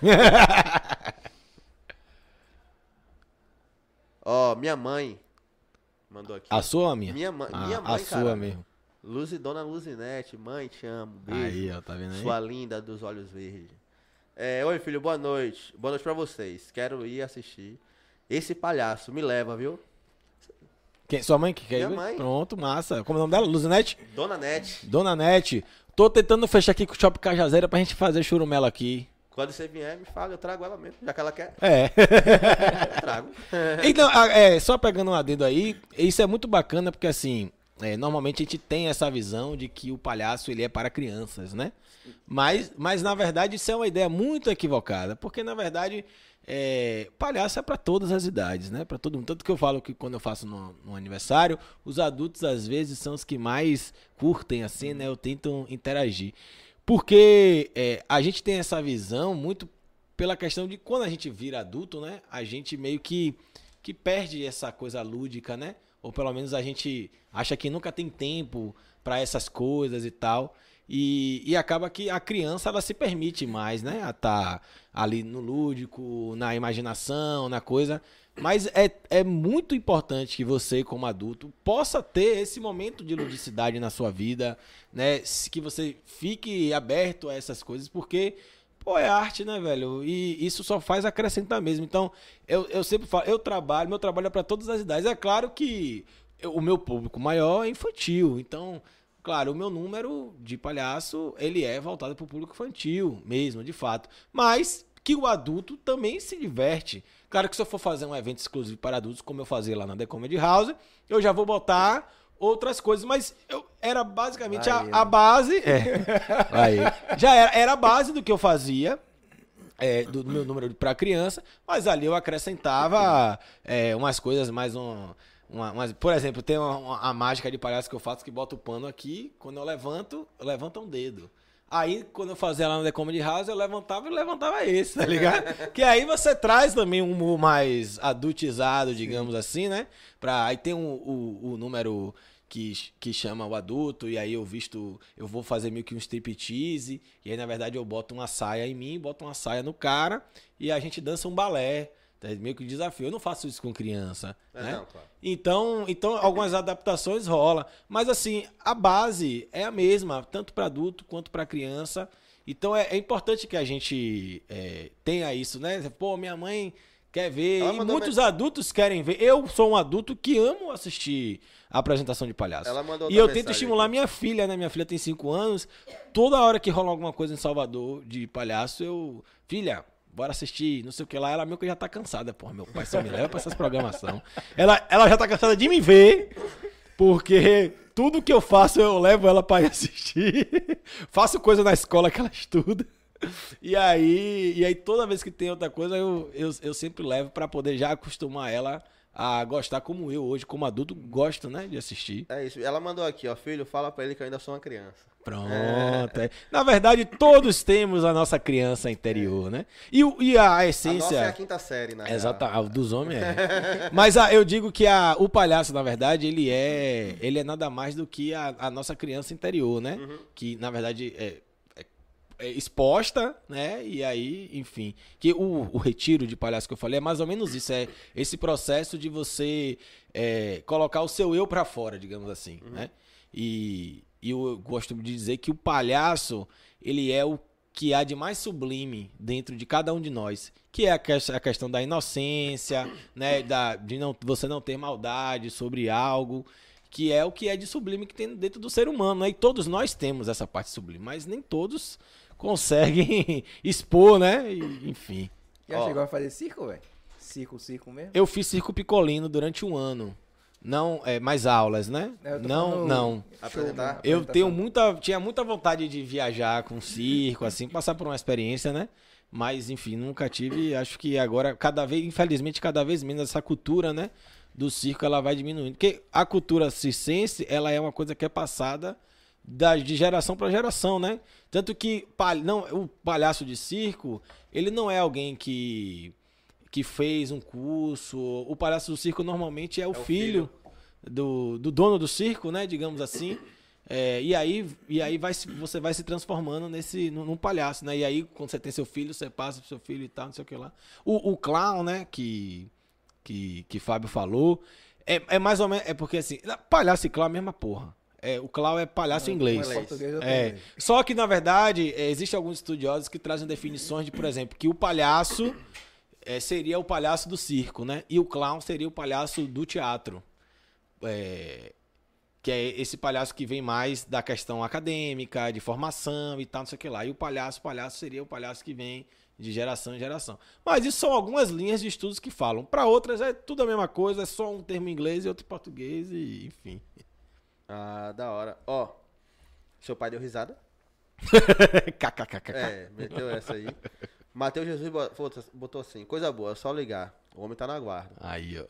C: Ó, minha mãe mandou aqui.
D: A sua ou a minha?
C: Minha mãe,
D: A sua
C: cara.
D: mesmo.
C: Dona Luzinete, mãe, te amo. Beijo.
D: Aí, ó, tá vendo aí?
C: Sua linda dos olhos verdes. Oi, filho, boa noite. Boa noite pra vocês. Quero ir assistir. Esse palhaço me leva, viu?
D: Sua mãe que quer
C: Minha
D: ir?
C: mãe.
D: Pronto, massa. Como é o nome dela? Luzinete?
C: Dona Nete.
D: Dona Nete. Tô tentando fechar aqui com o Shopping Cajazeira pra gente fazer churumelo aqui.
C: Quando você vier, me fala, eu trago ela mesmo. Já que ela quer,
D: É.
C: eu trago.
D: Então, só pegando um adendo aí, isso é muito bacana porque assim, normalmente a gente tem essa visão de que o palhaço ele é para crianças, né? Mas na verdade isso é uma ideia muito equivocada, porque na verdade palhaço é para todas as idades, né? Para todo mundo. Tanto que eu falo que quando eu faço no aniversário, os adultos às vezes são os que mais curtem assim, né? Eu tento interagir. Porque a gente tem essa visão muito pela questão de quando a gente vira adulto, né? A gente meio que perde essa coisa lúdica, né? Ou pelo menos a gente acha que nunca tem tempo para essas coisas e tal. E acaba que a criança ela se permite mais, né? A estar ali no lúdico, na imaginação, na coisa. Mas é muito importante que você, como adulto, possa ter esse momento de ludicidade na sua vida, né? Que você fique aberto a essas coisas, porque, pô, é arte, né, velho? E isso só faz acrescentar mesmo. Então, eu sempre falo, meu trabalho é para todas as idades. É claro que o meu público maior é infantil, então... Claro, o meu número de palhaço, ele é voltado para o público infantil mesmo, de fato. Mas que o adulto também se diverte. Claro que se eu for fazer um evento exclusivo para adultos, como eu fazia lá na The Comedy House, eu já vou botar outras coisas. Mas era basicamente a base... já era a base do que eu fazia, do meu número para criança. Mas ali eu acrescentava umas coisas mais... por exemplo, tem a mágica de palhaço que eu faço que bota o pano aqui, quando eu levanto um dedo. Aí, quando eu fazia lá no The Comedy House, eu levantava esse, tá ligado? Que aí você traz também um humor mais adultizado, digamos assim, né? Aí tem o número que chama o adulto, e aí eu vou fazer meio que um striptease, e aí na verdade eu boto uma saia em mim, boto uma saia no cara, e a gente dança um balé. É meio que desafio. Eu não faço isso com criança, né? Não, claro. Então, algumas adaptações rolam. Mas, assim, a base é a mesma, tanto para adulto quanto para criança. Então, é importante que a gente tenha isso, né? Pô, minha mãe quer ver, e muitos adultos querem ver. Eu sou um adulto que amo assistir a apresentação de palhaço. E eu tento estimular minha filha, né? Minha filha tem 5 anos. Toda hora que rola alguma coisa em Salvador de palhaço, filha... Bora assistir, não sei o que lá. Ela meio que já tá cansada. Porra, meu pai só me leva pra essas programações. Ela já tá cansada de me ver, porque tudo que eu faço, eu levo ela pra ir assistir. Faço coisa na escola que ela estuda. E aí toda vez que tem outra coisa, eu sempre levo pra poder já acostumar ela a gostar como eu hoje, como adulto, gosto, né, de assistir.
C: É isso. Ela mandou aqui, ó, filho, fala pra ele que eu ainda sou uma criança.
D: Pronto. Na verdade, todos temos a nossa criança interior, né? E a essência... A
C: nossa é a quinta série, né?
D: Exato, dos homens Mas eu digo que o palhaço, na verdade, ele é nada mais do que a nossa criança interior, né? Uhum. Que, na verdade, é exposta, né? E aí, enfim. Que o retiro de palhaço que eu falei é mais ou menos isso. É esse processo de você colocar o seu eu pra fora, digamos assim, né? E eu gosto de dizer que o palhaço, ele é o que há de mais sublime dentro de cada um de nós, que é a questão da inocência, né, você não ter maldade sobre algo, que é o que é de sublime que tem dentro do ser humano, né? E todos nós temos essa parte sublime, mas nem todos conseguem expor, né? Enfim.
B: Já chegou a fazer circo, velho? Circo mesmo?
D: Eu fiz circo picolino durante 1 ano. Não, mais aulas, né? Não.
C: Apresentar?
D: Eu tinha muita vontade de viajar com circo, assim, passar por uma experiência, né? Mas, enfim, nunca tive. Acho que agora, infelizmente, cada vez menos essa cultura, né? Do circo, ela vai diminuindo. Porque a cultura circense, ela é uma coisa que é passada de geração para geração, né? Tanto que o palhaço de circo, ele não é alguém que fez um curso. O palhaço do circo normalmente é o filho do dono do circo, né? Digamos assim. E aí você vai se transformando num palhaço, né? E aí, quando você tem seu filho, você passa pro seu filho e tal, não sei o que lá. O clown, né? Que Fábio falou, é mais ou menos. É porque assim, palhaço e clown é a mesma porra. O clown é palhaço em inglês. Só que, na verdade, existem alguns estudiosos que trazem definições de, por exemplo, que o palhaço seria o palhaço do circo, né? E o clown seria o palhaço do teatro. Que é esse palhaço que vem mais da questão acadêmica, de formação e tal, não sei o que lá. E o palhaço seria o palhaço que vem de geração em geração. Mas isso são algumas linhas de estudos que falam. Para outras é tudo a mesma coisa, é só um termo em inglês e outro em português, e enfim.
C: Ah, da hora. Ó, seu pai deu risada?
D: KKKK.
C: Meteu essa aí. Matheus Jesus botou assim, coisa boa, só ligar. O homem tá na guarda.
D: Aí, ó.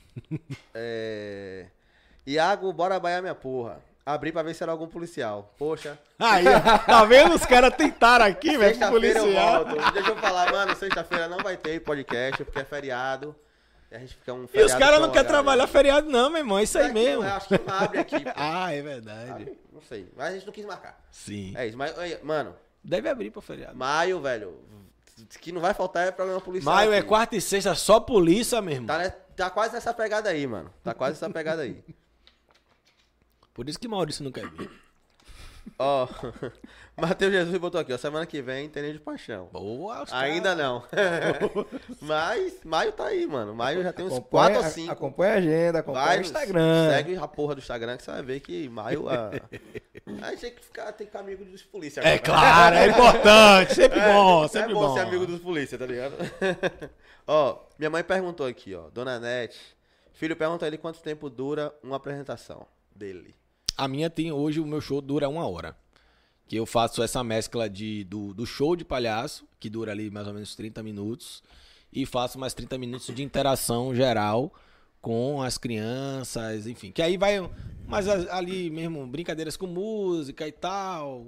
C: Iago, bora baiar minha porra. Abri pra ver se era algum policial. Poxa.
D: Aí, ó. Tá vendo? Os caras tentaram aqui, velho, pro
C: Sexta-feira eu
D: policial.
C: volto. Deixa eu falar, mano, sexta-feira não vai ter podcast, porque é feriado. E a gente fica um
D: E
C: feriado
D: os caras não querem
C: prolongado.
D: trabalhar feriado não, meu irmão. É isso aí
C: Aqui,
D: mesmo.
C: eu acho que não abre aqui. Pô.
D: Ah, é verdade.
C: Abre? Não sei. Mas a gente não quis marcar.
D: Sim.
C: É isso. Mas, mano,
D: Deve abrir pro feriado.
C: maio, velho, que não vai faltar é programa policial.
D: Maio é
C: aqui.
D: quarta e sexta, só polícia, meu irmão.
C: Tá quase nessa pegada aí, mano. Tá quase nessa pegada aí.
D: Por isso que Maurício não quer vir.
C: Ó, Matheus Jesus botou aqui, ó. Semana que vem tem nem de paixão.
D: Boa, os
C: Ainda não. Mas maio tá aí, mano. Maio já tem uns
B: Acompanha-
C: 4 ou 5.
B: Acompanha a agenda, acompanha o Instagram.
C: Segue a porra do Instagram que você vai ver que maio. A gente tem que ficar amigo dos polícias.
D: É
C: agora.
D: claro, é importante. Sempre bom,
C: É
D: sempre
C: bom
D: bom.
C: ser amigo dos polícias, tá ligado? Ó, minha mãe perguntou aqui, ó. Dona Nete. Filho, pergunta a ele quanto tempo dura uma apresentação dele.
D: A minha tem hoje, o meu show dura 1 hora. Que eu faço essa mescla do show de palhaço, que dura ali mais ou menos 30 minutos. E faço mais 30 minutos de interação geral com as crianças, enfim. Que aí vai, mas ali mesmo, brincadeiras com música e tal.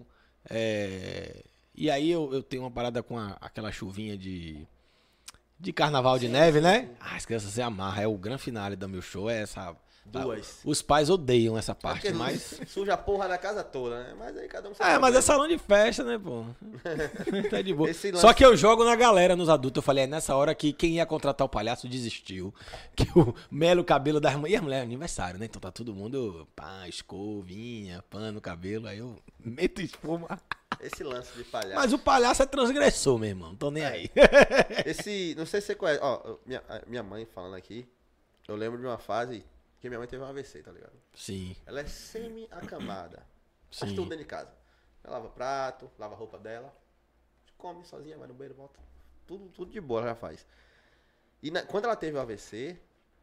D: E aí eu tenho uma parada com aquela chuvinha de carnaval de neve, né? As crianças se amarram. É o grande finale do meu show, é essa...
C: Duas.
D: Os pais odeiam essa parte,
C: Porque
D: mas...
C: suja a porra da casa toda, né? Mas aí cada um
D: Mas é salão de festa, né, pô? Tá de boa.
C: Esse lance-
D: Só que eu jogo na galera, nos adultos. Eu falei, é nessa hora que quem ia contratar o palhaço desistiu. Que o melo cabelo das mulheres. E a mulher é aniversário, né? Então tá todo mundo, pá, escovinha, pano no cabelo. Aí eu meto espuma.
C: Esse lance de palhaço.
D: Mas o palhaço é transgressor, meu irmão. Não tô nem aí.
C: Não sei se você conhece. Ó, minha mãe falando aqui, eu lembro de uma fase que minha mãe teve um AVC, tá ligado?
D: Sim.
C: Ela é semi-acamada. Faz
D: Sim.
C: tudo dentro de casa. Ela lava prato, lava a roupa dela, come sozinha, vai no banheiro, volta. Tudo de boa ela já faz. E quando ela teve o AVC,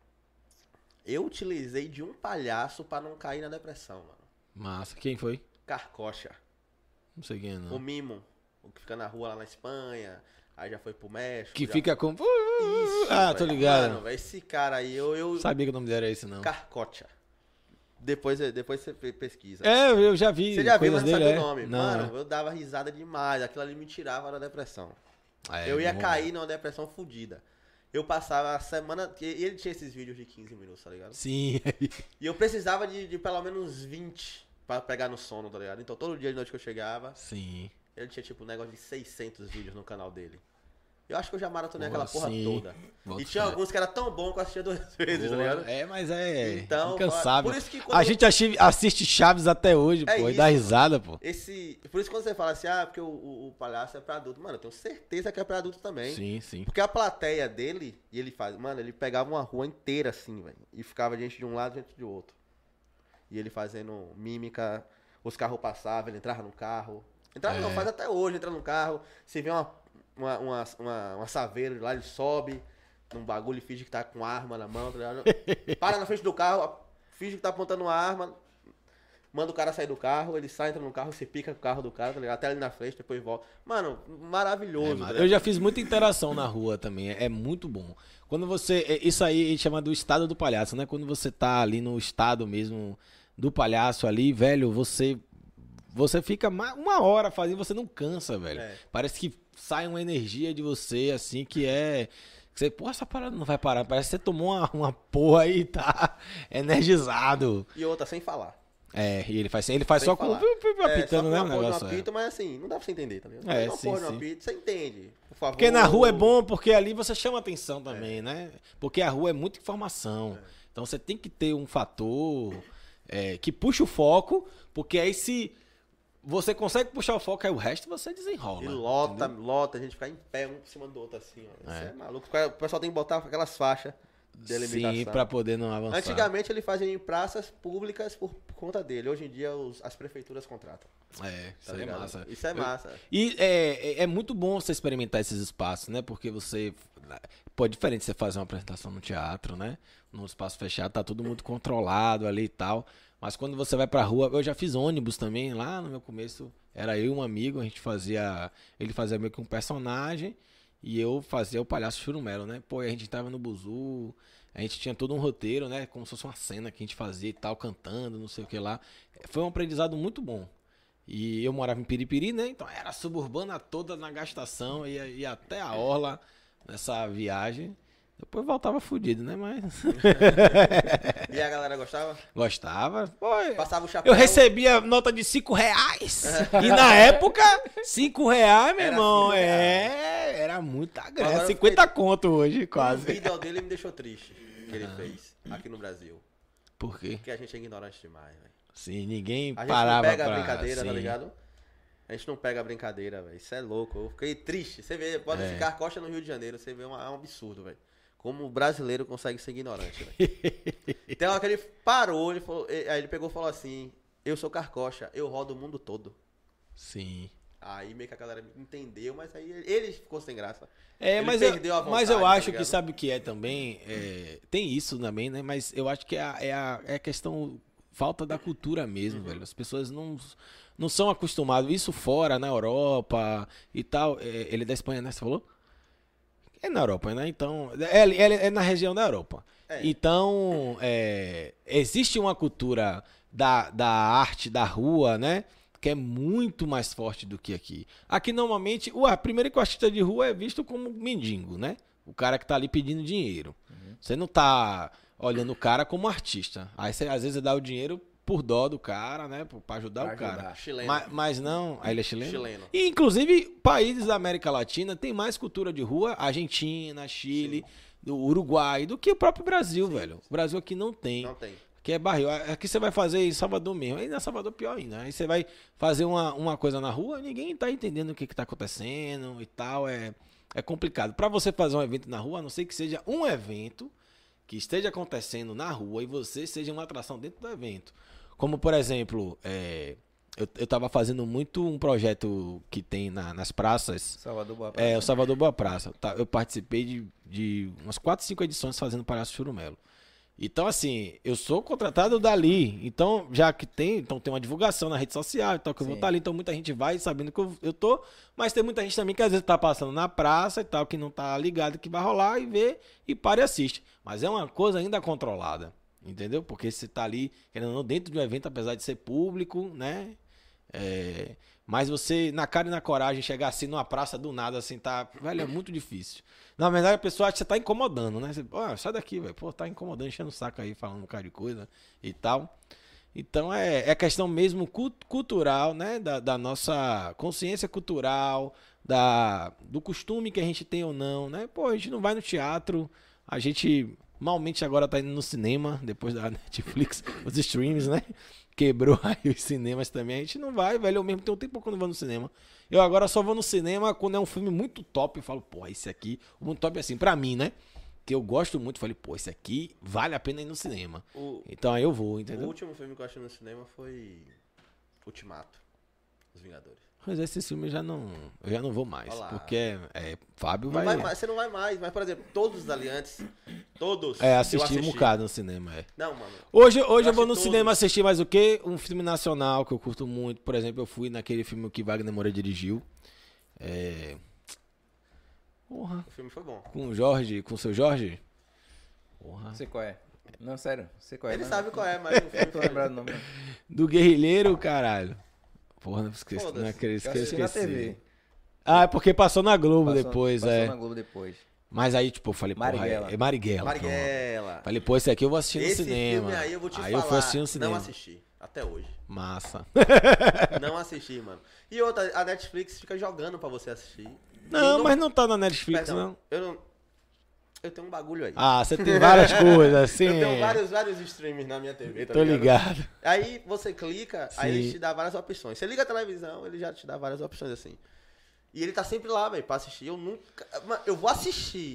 C: eu utilizei de um palhaço pra não cair na depressão, mano.
D: Massa. Quem foi?
C: Carcocha.
D: Não sei quem é,
C: O
D: não.
C: Mimo. O que fica na rua lá na Espanha. Aí já foi pro México.
D: Que
C: já...
D: fica com...
C: Isso,
D: tô
C: velho.
D: ligado.
C: Mano, esse cara aí, eu...
D: Sabia que o nome dele era esse, não.
C: Carcocha. Depois você pesquisa.
D: Eu já vi
C: Você já viu,
D: coisas
C: mas não
D: dele,
C: sabe o nome.
D: Não,
C: Mano, eu dava risada demais. Aquilo ali me tirava da depressão. Eu ia
D: bom.
C: cair numa depressão fodida. Eu passava a semana... E ele tinha esses vídeos de 15 minutos, tá ligado?
D: Sim.
C: E eu precisava de pelo menos 20 pra pegar no sono, tá ligado? Então todo dia de noite que eu chegava,
D: Sim.
C: ele tinha tipo um negócio de 600 vídeos no canal dele. Eu acho que eu já maratonei
D: Boa,
C: aquela porra
D: sim.
C: toda.
D: Boa,
C: E tinha
D: fé.
C: alguns que era tão bom que eu assistia 2 vezes, tá ligado?
D: Mas é
C: Então,
D: incansável.
C: por isso que quando-
D: A gente assiste Chaves até hoje,
C: É
D: pô, e
C: isso.
D: dá risada, pô.
C: Por isso que quando você fala assim, porque o palhaço é pra adulto. Mano, eu tenho certeza que é pra adulto também.
D: Sim, sim.
C: Porque a plateia dele, e ele faz, mano, ele pegava uma rua inteira assim, velho. E ficava gente de um lado e gente de outro. E ele fazendo mímica, os carros passavam, ele entrava no carro. Entrava não, faz até hoje, entra no carro. Você vê uma saveira lá, ele sobe num bagulho e finge que tá com arma na mão, tá ligado? Para na frente do carro, finge que tá apontando uma arma. Manda o cara sair do carro, ele sai, entra no carro, você pica com o carro do cara, tá ligado? Até ali na frente, depois volta. Mano, maravilhoso. tá
D: Eu
C: ligado?
D: já fiz muita interação na rua também, é muito bom. Quando você. Isso aí a gente chama do estado do palhaço, né? Quando você tá ali no estado mesmo do palhaço ali, velho, você fica 1 hora fazendo, você não cansa, velho.
C: É.
D: Parece que sai uma energia de você, assim, que é. Você, pô, essa parada não vai parar. Parece que você tomou uma porra aí e tá energizado.
C: E outra, sem falar.
D: E ele faz só
C: Sem
D: com
C: falar.
D: apitando, né?
C: Só
D: o
C: com uma porra de
D: negócio.
C: um apito, mas assim, não dá pra você entender, tá ligado?
D: É,
C: Uma
D: sim,
C: porra de um
D: sim.
C: apito, você entende, por favor.
D: Porque na rua é bom, porque ali você chama atenção também, né? Porque a rua é muita informação. Então você tem que ter um fator que puxa o foco, porque aí se você consegue puxar o foco, aí o resto você desenrola.
C: E lota, a gente ficar em pé um por cima do outro, assim, ó. Isso é maluco. O pessoal tem que botar aquelas faixas de delimitação.
D: Sim, pra poder não avançar.
C: Antigamente ele fazia em praças públicas por conta dele. Hoje em dia as prefeituras contratam.
D: Isso
C: Tá
D: aí é
C: ligado?
D: massa.
C: Isso é massa.
D: E é muito bom você experimentar esses espaços, né? Porque você... Pô, é diferente você fazer uma apresentação no teatro, né? Num espaço fechado, tá tudo muito controlado ali e tal. Mas quando você vai pra rua, eu já fiz ônibus também, lá no meu começo, era eu e um amigo, a gente fazia, ele fazia meio que um personagem e eu fazia o palhaço Churumelo, né? Pô, a gente tava no buzu, a gente tinha todo um roteiro, né? Como se fosse uma cena que a gente fazia e tal, cantando, não sei o que lá. Foi um aprendizado muito bom. E eu morava em Piripiri, né? Então era suburbana toda na gastação, ia até a orla nessa viagem. Depois voltava fudido, né? Mas.
C: E a galera gostava?
D: Gostava. Pô,
C: Passava o chapéu.
D: eu recebia nota de R$5. E na época, R$5, meu
C: Era
D: irmão,
C: R$5.
D: era muita
C: Agora
D: grana.
C: eu
D: 50 conto hoje,
C: O
D: quase.
C: vídeo dele me deixou triste, que ele fez aqui no Brasil.
D: Por quê?
C: Porque a gente é ignorante demais, velho.
D: Sim, ninguém
C: A gente
D: parava
C: não pega
D: pra...
C: a brincadeira, tá
D: sim.
C: ligado? A gente não pega a brincadeira, velho. Isso é louco. Eu fiquei triste. Você vê, pode
D: É.
C: ficar Costa no Rio de Janeiro, você vê é um absurdo, velho. Como o brasileiro consegue ser ignorante, velho. Tem uma hora que ele parou, aí ele pegou e falou assim: eu sou Carcocha, eu rodo o mundo todo.
D: Sim.
C: Aí meio que a galera entendeu, mas aí ele ficou sem graça.
D: É,
C: Ele
D: mas
C: perdeu a
D: eu
C: vontade,
D: acho
C: tá
D: que
C: ligado?
D: sabe o que é também? Tem isso também, né? Mas eu acho que é a questão, falta da cultura mesmo, velho. As pessoas não são acostumadas. Isso fora, na Europa e tal. Ele é da Espanha, né? Você falou? É na Europa, né? Então, é na região da Europa.
C: É.
D: Então, existe uma cultura da arte, da rua, né? Que é muito mais forte do que aqui. Aqui, normalmente, primeiro que o artista de rua é visto como mendigo, né? O cara que tá ali pedindo dinheiro. Você não tá olhando o cara como artista. Aí, você, às vezes, você dá o dinheiro por dó do cara, né? Pra ajudar
B: Pra
D: o cara.
B: ajudar.
C: Chileno.
D: Mas não... Aí ele é chileno?
C: Chileno.
D: E, inclusive, países da América Latina tem mais cultura de rua. Argentina, Chile, do Uruguai, do que o próprio Brasil, velho. O Brasil aqui não tem.
C: Não tem.
D: Que é barril. Aqui você vai fazer em Salvador mesmo. Aí na Salvador pior ainda. Aí você vai fazer uma coisa na rua, ninguém tá entendendo o que tá acontecendo e tal. É complicado. Pra você fazer um evento na rua, a não ser que seja um evento que esteja acontecendo na rua e você seja uma atração dentro do evento. Como, por exemplo, eu tava fazendo muito um projeto que tem nas praças.
B: Salvador Boa Praça.
D: O Salvador Boa Praça. Eu participei de umas 4, 5 edições fazendo Palhaço Churumelo. Então, assim, eu sou contratado dali. Então, já que tem uma divulgação na rede social e tal, que eu vou
B: Sim.
D: estar ali. Então, muita gente vai sabendo que eu tô. Mas tem muita gente também que às vezes tá passando na praça e tal, que não tá ligado que vai rolar e vê e para e assiste. Mas é uma coisa ainda controlada, entendeu? Porque você tá ali, querendo ou não, dentro de um evento, apesar de ser público, né? Mas você, na cara e na coragem, chegar assim numa praça do nada, assim, tá... Velho, é muito difícil. Na verdade, a pessoa acha que você tá incomodando, né? Você, sai daqui, velho. Pô, tá incomodando, enchendo o saco aí, falando um cara de coisa e tal. Então, é questão mesmo cultural, né? Da nossa consciência cultural, do costume que a gente tem ou não, né? Pô, a gente não vai no teatro, a gente malmente agora tá indo no cinema, depois da Netflix, os streams, né? Quebrou aí os cinemas também. A gente não vai, velho. Eu mesmo tenho um tempo que eu não vou no cinema. Eu agora só vou no cinema quando é um filme muito top. Eu falo, pô, esse aqui, muito top assim, pra mim, né? Que eu gosto muito. Falei, pô, esse aqui vale a pena ir no cinema. Então aí eu vou,
C: O
D: entendeu?
C: último filme que eu achei no cinema foi Ultimato, Os Vingadores.
D: Mas esse filme eu já não vou mais.
C: Olá.
D: Porque Fábio
C: Não
D: vai.
C: vai mais, você não vai mais, mas, por exemplo, todos os aliantes, todos.
D: Assistir
C: eu
D: um bocado no cinema,
C: Não, mano.
D: Hoje eu vou
C: assisti
D: no
C: todos.
D: cinema assistir mais o quê? Um filme nacional que eu curto muito. Por exemplo, eu fui naquele filme que Wagner Moura dirigiu. Porra.
C: O filme foi bom.
D: Com o seu Jorge? Porra.
B: Sei qual é. Não, sério. Sei qual é.
C: Ele
B: não.
C: sabe qual é, mas o filme
B: Tô
C: foi...
B: lembrado do nome.
D: Do Guerrilheiro, caralho. Porra, não esqueci.
C: Foda-se.
D: Não é aquele que
B: Eu
D: eu
B: assisti na
D: esqueci.
B: TV.
D: Ah, é porque passou na Globo
B: Passou-
D: depois,
B: passou na Globo depois.
D: Mas aí, tipo, eu falei,
B: Marighella.
D: porra, é Marighella.
C: Marighella.
D: Pronto. Falei, pô, esse aqui eu vou assistir no
C: Esse
D: cinema.
C: filme aí eu vou te
D: aí
C: falar.
D: eu fui assistir no cinema.
C: Não assisti, até hoje.
D: Massa.
C: Não assisti, mano. E outra, a Netflix fica jogando pra você assistir.
D: Não, mas não tá na Netflix,
C: Perdão,
D: não.
C: eu tenho um bagulho aí.
D: Ah, você tem várias coisas, assim.
C: Eu tenho vários streams na minha TV, tá
D: Tô ligado.
C: Aí você clica, aí
D: Sim.
C: ele te dá várias opções. Você liga a televisão, ele já te dá várias opções assim. E ele tá sempre lá, velho, pra assistir. Eu nunca. Mano, eu vou assistir.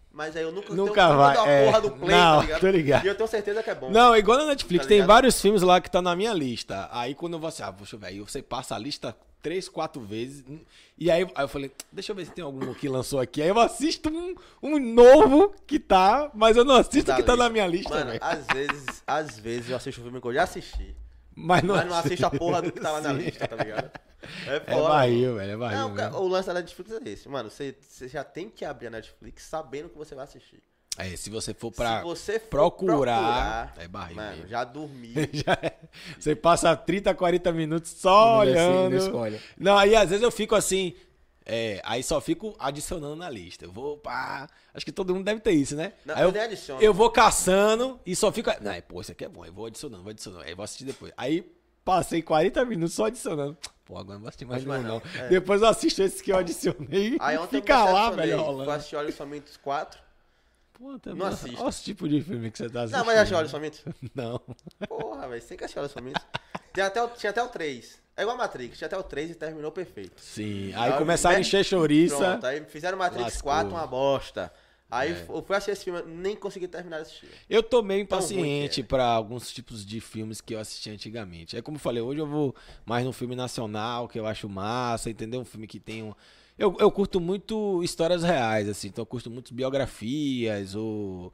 C: mas aí eu nunca
D: Nunca vai,
C: a
D: é.
C: porra do play,
D: Não,
C: tá ligado?
D: tô ligado.
C: E eu tenho certeza que é bom.
D: Não, igual na Netflix,
C: Tá
D: tem
C: ligado?
D: vários filmes lá que tá na minha lista. Aí quando eu vou assim, deixa eu ver, aí você passa a lista 3, 4 vezes. E aí eu falei, deixa eu ver se tem algum que lançou aqui. Aí eu assisto um novo que tá, mas eu não assisto o que tá na minha lista,
C: Mano,
D: velho.
C: às vezes eu assisto um filme que eu já assisti.
D: Mas
C: Mas não assisto a porra do que tava na
D: Sim.
C: lista, tá ligado? É
D: É
C: foda.
D: barril, velho, é barril.
C: Não,
D: mesmo.
C: o lance da Netflix é esse. Mano, você já tem que abrir a Netflix sabendo o que você vai assistir.
D: É, se você for pra
C: Se você for
D: procurar, é barril
C: mano,
D: mesmo.
C: já dormi.
D: Já é. Você passa 30, 40 minutos só
B: Não decide, não
D: olhando.
B: escolhe.
D: Não, aí às vezes eu fico assim, aí só fico adicionando na lista. Eu vou, acho que todo mundo deve ter isso, né?
C: Não,
D: Aí
C: eu nem adiciono.
D: eu vou caçando e só fico, não, pô, isso aqui é bom, eu vou adicionando, aí vou assistir depois. Aí passei 40 minutos só adicionando. Pô, agora não vou assistir mais
C: Mas
D: nenhum,
C: não,
D: não.
C: é.
D: Depois eu assisto esses que eu adicionei
C: Aí
D: e
C: ontem eu
D: fica
C: me
D: lá,
C: decepcionei.
D: velho,
C: Vou
D: rolando.
C: assistir Olhos Somente 4.
D: Pô, tá
C: Não
D: bom.
C: assisto.
D: Olha esse tipo de filme que você tá assistindo.
C: Não, mas já assistiu Olhos Somente?
D: Não.
C: Porra, velho, você tem que assistir Olhos Somente. Tinha até o 3. É igual a Matrix, tinha até o 3 e terminou perfeito.
D: Sim, aí
C: Aí
D: começaram a encher chouriça.
C: Pronto, aí fizeram Matrix
D: Lascou.
C: 4 uma bosta. Aí eu fui assistir esse filme, nem consegui terminar de assistir.
D: Eu tô meio
C: Tão ruim
D: impaciente
C: que é.
D: pra alguns tipos de filmes que eu assisti antigamente. É como eu falei, hoje eu vou mais num filme nacional que eu acho massa, entendeu? Um filme que tem um... Eu curto muito histórias reais, assim, então eu curto muito biografias ou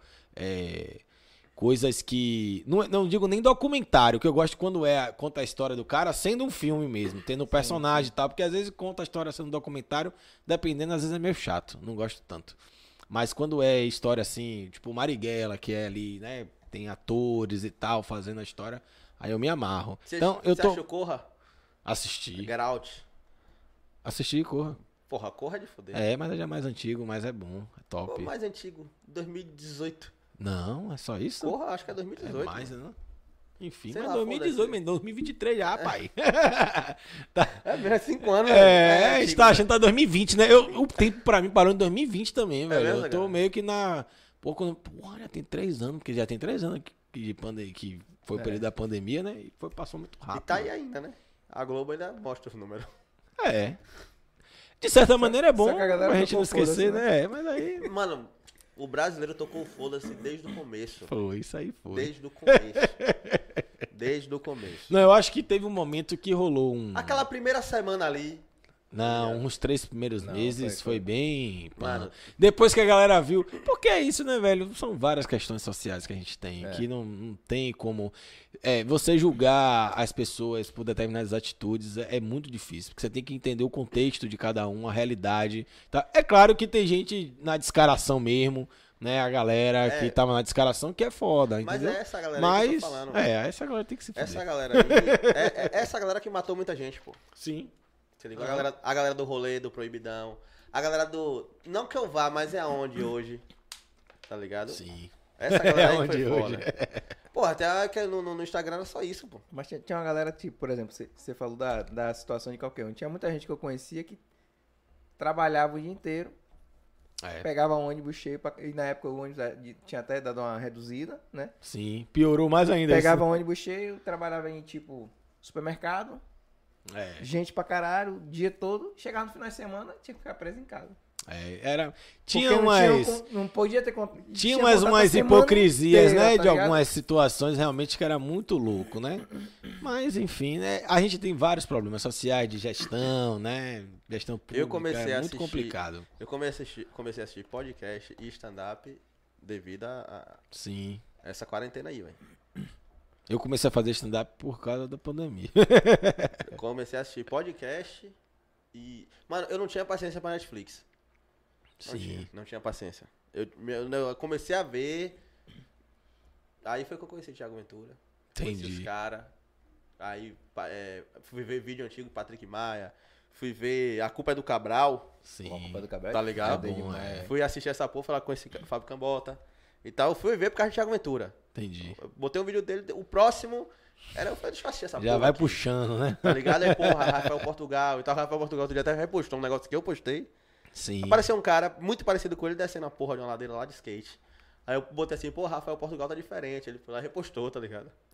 D: coisas que... Não digo nem documentário, que eu gosto quando conta a história do cara sendo um filme mesmo, tendo um personagem e tal, porque às vezes conta a história sendo um documentário, dependendo, às vezes é meio chato, não gosto tanto. Mas quando é história assim, tipo Marighella, que é ali, né? Tem atores e tal fazendo a história, aí eu me amarro.
C: Você,
D: Então,
C: você
D: eu tô.
C: achou Corra?
D: Assisti.
C: Get Out?
D: Assisti, corra.
C: Porra, Corra é de foder.
D: Mas já é mais antigo, mas é bom. É
C: Pô,
D: top.
C: mais antigo, 2018.
D: Não, é só isso?
C: Corra, acho que é
D: É
C: 2018.
D: mais,
C: mano.
D: né? Enfim,
C: Sei
D: mas
C: lá,
D: 2018,
C: foda-se.
D: mas 2023 já, pai.
C: É mesmo, é 5 anos,
D: A
C: velho.
D: gente tá achando que tá 2020, né? O tempo pra mim parou em 2020 também, velho.
C: mesmo,
D: Eu tô
C: cara?
D: meio que na. Porra, já tem 3 anos, porque já tem 3 anos que foi o período da pandemia, né? E passou muito
C: E
D: rápido.
C: tá aí ainda, né? A Globo ainda mostra os números.
D: É. De certa maneira é bom
B: só que a galera
D: pra gente não
B: tocou
D: esquecer,
B: foda-se,
D: né? Mas aí.
C: Mano, o brasileiro tocou foda-se desde o começo.
D: Foi, isso aí foi.
C: Desde o começo. Desde o começo.
D: Não, eu acho que teve um momento que rolou um.
C: Aquela primeira semana ali.
D: Não, uns 3 primeiros meses foi bem.
C: Mano.
D: Depois que a galera viu. Porque é isso, né, velho? São várias questões sociais que a gente tem. Que não tem como. Você julgar as pessoas por determinadas atitudes é muito difícil. Porque você tem que entender o contexto de cada um, a realidade. Tá? É claro que tem gente na descaração mesmo. Né, a galera que tava na descaração que é foda,
C: Mas
D: entendeu?
C: é essa galera aí que eu
D: Mas,
C: tô falando.
D: essa galera tem que se fuder.
C: Essa galera aí. Essa galera que matou muita gente, pô.
D: Sim.
C: Você ligou? A galera do rolê, do proibidão. A galera do. Não que eu vá, mas é aonde hoje. Tá ligado?
D: Sim.
C: Essa galera aí
D: Onde
C: foi
D: hoje?
C: foda. Porra, até que no Instagram era só isso, pô.
B: Mas tinha uma galera, tipo, por exemplo, você falou da situação de qualquer um. Tinha muita gente que eu conhecia que trabalhava o dia inteiro, pegava ônibus cheio, e na época o ônibus tinha até dado uma reduzida, né?
D: Sim, piorou mais ainda.
B: Pegava ônibus cheio, trabalhava em, tipo, supermercado,
D: isso.
B: gente pra caralho, o dia todo, chegava no final de semana, tinha que ficar preso em casa.
D: Tinha
B: Porque
D: umas...
B: não podia ter
D: Tinha
B: contato a
D: umas
B: semana
D: hipocrisias,
B: inteira,
D: né?
B: tá
D: De
B: ligado?
D: algumas situações realmente que era muito louco, né? Mas, enfim, né? A gente tem vários problemas sociais de gestão, né? Gestão pública.
C: Eu comecei
D: é
C: a
D: muito
C: assistir-
D: complicado.
C: Eu comecei a assistir podcast e stand-up devido a
D: Sim.
C: essa quarentena aí, velho.
D: Eu comecei a fazer stand-up por causa da pandemia.
C: Eu comecei a assistir podcast e. Mano, eu não tinha paciência pra Netflix. Não tinha paciência. Eu comecei a ver. Aí foi que eu conheci o Thiago Ventura. Conheci
D: Entendi.
C: os caras. Aí fui ver vídeo antigo do Patrick Maia. Fui ver A Culpa é do Cabral.
D: Sim.
B: Ó, culpa do Cabral.
C: Tá ligado?
B: É bom,
D: demais.
B: é.
C: Fui assistir essa porra, falar com esse Fábio Cambota. E tal. Eu fui ver por causa do Thiago Ventura.
D: Entendi.
C: Eu botei um vídeo dele. O próximo. Eu falei, deixa eu assistir essa porra.
D: Já vai
C: aqui.
D: puxando, né?
C: Tá ligado? Aí, porra, Rafael Portugal. Então, Rafael Portugal outro dia até repostou um negócio que eu postei.
D: Sim.
C: Apareceu um cara muito parecido com ele descendo a porra de uma ladeira lá de skate. Aí eu botei assim, pô, Rafael Portugal tá diferente. Ele foi lá e repostou, tá ligado?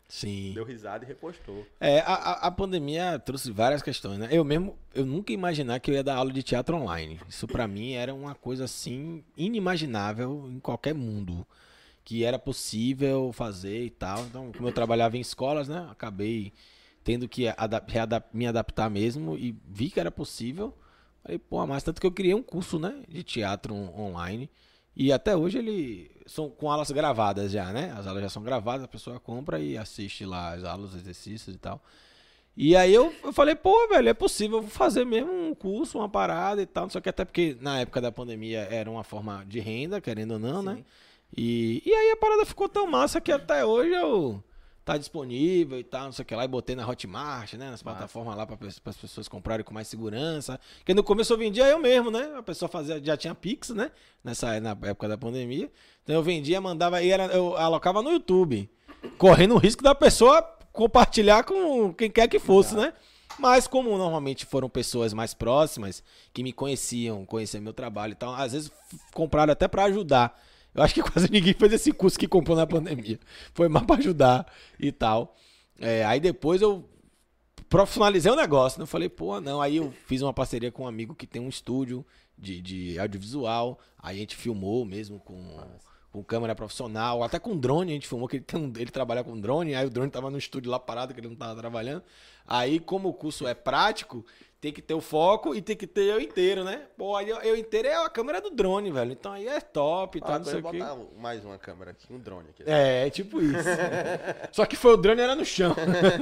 D: Sim.
C: Deu risada e repostou.
D: A pandemia trouxe várias questões, né? Eu nunca ia imaginar que eu ia dar aula de teatro online. Isso pra mim era uma coisa assim inimaginável em qualquer mundo. Que era possível fazer e tal. Então, como eu trabalhava em escolas, né? Acabei tendo que me adaptar mesmo e vi que era possível. Falei, pô, mas tanto que eu criei um curso, né? De teatro online. E até hoje ele são com aulas gravadas já, né? As aulas já são gravadas, a pessoa compra e assiste lá as aulas, os exercícios e tal. E aí eu falei, pô, velho, é possível, eu vou fazer mesmo um curso, uma parada e tal. Não sei o que, até porque na época da pandemia era uma forma de renda, querendo ou não, né? E aí a parada ficou tão massa que até hoje eu tá disponível e tal, não sei o que lá. E botei na Hotmart, né? Nas plataformas lá para as pessoas comprarem com mais segurança. Porque no começo eu vendia eu mesmo, né? A pessoa já tinha Pix, né? Na época da pandemia. Então eu vendia, mandava, eu alocava no YouTube. Correndo o risco da pessoa compartilhar com quem quer que fosse, né? Mas como normalmente foram pessoas mais próximas, que me conheciam meu trabalho e tal, às vezes compraram até para ajudar. Eu acho que quase ninguém fez esse curso que comprou na pandemia. Foi mais pra ajudar e tal. Aí depois eu profissionalizei o negócio, né? Eu falei, pô, não. Aí eu fiz uma parceria com um amigo que tem um estúdio de audiovisual. Aí a gente filmou mesmo com câmera profissional. Até com drone a gente filmou, que ele trabalha com drone. Aí o drone tava no estúdio lá parado, que ele não tava trabalhando. Aí como o curso é prático, tem que ter o foco e tem que ter eu inteiro, né? Pô, aí eu inteiro é a câmera do drone, velho. Então aí é top e tal, não sei o quê.
C: Vou botar mais uma câmera aqui, um drone aqui.
D: É, tipo isso. Só que foi o drone era no chão.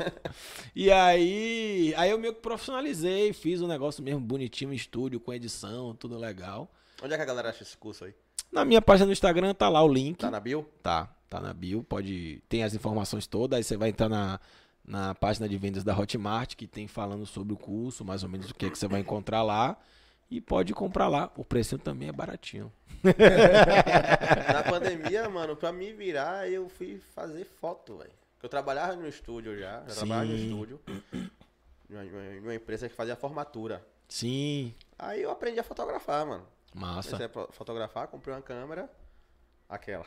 D: E aí eu meio que profissionalizei, fiz um negócio mesmo bonitinho, estúdio, com edição, tudo legal.
C: Onde é que a galera acha esse curso aí?
D: Na minha página no Instagram tá lá o link.
C: Tá na bio?
D: Tá na bio, tem as informações todas, aí você vai entrar na página de vendas da Hotmart, que tem falando sobre o curso, mais ou menos o que é que você vai encontrar lá. E pode comprar lá. O preço também é baratinho.
C: Na pandemia, mano, pra me virar, eu fui fazer foto, velho. Eu trabalhava no estúdio já. Eu trabalhava no estúdio. Uma empresa que fazia formatura.
D: Sim.
C: Aí eu aprendi a fotografar, mano.
D: Massa.
C: Comecei a fotografar, comprei uma câmera. Aquela.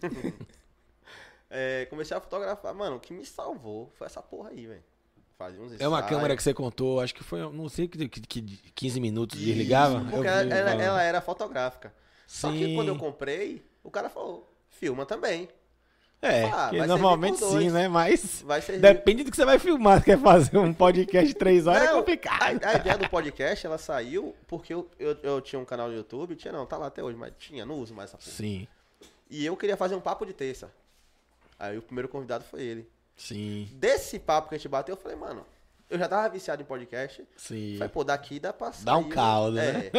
C: Comecei a fotografar. Mano, o que me salvou foi essa porra aí, velho. Fazia uns ensaios.
D: É uma câmera que você contou, acho que foi, não sei, que 15 minutos desligava.
C: Porque ela era fotográfica. Só que
D: Sim.
C: quando eu comprei, o cara falou, filma também.
D: Que normalmente sim, né? Mas
C: Vai servir.
D: depende do que você vai filmar. Se quer fazer um podcast de 3 horas,
C: Não,
D: é complicado.
C: A ideia do podcast, ela saiu porque eu tinha um canal no YouTube, tá lá até hoje, mas não uso mais essa porra.
D: Sim,
C: E eu queria fazer um papo de terça. Aí o primeiro convidado foi ele.
D: sim,
C: Desse papo que a gente bateu, eu falei, mano, eu já tava viciado em podcast.
D: sim.
C: Falei, pô, daqui dá pra sair.
D: Dá um caldo, né?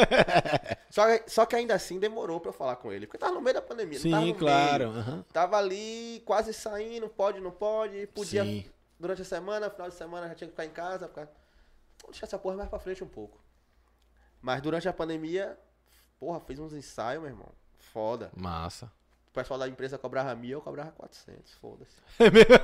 C: Só que ainda assim demorou pra eu falar com ele. Porque tava no meio da pandemia. não tava
D: Sim,
C: no
D: claro.
C: meio.
D: aham.
C: Tava ali, quase saindo, pode, não pode. Podia,
D: Sim.
C: durante a semana, final de semana, já tinha que ficar em casa. Vou deixar essa porra mais pra frente um pouco. Mas durante a pandemia, porra, fiz uns ensaios, meu irmão. Foda.
D: Massa.
C: O pessoal da empresa cobrava 1.000, eu cobrava 400. Foda-se.
D: É mesmo?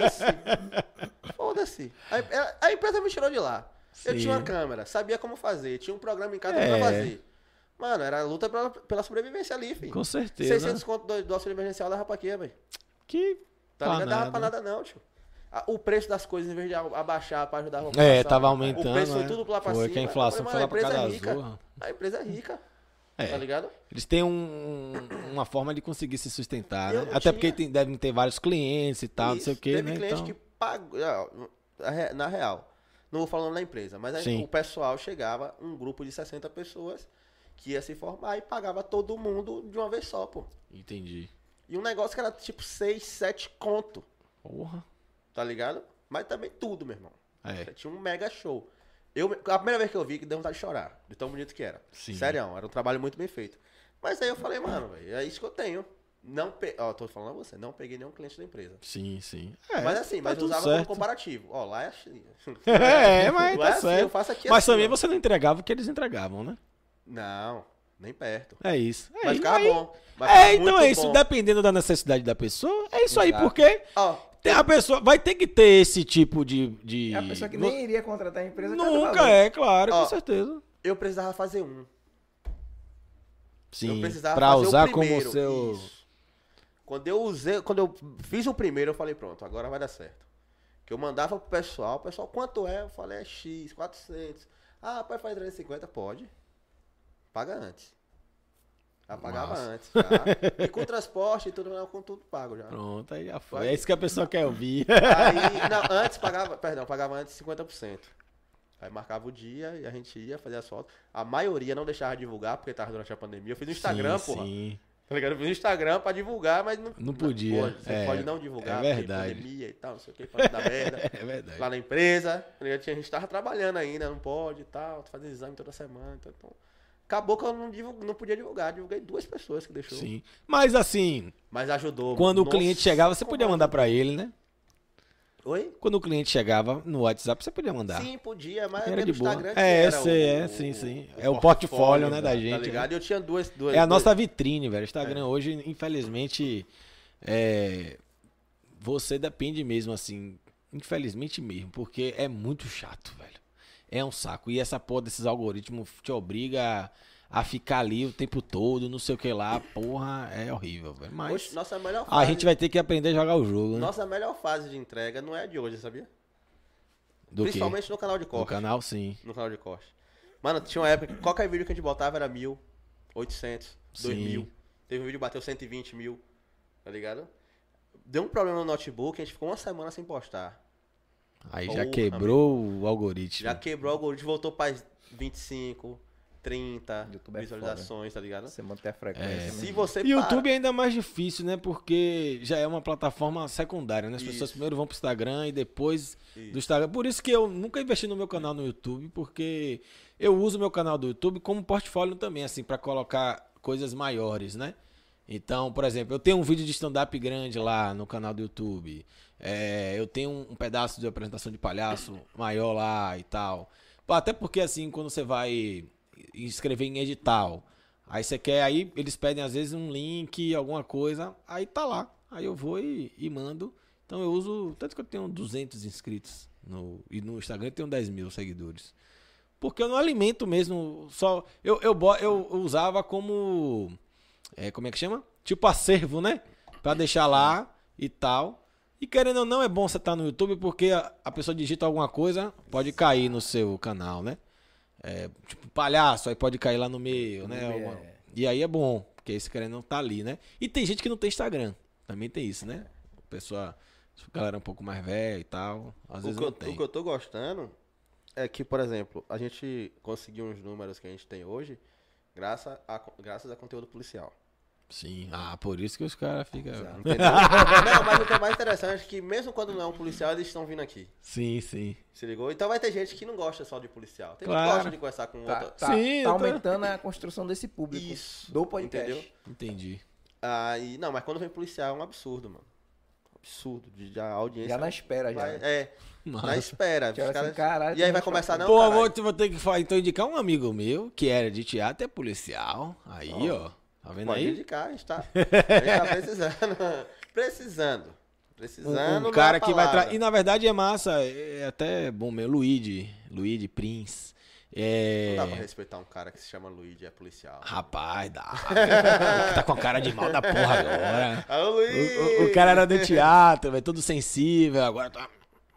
C: Foda-se. A empresa me tirou de lá. Eu
D: Sim.
C: tinha uma câmera, sabia como fazer, tinha um programa em casa
D: É.
C: pra fazer. Mano, era a luta pela sobrevivência ali, filho.
D: Com certeza.
C: 600 conto do auxílio emergencial dava pra quê, velho?
D: Que
C: Tá ligado? Dava pra nada não, tio. O preço das coisas, em vez de abaixar pra ajudar a população,
D: tava aumentando.
C: o preço foi
D: né?
C: tudo lá pra
D: Foi
C: cima.
D: que a inflação
C: Eu
D: foi
C: falei,
D: lá pra
C: mano,
D: cada
C: a empresa é
D: azul.
C: rica. A empresa é rica,
D: É.
C: tá ligado?
D: Eles têm uma forma de conseguir se sustentar,
C: Eu
D: né?
C: não
D: Até
C: tinha.
D: porque devem ter vários clientes e tal, não sei o
C: Isso.
D: quê,
C: Teve
D: né?
C: cliente
D: Então,
C: que pagou, na real, não vou falando da empresa, mas aí
D: Sim.
C: o pessoal chegava, um grupo de 60 pessoas, que ia se formar e pagava todo mundo de uma vez só, pô.
D: entendi.
C: E um negócio que era tipo 6, 7 conto,
D: Porra.
C: tá ligado? Mas também tudo, meu irmão.
D: É.
C: Tinha um mega show. A primeira vez que eu vi, que deu vontade de chorar, de tão bonito que era.
D: Sim.
C: Sério, era um trabalho muito bem feito. Mas aí eu falei, mano, véio, é isso que eu tenho. Tô falando a você, não peguei nenhum cliente da empresa.
D: Sim, sim.
C: Mas assim,
D: tá
C: mas
D: tudo
C: usava
D: certo.
C: como comparativo. Ó, lá é assim.
D: Mas
C: Lá é
D: tá
C: assim,
D: certo.
C: eu faço aqui
D: Mas
C: assim,
D: também
C: ó.
D: você não entregava o que eles entregavam, né?
C: Não, nem perto.
D: É isso.
C: Mas ficava bom. Mas
D: É,
C: ficava
D: então
C: muito
D: é isso.
C: bom.
D: Dependendo da necessidade da pessoa, é isso aí.
C: Exato.
D: Porque
C: Ó,
D: a pessoa vai ter que ter esse tipo de...
B: É a pessoa que nem iria contratar a empresa. cada
D: Nunca
B: valor.
D: é, claro,
C: Ó,
D: com certeza.
C: eu precisava fazer um.
D: Sim,
C: eu precisava
D: pra
C: fazer
D: usar
C: o primeiro.
D: como seu...
C: Isso. Quando eu fiz o primeiro, eu falei, pronto, agora vai dar certo. Que eu mandava pro pessoal, o pessoal, quanto é? Eu falei, é X, 400. Ah, pode fazer 350? Pode. Paga antes. Já pagava
D: Massa.
C: antes, já. E com transporte e tudo, não, com tudo pago já.
D: Pronto, aí já foi.
C: Vai.
D: É isso que a pessoa quer ouvir.
C: Aí, não, antes pagava antes 50%. Aí marcava o dia e a gente ia fazer as fotos. A maioria não deixava divulgar porque tava durante a pandemia. Eu fiz no Instagram,
D: Sim,
C: porra.
D: sim.
C: Tá ligado? Eu fiz no Instagram pra divulgar, mas
D: Não podia.
C: Pode, você pode não divulgar,
D: é
C: porque
D: verdade.
C: pandemia e tal, não sei o que, pode dar merda.
D: É verdade.
C: Lá na empresa, tá ligado? A gente tava trabalhando ainda, não pode e tal, fazendo exame toda semana. Então, acabou que eu não podia divulgar. Divulguei 2 pessoas que deixou.
D: Sim. Mas assim,
C: Mas ajudou.
D: quando o
C: Nossa,
D: cliente chegava, você
C: como
D: podia mandar pra ele, né?
C: Oi?
D: Quando o cliente chegava no WhatsApp, você podia mandar.
C: Sim, podia, mas
D: Era
C: pelo
D: de boa.
C: Instagram que
D: É,
C: era
D: sei, sim. É o portfólio, né, da gente,
C: Tá ligado?
D: né?
C: Eu tinha duas
D: É a nossa vitrine, velho. O Instagram hoje, infelizmente, você depende mesmo, assim, infelizmente mesmo, porque é muito chato, velho. É um saco. E essa porra desses algoritmos te obriga a ficar ali o tempo todo, não sei o que lá, porra, é horrível, velho. Mas
C: Hoje, nossa melhor
D: a
C: fase,
D: gente vai ter que aprender a jogar o jogo, né?
C: nossa melhor fase de entrega não é a de hoje, sabia?
D: Do quê?
C: Principalmente no canal de
D: No
C: corte.
D: canal, sim.
C: No canal de corte. Mano, tinha uma época que qualquer vídeo que a gente botava era 1.000, 800,
D: Sim.
C: 2.000. Teve um vídeo que bateu 120 mil, tá ligado? Deu um problema no notebook, a gente ficou uma semana sem postar.
D: Aí já
C: Porra,
D: quebrou o algoritmo.
C: Já quebrou o algoritmo, voltou pra 25, 30
B: YouTube é
C: visualizações, tá ligado?
B: Você manter a frequência.
C: Se
B: né?
C: você
D: E o YouTube é ainda mais difícil, né? Porque já é uma plataforma secundária, né? As
C: Isso.
D: pessoas primeiro vão pro Instagram e depois
C: Isso.
D: do Instagram. Por isso que eu nunca investi no meu canal no YouTube, porque eu uso o meu canal do YouTube como portfólio também, assim, pra colocar coisas maiores, né? Então, por exemplo, eu tenho um vídeo de stand-up grande lá no canal do YouTube. Eu tenho um pedaço de apresentação de palhaço maior lá e tal. Pô, até porque, assim, quando você vai escrever em edital, aí você quer, aí eles pedem às vezes um link, alguma coisa, aí tá lá. Aí eu vou e mando. Então eu uso, tanto que eu tenho 200 inscritos e no Instagram eu tenho 10 mil seguidores. Porque eu não alimento mesmo, só eu usava como, como é que chama? Tipo acervo, né? Pra deixar lá e tal. E querendo ou não, é bom você estar no YouTube porque a pessoa digita alguma coisa, pode cair no seu canal, né? Tipo palhaço, aí pode cair lá no meio, né? E aí é bom, porque esse querendo não tá ali, né? E tem gente que não tem Instagram, também tem isso, né? A galera um pouco mais velha e tal, às vezes não tem.
C: O que eu tô gostando é que, por exemplo, a gente conseguiu uns números que a gente tem hoje graças a conteúdo policial.
D: Sim, por isso que os caras ficam...
C: Entendeu? Não, mas o que é mais interessante é que mesmo quando não é um policial, eles estão vindo aqui.
D: Sim, sim.
C: Se ligou? Então vai ter gente que não gosta só de policial. Tem gente
D: Claro.
C: que gosta de conversar com
B: Tá,
C: outra.
B: tá,
D: Sim,
B: tá
D: eu tô-
B: aumentando a construção desse público.
C: Isso.
B: Do podcast.
C: Entendeu?
D: Entendi.
C: Não, mas quando vem policial é um absurdo, mano. Absurdo. A audiência.
B: Já na espera, já.
C: vai-
B: né?
C: na
D: Massa.
C: espera.
B: Tinha
C: Os
B: hora assim,
C: caras-
B: caralho,
C: e aí
B: tem
C: vai
B: gente
C: começar, não,
D: Pô,
C: caralho.
D: vou ter que então indicar um amigo meu que era de teatro, é policial. Aí, ó. Tá vendo
C: Pode
D: aí?
C: indicar, a gente tá precisando. Precisando.
D: Um cara
C: da
D: que vai
C: palavra.
D: trazer. E na verdade é massa, é até bom mesmo. Luigi Prince.
C: Não dá pra respeitar um cara que se chama Luigi e é policial.
D: Rapaz, dá. Tá com a cara de mal da porra agora.
C: Alô, Luiz!
D: O cara era do teatro, é todo sensível, agora tá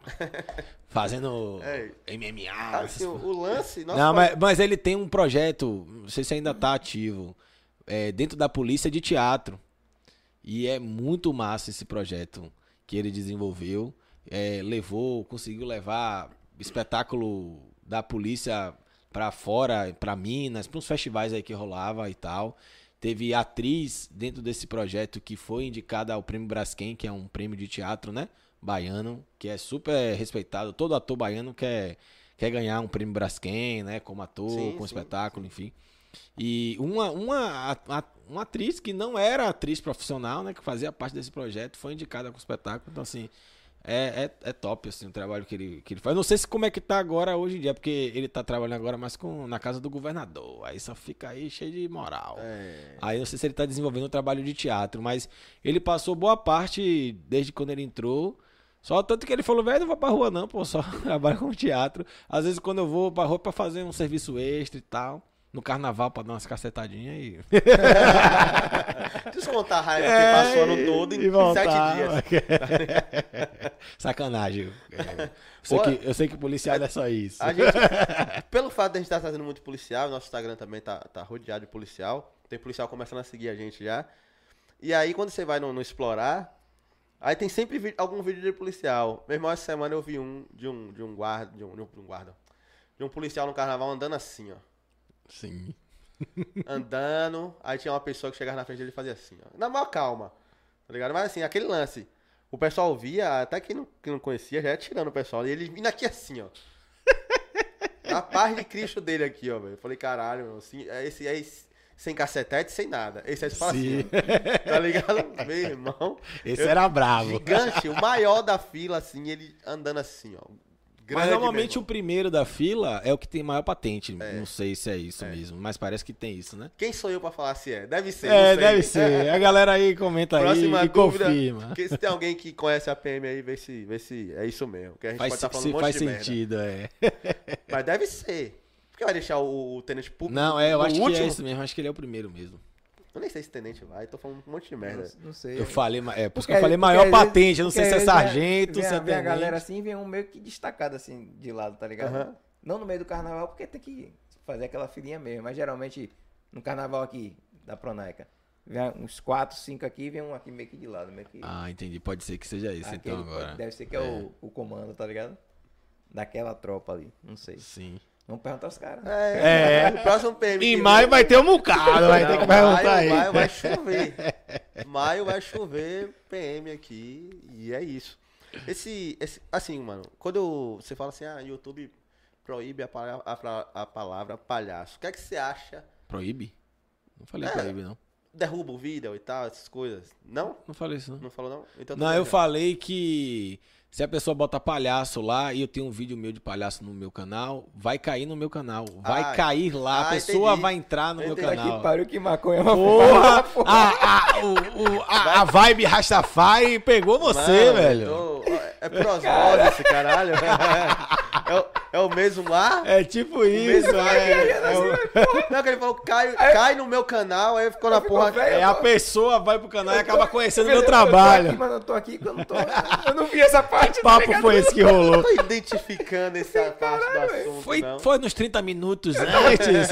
D: fazendo MMA.
C: Assim, o lance... nosso
D: Não,
C: pai-
D: mas ele tem um projeto, não sei se ainda tá ativo, dentro da polícia de teatro. E é muito massa esse projeto que ele desenvolveu. Conseguiu levar espetáculo da polícia pra fora, pra Minas, pra uns festivais aí que rolava e tal. Teve atriz dentro desse projeto que foi indicada ao Prêmio Braskem, que é um prêmio de teatro, né? Baiano, que é super respeitado. Todo ator baiano quer ganhar um Prêmio Braskem, né? Como ator,
C: Sim,
D: com
C: sim,
D: espetáculo, enfim. E uma atriz que não era atriz profissional, né? Que fazia parte desse projeto, foi indicada com espetáculo. Então, assim, é top, assim, o trabalho que ele faz. Eu não sei como é que tá agora, hoje em dia, porque ele tá trabalhando agora mais na casa do governador. Aí só fica aí cheio de moral. Aí não sei se ele tá desenvolvendo um trabalho de teatro, mas ele passou boa parte, desde quando ele entrou. Só tanto que ele falou, velho, não vou pra rua não, pô, só trabalho com teatro. Às vezes quando eu vou pra rua é pra fazer um serviço extra e tal. No carnaval pra dar umas cacetadinhas e...
C: descontar a raiva que passou o ano todo em
D: e voltar.
C: 7 dias.
D: Sacanagem. Eu sei que policial é só isso.
C: A gente, pelo fato de a gente estar trazendo muito policial, nosso Instagram também tá rodeado de policial. Tem policial começando a seguir a gente já. E aí, quando você vai no explorar, aí tem sempre algum vídeo de policial. Meu irmão, essa semana eu vi de um guarda, de um policial no carnaval andando assim, ó.
D: Sim.
C: Andando, aí tinha uma pessoa que chegava na frente dele e fazia assim, ó. Na maior calma, tá ligado? Mas assim, aquele lance, o pessoal via, até quem não conhecia, já ia tirando o pessoal. E ele vindo aqui assim, ó. A paz de Cristo dele aqui, ó, velho. Eu falei, caralho, meu, assim, esse aí sem cacetete, sem nada. Esse aí você fala assim, ó, tá ligado? Meu irmão.
D: Esse era bravo.
C: Gigante, o maior da fila, assim, ele andando assim, ó.
D: Mas normalmente o primeiro da fila é o que tem maior patente. Não sei se é isso mesmo, mas parece que tem isso, né?
C: Quem sou eu pra falar se é? Deve ser.
D: É, deve ser. A galera aí comenta
C: Próxima
D: aí e
C: dúvida,
D: confirma.
C: Porque se tem alguém que conhece a PM aí, vê se é isso mesmo. Que a gente
D: Faz,
C: pode estar falando
D: se
C: um monte
D: faz
C: de merda.
D: sentido, é.
C: Mas deve ser. Por que vai deixar o tenente público?
D: Não, eu
C: no
D: acho que
C: último?
D: é isso mesmo. Acho que ele é o primeiro mesmo.
C: Eu nem sei se tenente vai, tô falando um monte de merda.
B: Não sei.
D: Eu falei, por isso
B: Porque
D: que eu falei
B: às
D: maior
B: vezes-
D: patente. Eu não sei
B: porque
D: se é
B: às vezes
D: sargento, se é
B: vem a galera
D: tenente.
B: assim, vem um meio que destacado assim, de lado, tá ligado?
C: Aham.
B: Não no meio do carnaval, porque tem que fazer aquela filinha mesmo. Mas geralmente, no carnaval aqui, da Pronaica, vem uns 4, 5 aqui, vem um aqui meio que de lado. Meio que...
D: Ah, entendi. Pode ser que seja esse
B: aquele
D: então agora.
B: Deve ser que é o comando, tá ligado? Daquela tropa ali, não sei.
D: Sim.
B: Vamos perguntar aos caras.
D: É.
C: O próximo PM.
D: Em
C: que
D: maio
C: vem-
D: vai ter um bocado, vai ter que perguntar aí.
C: Maio vai chover. Maio vai chover PM aqui e é isso. Assim, mano, quando você fala assim, YouTube proíbe a palavra palhaço. O que é que você acha?
D: Proíbe? Não falei
C: É.
D: proíbe, não.
C: Derruba o vídeo e tal, essas coisas. Não?
D: Não falei isso, não.
C: Não falou não? Então,
D: Não, eu falei que se a pessoa bota palhaço lá e eu tenho um vídeo meu de palhaço no meu canal, vai cair no meu canal. Vai cair lá, a pessoa
C: entendi.
D: vai entrar no meu
C: Entendi.
D: canal.
B: Que pariu que maconha é uma
D: Porra! A vibe Rastafari pegou você,
C: Mano,
D: velho.
C: É por osmose esse caralho. É o mesmo ar?
D: É tipo isso,
C: mesmo
D: é.
C: Não, que ele falou, cai no meu canal, aí ficou na porra.
D: É a pessoa vai pro canal e acaba conhecendo o meu
B: Eu tô
D: trabalho.
B: aqui, mas eu tô aqui que eu não tô. Eu não vi essa parte.
D: Que papo foi esse que rolou?
C: Eu tô identificando essa parte do assunto, não.
D: Foi nos 30 minutos antes.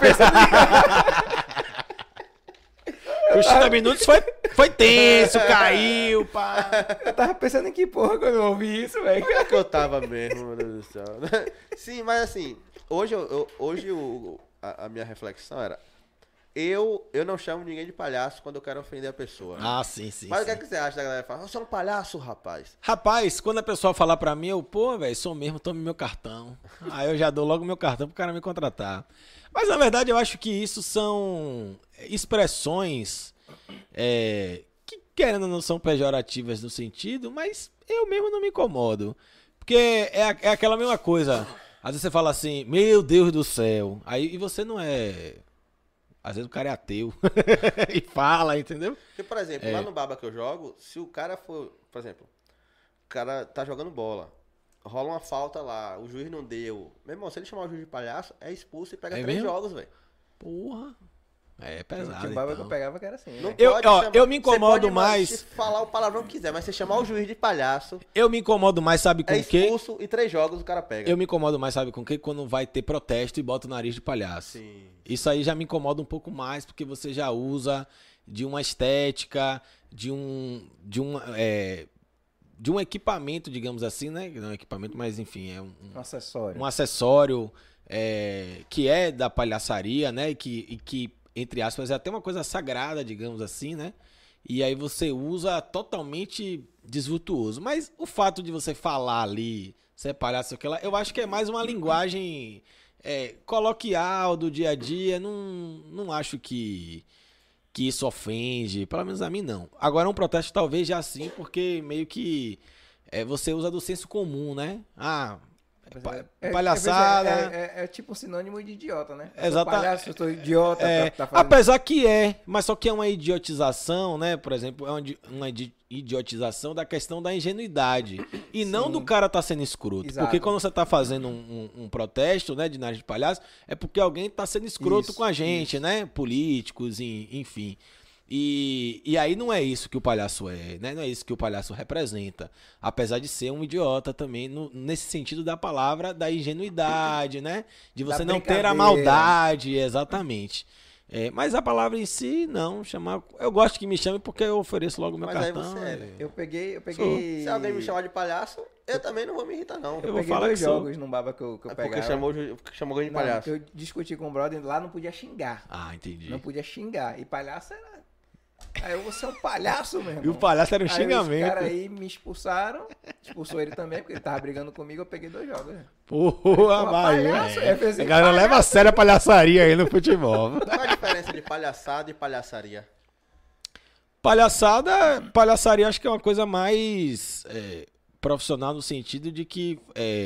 D: Os 30 minutos foi tenso, caiu, pá.
B: Eu tava pensando em que porra quando eu ouvi isso, velho.
C: Onde é que eu tava mesmo, meu Deus do céu? Sim, mas assim, hoje a minha reflexão era, eu não chamo ninguém de palhaço quando eu quero ofender a pessoa.
D: Ah, sim, sim.
C: Mas o
D: sim.
C: que é que você acha da galera? Fala, você é um palhaço, rapaz.
D: Rapaz, quando a pessoa falar pra mim, velho, sou mesmo, tome meu cartão. Aí eu já dou logo meu cartão pro cara me contratar. Mas na verdade eu acho que isso são expressões que querendo ou não são pejorativas no sentido, mas eu mesmo não me incomodo. Porque é aquela mesma coisa. Às vezes você fala assim, meu Deus do céu. Aí e você não é... Às vezes o cara é ateu e fala, entendeu?
C: Porque, por exemplo, lá no Baba que eu jogo, se o cara for, por exemplo, o cara tá jogando bola, rola uma falta lá, o juiz não deu. Meu irmão, se ele chamar o juiz de palhaço, é expulso e pega
D: É
C: 3
D: mesmo?
C: jogos, velho.
D: Porra. É pesado,
B: Tinha um baba que
D: então.
B: eu pegava que era assim.
C: Não
B: Né?
D: Eu me incomodo
C: você pode
D: mais-
C: falar o palavrão que quiser, mas você chamar o juiz de palhaço,
D: Eu me incomodo mais, sabe com
C: é
D: o quê?
C: expulso e 3 jogos o cara pega.
D: Eu me incomodo mais, sabe com o quê? Quando vai ter protesto e bota o nariz de palhaço.
C: Sim.
D: Isso aí já me incomoda um pouco mais, porque você já usa de uma estética, de um equipamento, digamos assim, né? Não é um equipamento, mas enfim, é
B: Um acessório.
D: um acessório que é da palhaçaria, né? E que, entre aspas, é até uma coisa sagrada, digamos assim, né? E aí você usa totalmente desvirtuoso. Mas o fato de você falar ali, ser palhaço, aquela, eu acho que é mais uma linguagem coloquial do dia a dia. Não acho que isso ofende, pelo menos a mim não. Agora um protesto talvez já sim, porque meio que você usa do senso comum, né? Palhaçada.
B: É tipo um sinônimo de idiota, né? Eu sou
D: Exata-
B: palhaço, eu sou idiota. tá fazendo...
D: Apesar que mas só que é uma idiotização, né? Por exemplo, é uma idiotização da questão da ingenuidade. E não do cara tá sendo escroto.
B: Exato.
D: Porque quando você tá fazendo um protesto, né, de nariz de palhaço, é porque alguém tá sendo escroto
B: Isso,
D: com a gente, né? Políticos, enfim. E aí não é isso que o palhaço é, né? Não é isso que o palhaço representa. Apesar de ser um idiota também, nesse sentido da palavra, da ingenuidade, né? De você
B: Da
D: não ter a
B: brincadeira.
D: maldade, exatamente. Mas a palavra em si, não, chamar. Eu gosto que me chame porque eu ofereço logo meu
C: Mas aí
D: cartão.
C: você é, né?
B: Eu peguei.
C: Se alguém me chamar de palhaço, eu também não vou me irritar, não.
D: Eu
B: Eu
D: vou
B: peguei
D: falar
B: dois
D: que sou.
B: jogos num baba que eu
C: É
B: pegava.
C: porque chamou alguém de
B: Não,
C: palhaço.
B: eu discuti com o brother, lá não podia xingar.
D: Ah, entendi.
B: Não podia xingar. E palhaço era. Aí eu vou ser um palhaço, meu irmão.
D: E o palhaço era um
B: Aí
D: xingamento.
B: Os caras aí me expulsaram. Expulsou ele também, porque ele tava brigando comigo. Eu peguei 2 jogos. Né?
D: Porra,
B: palhaço,
D: vai.
B: fez assim,
D: A galera leva a sério a palhaçaria aí no futebol.
C: Qual é a diferença de palhaçada e palhaçaria?
D: Palhaçaria acho que é uma coisa mais profissional no sentido de que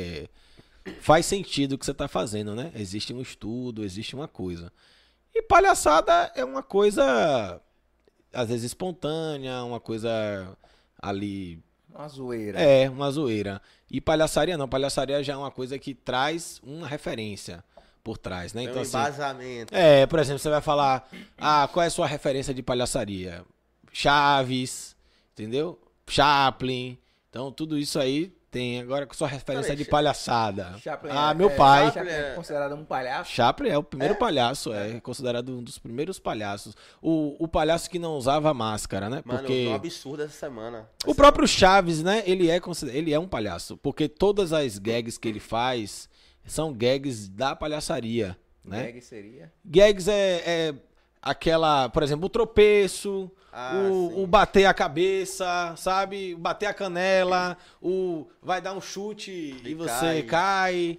D: faz sentido o que você tá fazendo, né? Existe um estudo, existe uma coisa. E palhaçada é uma coisa, às vezes, espontânea, uma coisa ali...
B: Uma zoeira.
D: uma zoeira. E palhaçaria não. Palhaçaria já é uma coisa que traz uma referência por trás, né?
C: Tem
D: Então,
C: um
D: assim,
C: embasamento.
D: por exemplo, você vai falar, qual é a sua referência de palhaçaria? Chaves, entendeu? Chaplin. Então, tudo isso aí tem. Agora, sua referência
C: Peraí,
D: de palhaçada.
B: Chaplin
D: Meu pai.
B: Chaplin é considerado um palhaço.
D: Chaplin é o primeiro palhaço, é considerado um dos primeiros palhaços. O palhaço que não usava máscara, né?
C: Mano,
D: Porque
C: eu vi um absurdo essa semana.
D: o próprio Chaves, né? Ele é um palhaço. Porque todas as gags que ele faz são gags da palhaçaria, né?
B: Gag seria.
D: Gags é aquela, por exemplo, o tropeço,
C: sim.
D: o bater a cabeça, sabe? Bater a canela, vai dar um chute e você cai.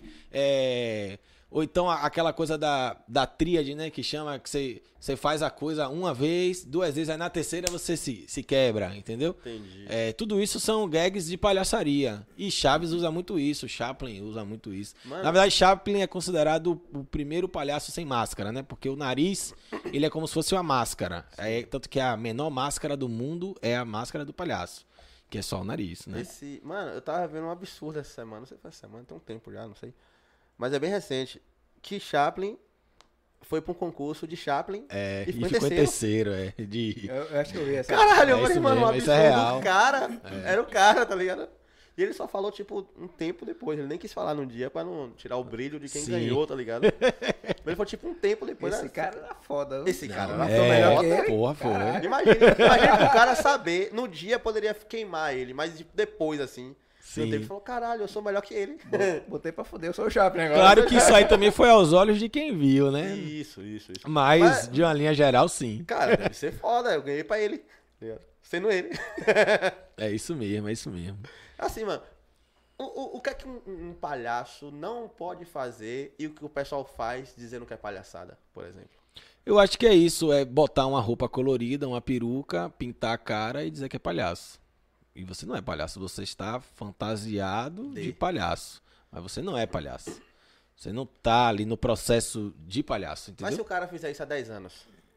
D: Ou então aquela coisa da tríade, né? Que chama, que você faz a coisa uma vez, 2 vezes, aí na terceira você se quebra, entendeu?
C: Entendi.
D: Tudo isso são gags de palhaçaria. E Chaves usa muito isso, Chaplin usa muito isso.
C: Mano.
D: Na verdade, Chaplin é considerado o primeiro palhaço sem máscara, né? Porque o nariz, ele é como se fosse uma máscara. Tanto que a menor máscara do mundo é a máscara do palhaço, que é só o nariz, né?
C: Mano, eu tava vendo um absurdo essa semana. Não sei se foi essa semana, tem um tempo já, não sei. Mas é bem recente. Que Chaplin foi pra um concurso de Chaplin
D: E
C: ficou
D: ficou em
C: terceiro.
D: terceiro,
B: Eu acho que eu vi essa.
C: Caralho, eu
D: É
C: falei,
D: isso
C: mano, um
D: mesmo, isso
C: absurdo.
D: é real.
C: O cara, era o cara, tá ligado? E ele só falou, tipo, um tempo depois. Ele nem quis falar num dia pra não tirar o brilho de quem
D: Sim.
C: ganhou, tá ligado? Ele falou, tipo, um tempo depois.
B: Esse
C: né?
B: cara era foda. viu?
C: Esse cara
D: Não,
C: era melhor que ele.
D: porra, foi.
C: Imagina o cara saber, no dia poderia queimar ele, mas tipo, depois, assim,
D: Sim.
C: no tempo, ele falou, caralho, eu sou melhor que ele.
B: Botei pra fuder, eu sou o Chaplin agora.
D: Claro que isso aí também foi aos olhos de quem viu, né?
C: Isso.
D: Mas, de uma linha geral, sim.
C: Cara, deve ser foda, eu ganhei pra ele. Sendo ele.
D: É isso mesmo, é isso mesmo.
C: Assim, mano, o que é que um palhaço não pode fazer e o que o pessoal faz dizendo que é palhaçada, por exemplo?
D: Eu acho que é isso, é botar uma roupa colorida, uma peruca, pintar a cara e dizer que é palhaço. E você não é palhaço, você está fantasiado de palhaço. Mas você não é palhaço. Você não tá ali no processo de palhaço,
C: Mas se
D: entendeu?
C: o cara fizer isso há 10 anos?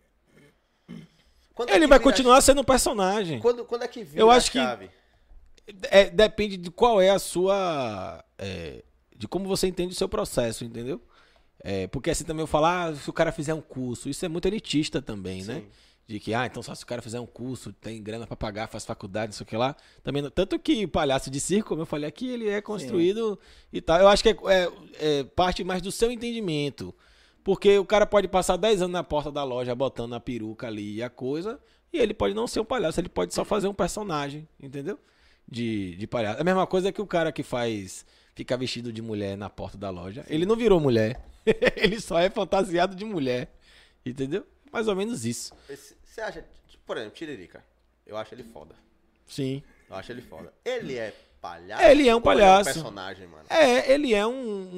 C: Quando
D: Ele
C: que
D: vai
C: vira-
D: continuar sendo um personagem.
C: Quando é que vira
D: Eu
C: a
D: acho que-
C: chave?
D: Depende de qual é a sua... de como você entende o seu processo, entendeu? Porque assim também eu falar, se o cara fizer um curso, isso é muito elitista também, né?
C: Sim.
D: De que, então só se o cara fizer um curso, tem grana pra pagar, faz faculdade, não sei o que lá. Também, tanto que palhaço de circo, como eu falei aqui, ele é construído e tal. Eu acho que é parte mais do seu entendimento. Porque o cara pode passar 10 anos na porta da loja botando a peruca ali e a coisa, e ele pode não ser um palhaço, ele pode só fazer um personagem, entendeu? De palhaço. A mesma coisa que o cara que fica vestido de mulher na porta da loja. Ele não virou mulher. Ele só é fantasiado de mulher. Entendeu? Mais ou menos isso.
C: Você acha, por exemplo, Tiririca, eu acho ele foda.
D: Sim.
C: Eu acho ele foda. Ele é palhaço?
D: Ele é um
C: ou
D: palhaço.
C: Ele é um personagem, mano.
D: Ele é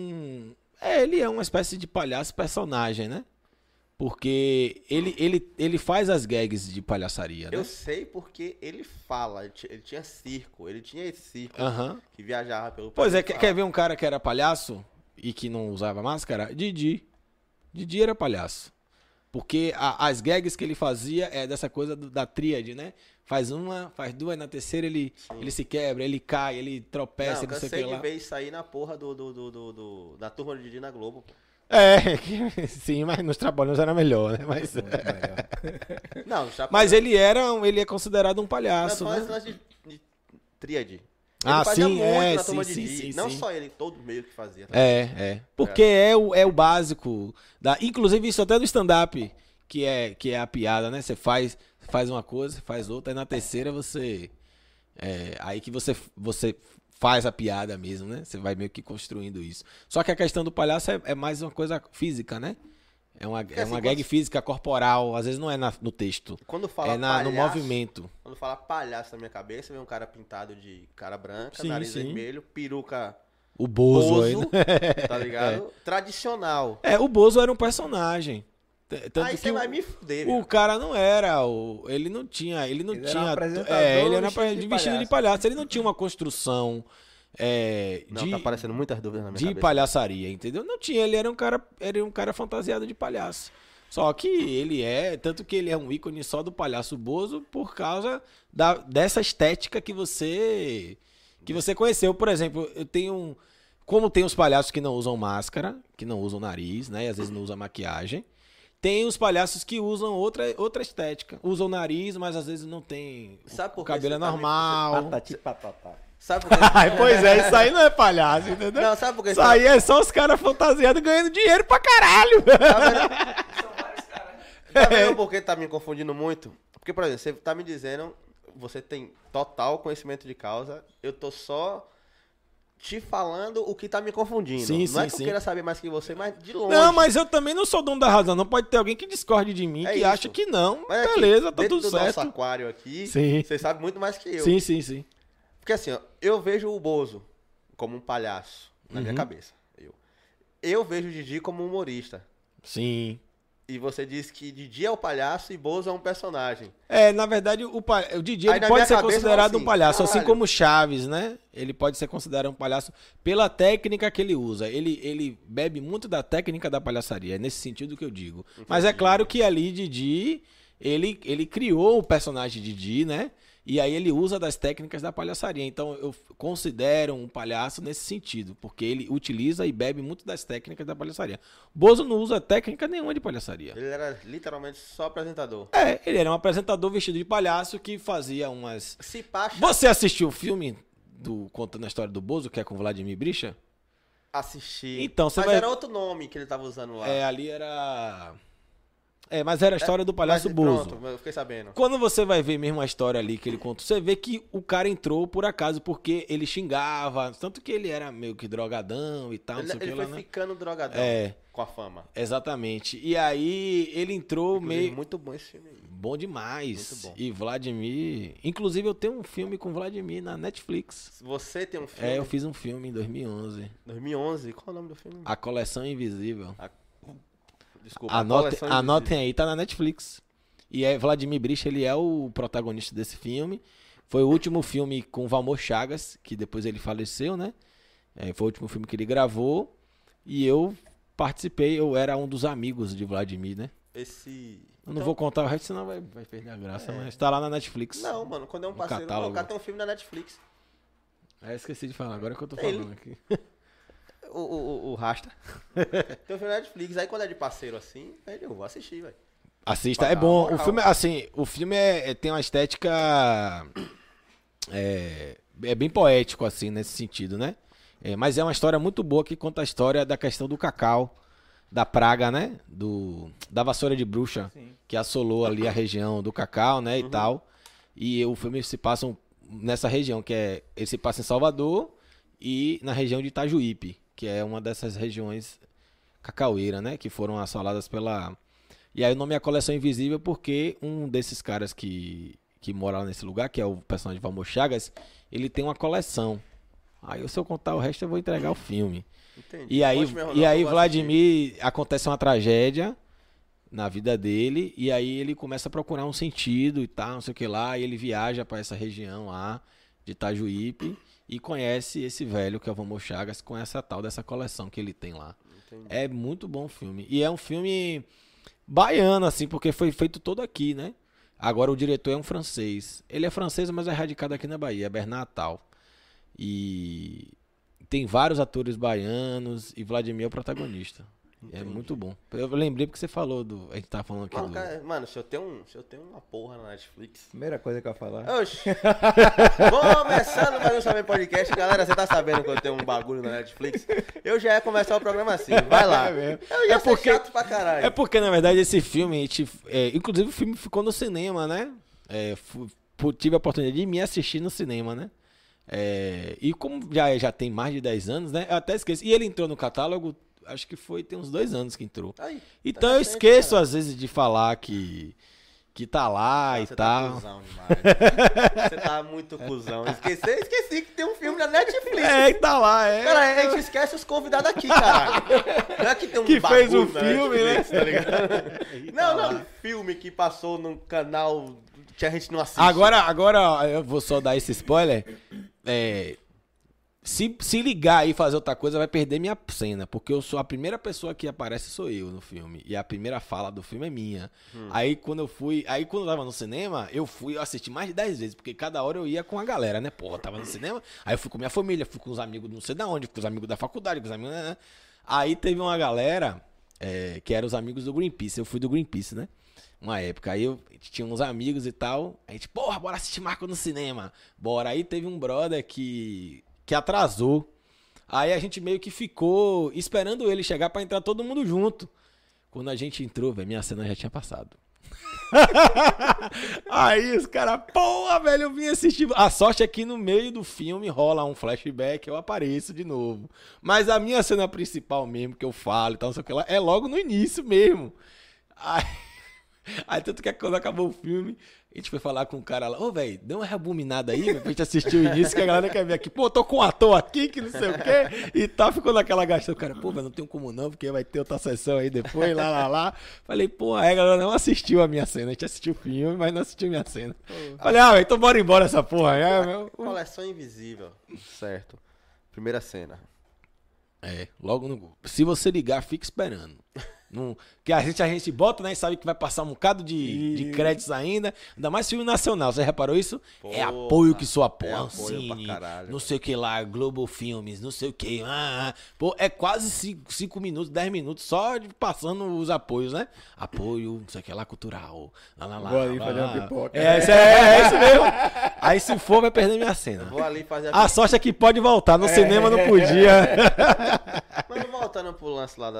D: ele é uma espécie de palhaço personagem, né? Porque ele faz as gags de palhaçaria, né?
C: Eu sei porque ele fala, ele tinha circo, ele tinha esse circo
D: Aham.
C: que viajava pelo
D: Pois
C: país.
D: quer ver um cara que era palhaço e que não usava máscara? Didi. Didi era palhaço. Porque as gags que ele fazia é dessa coisa da tríade, né? Faz uma, faz duas, na terceira ele se quebra, ele cai, ele tropeça, não sei o que
C: cansei de
D: lá.
C: ver isso aí na porra da turma de Didi na Globo. Pô.
D: Sim, mas nos Trapalhões era melhor, né? Mas,
C: Não, já
D: mas ele é considerado um palhaço,
C: Não,
D: né?
C: esse lance de tríade. Ele
D: Ah,
C: fazia
D: sim,
C: muito na turma de
D: sim,
C: Didi.
D: sim,
C: Não
D: sim.
C: só ele, todo meio que fazia.
D: Porque é o básico. Inclusive, isso até do stand-up, que é a piada, né? Você faz uma coisa, você faz outra, aí na terceira você... aí que você faz a piada mesmo, né? Você vai meio que construindo isso. Só que a questão do palhaço é mais uma coisa física, né? É uma
C: assim,
D: gag física, corporal. Às vezes não é no texto.
C: Quando fala
D: No
C: palhaço,
D: movimento.
C: Quando fala palhaço na minha cabeça, vem um cara pintado de cara branca,
D: Sim,
C: nariz
D: sim.
C: vermelho, peruca
D: O Bozo aí,
C: Bozo,
D: né?
C: tá ligado? Tradicional.
D: O Bozo era um personagem. Tanto
C: Aí
D: que
C: você vai me fuder,
D: o
C: meu.
D: cara não era, ele não tinha,
B: Ele era um
D: tinha,
B: apresentador
D: ele era
B: vestido de
D: vestido de palhaço, ele não tinha uma construção
C: Não, tá aparecendo muitas dúvidas na minha
D: de
C: cabeça.
D: palhaçaria, entendeu? Não tinha, ele era um cara fantasiado de palhaço. Só que tanto que ele é um ícone só do palhaço Bozo por causa dessa estética que você conheceu. Por exemplo, como tem os palhaços que não usam máscara, que não usam nariz, né? E às vezes não usam maquiagem. Tem os palhaços que usam outra estética. Usam nariz, mas às vezes não tem.
C: Sabe por
D: O
C: que
D: cabelo é
C: você tá me-
D: normal.
B: Patati patatá.
C: Sabe por que...
D: Pois é, isso aí não é palhaço, entendeu?
C: Não, sabe por que
D: Isso aí é só os caras fantasiados ganhando dinheiro pra caralho.
C: Tá vendo por que tá me confundindo muito? Porque, por exemplo, você tá me dizendo, você tem total conhecimento de causa, eu tô só te falando o que tá me confundindo.
D: Sim,
C: não é
D: sim,
C: que eu
D: sim.
C: queira saber mais que você, mas de longe.
D: Não, mas eu também não sou dono da razão. Não pode ter alguém que discorde de mim,
C: É
D: que
C: isso.
D: acha que não.
C: Mas aqui,
D: Beleza, tá
C: dentro
D: tudo
C: do nosso
D: certo.
C: aquário aqui,
D: Sim.
C: você sabe muito mais que eu.
D: Sim, sim, sim.
C: Porque assim, ó, eu vejo o Bozo como um palhaço na
D: Uhum.
C: minha cabeça. Eu vejo o Didi como um humorista.
D: Sim.
C: E você disse que Didi é o palhaço e Bozo é um personagem.
D: Na verdade, o Didi
C: Aí
D: ele
C: na
D: pode
C: minha
D: ser
C: cabeça,
D: considerado
C: assim,
D: um palhaço, assim
C: caralho.
D: como Chaves, né? Ele pode ser considerado um palhaço pela técnica que ele usa. Ele bebe muito da técnica da palhaçaria, é nesse sentido que eu digo. Mas é claro que ali Didi, ele criou o personagem Didi, né? E aí ele usa das técnicas da palhaçaria. Então eu considero um palhaço nesse sentido, porque ele utiliza e bebe muito das técnicas da palhaçaria. Bozo não usa técnica nenhuma de palhaçaria.
C: Ele era literalmente só apresentador.
D: Ele era um apresentador vestido de palhaço que fazia umas...
C: Se pá,
D: Você assistiu o filme contando a história do Bozo, que é com Vladimir Bricha?
C: assisti.
D: Então, você
C: mas
D: vai-
C: era outro nome que ele tava usando lá.
D: Ali era... mas era a história do palhaço
C: Mas
D: Bozo.
C: Pronto, eu fiquei sabendo.
D: Quando você vai ver mesmo a história ali que ele conta, você vê que o cara entrou por acaso, porque ele xingava, tanto que ele era meio que drogadão e tal, não sei o que
C: Ele
D: lá,
C: foi
D: né?
C: ficando drogadão com a fama.
D: Exatamente. E aí ele entrou
C: Inclusive,
D: meio...
C: muito bom esse filme aí.
D: Bom demais.
C: Muito bom.
D: E Vladimir... Inclusive eu tenho um filme com Vladimir na Netflix.
C: Você tem um filme.
D: Eu fiz um filme em 2011.
C: 2011. Qual é o nome do filme?
D: A Coleção Invisível.
C: Desculpa.
D: Anotem aí, tá na Netflix. E Vladimir Bricha, ele é o protagonista desse filme. Foi o último filme com Valmor Chagas, que depois ele faleceu, né? Foi o último filme que ele gravou. E eu participei, eu era um dos amigos de Vladimir, né? Eu não vou contar o resto, senão vai perder a graça, mas tá lá na Netflix.
C: Não, mano, quando é um parceiro,
D: catálogo.
C: o cara tem um filme na Netflix.
D: Esqueci de falar, agora que eu tô
C: Ele-
D: falando aqui.
C: O Rasta. Tem um filme na Netflix. Aí quando é de parceiro assim, aí eu vou assistir, velho.
D: Assista,
C: Pagar
D: é bom.
C: moral.
D: O filme, assim, tem uma estética. É bem poético, assim, nesse sentido, né? Mas é uma história muito boa que conta a história da questão do cacau, da praga, né? Da vassoura de bruxa,
B: Sim.
D: que assolou ali a região do cacau, né? E tal. E o filme se passa nessa região, ele se passa em Salvador e na região de Itajuípe, que é uma dessas regiões cacaueiras, né? Que foram assoladas pela... E aí o nome é A Coleção Invisível porque um desses caras que mora lá nesse lugar, que é o personagem de Valmor Chagas, ele tem uma coleção. Aí se eu contar o resto eu vou entregar o filme.
C: Entendi.
D: E aí,
C: Conte mesmo, não, que eu vou assistir.
D: Vladimir, acontece uma tragédia na vida dele, e aí ele começa a procurar um sentido e tal, não sei o que lá, e ele viaja para essa região lá de Itajuípe e conhece esse velho que é o Valmor Chagas com essa tal dessa coleção que ele tem lá.
C: Entendi.
D: É muito bom o filme. E é um filme baiano, assim, porque foi feito todo aqui, né? Agora o diretor é um francês. Ele é francês, mas é radicado aqui na Bahia, é Bernard Tal. E tem vários atores baianos e Vladimir é o protagonista. É muito bom. Eu lembrei porque você falou do... A gente tava falando aqui
C: Mano,
D: do...
C: cara, mano, se eu tenho uma porra na Netflix...
B: Primeira coisa que eu ia falar.
C: Oxi! Começando mais um Sabendo Podcast. Galera, você tá sabendo que eu tenho um bagulho na Netflix? Eu já ia começar o programa assim, vai lá. Eu ia ser chato pra caralho.
D: É porque, na verdade, esse filme, a gente, inclusive o filme ficou no cinema, né? Tive a oportunidade de me assistir no cinema, né? E como já tem mais de 10 anos, né? Eu até esqueci. E ele entrou no catálogo, acho que tem uns 2 anos que entrou.
C: Aí,
D: então
C: tá
D: eu
C: recente,
D: esqueço,
C: cara.
D: às vezes, de falar que tá lá e
C: Você
D: tal.
C: tá cuzão demais. Você tá muito cuzão. Esqueci que tem um filme da Netflix.
D: Que tá lá,
C: Cara, a gente esquece os convidados aqui, caralho. Não é que tem um
D: Que fez
C: bagulho
D: um
C: na
D: filme,
C: Netflix, tá ligado?
D: tá
C: Não, filme que passou num canal que a gente não assiste.
D: Agora eu vou só dar esse spoiler. Se ligar e fazer outra coisa, vai perder minha cena. Porque eu sou a primeira pessoa que aparece, sou eu no filme. E a primeira fala do filme é minha. Aí quando eu tava no cinema, eu assisti mais de 10 vezes. Porque cada hora eu ia com a galera, né? Porra, eu tava no cinema. Aí eu fui com minha família, fui com os amigos não sei de onde, fui com os amigos da faculdade, com os amigos. Né? Aí teve uma galera que eram os amigos do Greenpeace. Eu fui do Greenpeace, né? Uma época. Aí eu tinha uns amigos e tal. A gente, porra, bora assistir Marco no cinema. Bora. Aí teve um brother que atrasou. Aí a gente meio que ficou esperando ele chegar pra entrar todo mundo junto. Quando a gente entrou, velho, minha cena já tinha passado. Aí os caras, porra, velho, eu vim assistir. A sorte é que no meio do filme rola um flashback, eu apareço de novo. Mas a minha cena principal mesmo, que eu falo e tal, não sei o que lá, é logo no início mesmo. Aí tanto que quando acabou o filme, a gente foi falar com o cara lá, ô, velho, dê uma rebobinada aí, pra gente assistir o início, que a galera quer ver aqui. Pô, tô com um ator aqui, que não sei o quê. E tá, ficou naquela gastação. O cara, pô, velho, não tem como não, porque vai ter outra sessão aí depois, lá. Falei, pô, a galera não assistiu a minha cena. A gente assistiu o filme, mas não assistiu a minha cena. Falei, velho, então bora embora essa porra.
C: Coleção Invisível. Certo. Primeira cena.
D: Logo no... Se você ligar, fica esperando. Que a gente bota, né? E sabe que vai passar um bocado de créditos ainda. Ainda mais filme nacional. Você reparou isso?
C: Porra,
D: é apoio que só apoia.
C: apoio pra caralho,
D: não sei o que lá, Globo Filmes, não sei o que. Pô, é quase 5 minutos, 10 minutos só passando os apoios, né? Apoio, não sei o que lá, cultural. Lá.
B: Vou ali fazer uma pipoca.
D: É isso mesmo. Aí se for, vai perder minha cena.
C: Vou ali fazer
D: A sorte é que pode voltar. No cinema não podia.
C: Mas voltando pro lance lá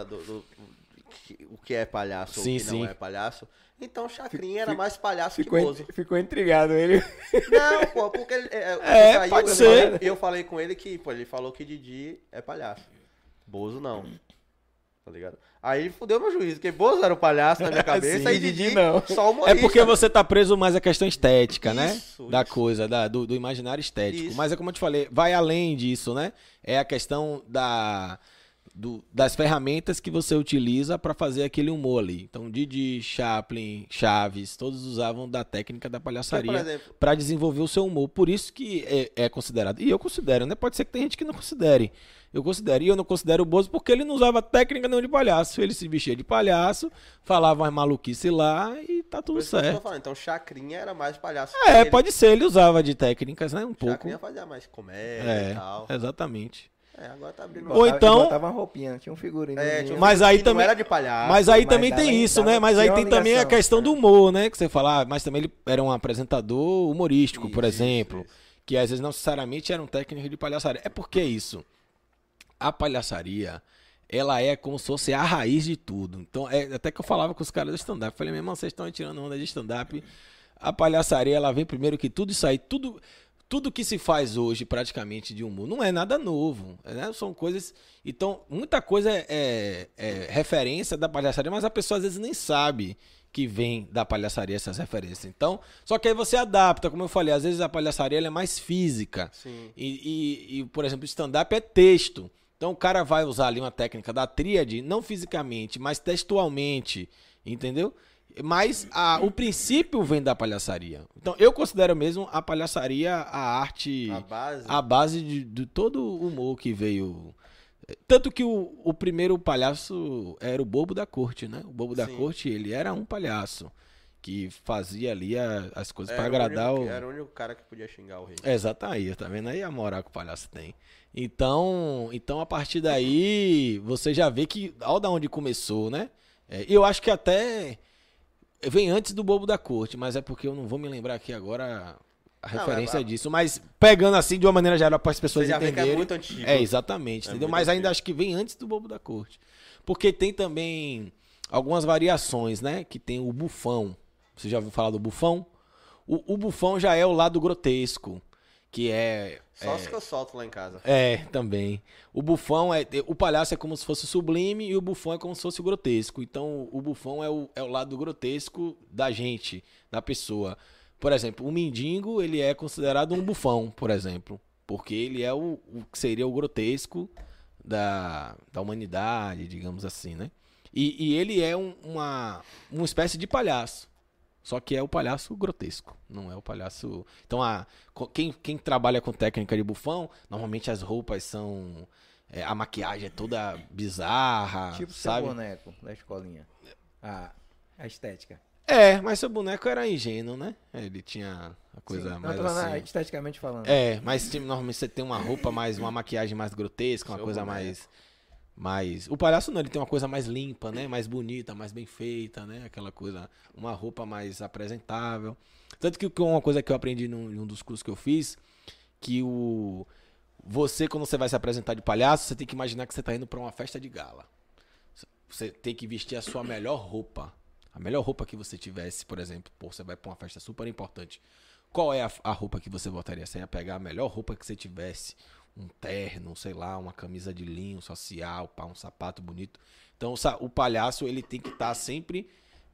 C: o que é palhaço ou o que não é palhaço. Então Chacrinha era mais palhaço que Bozo.
B: Ficou intrigado ele.
C: Não, pô, porque ele
D: pode ser.
C: Eu falei com ele que, pô, ele falou que Didi é palhaço. Bozo não. Tá ligado? Aí fudeu meu juízo, porque Bozo era o palhaço na minha cabeça
B: Sim,
C: e Didi
B: não.
C: só o humorista.
D: É porque você tá preso mais à questão estética, né?
C: Isso,
D: Da
C: isso.
D: coisa, do imaginário estético.
C: Isso.
D: Mas é como eu te falei, vai além disso, né? É a questão das ferramentas que você utiliza para fazer aquele humor ali. Então, Didi, Chaplin, Chaves, todos usavam da técnica da palhaçaria para desenvolver o seu humor. Por isso que é considerado. E eu considero, né? Pode ser que tem gente que não considere. Eu considero. E eu não considero o Bozo porque ele não usava técnica nenhuma de palhaço. Ele se vestia de palhaço, falava umas maluquice lá e tá tudo
C: Por isso que eu tô
D: certo.
C: falando. Então Chacrinha era mais palhaço.
D: Pode ser. Ele usava de técnicas, né? Um pouco.
C: Chacrinha fazia mais comédia e tal.
D: exatamente.
C: Agora tá abrindo.
D: Ou então-
B: Botava uma roupinha, tinha um figurino.
C: Tinha um
D: Mas aí
C: que não
D: também-
C: era de palhaço.
D: Mas aí
B: mas
D: também
B: dava-
D: tem isso,
B: dava-
D: né? Mas aí
B: tinha
D: tem
B: uma
D: também a
B: ligação.
D: questão do humor, né? Que você fala, mas também ele era um apresentador humorístico, por
C: Isso,
D: exemplo.
C: isso.
D: Que às vezes não necessariamente era um técnico de palhaçaria. É porque isso. A palhaçaria, ela é como se fosse a raiz de tudo. Então, até que eu falava com os caras do stand-up. Falei, meu irmão, vocês estão tirando onda de stand-up. A palhaçaria, ela vem primeiro que tudo isso aí, tudo que se faz hoje praticamente de humor não é nada novo, né? São coisas... Então, muita coisa é referência da palhaçaria, mas a pessoa às vezes nem sabe que vem da palhaçaria essas referências. Então, só que aí você adapta, como eu falei, às vezes a palhaçaria ela é mais física.
C: Sim.
D: E, por exemplo, o stand-up é texto. Então, o cara vai usar ali uma técnica da tríade, não fisicamente, mas textualmente, entendeu? Mas o princípio vem da palhaçaria. Então, eu considero mesmo a palhaçaria a arte, a base de todo o humor que veio. Tanto que o primeiro palhaço era o Bobo da Corte, né? O Bobo da
C: Sim.
D: Corte, ele era um palhaço. que fazia ali as coisas pra
C: Era
D: agradar o...
C: Era o único cara que podia xingar o rei.
D: Exatamente, tá vendo aí a moral que o palhaço tem. Então a partir daí, você já vê que, olha da onde começou, né? Eu acho que até vem antes do Bobo da Corte, mas é porque eu não vou me lembrar aqui agora a referência disso. Mas pegando assim, de uma maneira geral, para as pessoas
C: Você já vê que
D: entenderem.
C: é muito antigo.
D: Exatamente, entendeu?
C: muito
D: Mas ainda
C: antigo.
D: acho que vem antes do Bobo da Corte. Porque tem também algumas variações, né? Que tem o bufão. Você já ouviu falar do bufão? O bufão já é o lado grotesco, que é...
C: Só os que eu solto lá em casa.
D: Também. O bufão o palhaço é como se fosse sublime e o bufão é como se fosse o grotesco. Então, o bufão é o lado grotesco da gente, da pessoa. Por exemplo, o mendigo, ele é considerado um bufão, por exemplo. Porque ele é o que seria o grotesco da humanidade, digamos assim, né? E ele é uma espécie de palhaço. Só que é o palhaço grotesco, não é o palhaço... Então, quem trabalha com técnica de bufão, normalmente as roupas são... a maquiagem é toda bizarra,
B: Tipo
D: sabe?
B: seu boneco da escolinha. A estética.
D: Mas seu boneco era ingênuo, né? Ele tinha a coisa
B: Sim,
D: mais
B: não, tô falando
D: assim...
B: esteticamente falando.
D: Mas normalmente você tem uma roupa mais... Uma maquiagem mais grotesca, uma
C: Seu
D: coisa
C: boneco.
D: mais... O palhaço não, ele tem uma coisa mais limpa, né? Mais bonita, mais bem feita, né? Aquela coisa... Uma roupa mais apresentável. Tanto que uma coisa que eu aprendi num dos cursos que eu fiz, que você, quando você vai se apresentar de palhaço, você tem que imaginar que você tá indo pra uma festa de gala. Você tem que vestir a sua melhor roupa. A melhor roupa que você tivesse, por exemplo. Você vai pra uma festa super importante. Qual é a roupa que você botaria? Você ia pegar a melhor roupa que você tivesse. Um terno, sei lá, uma camisa de linho social, um sapato bonito. Então, o palhaço, ele tem que estar sempre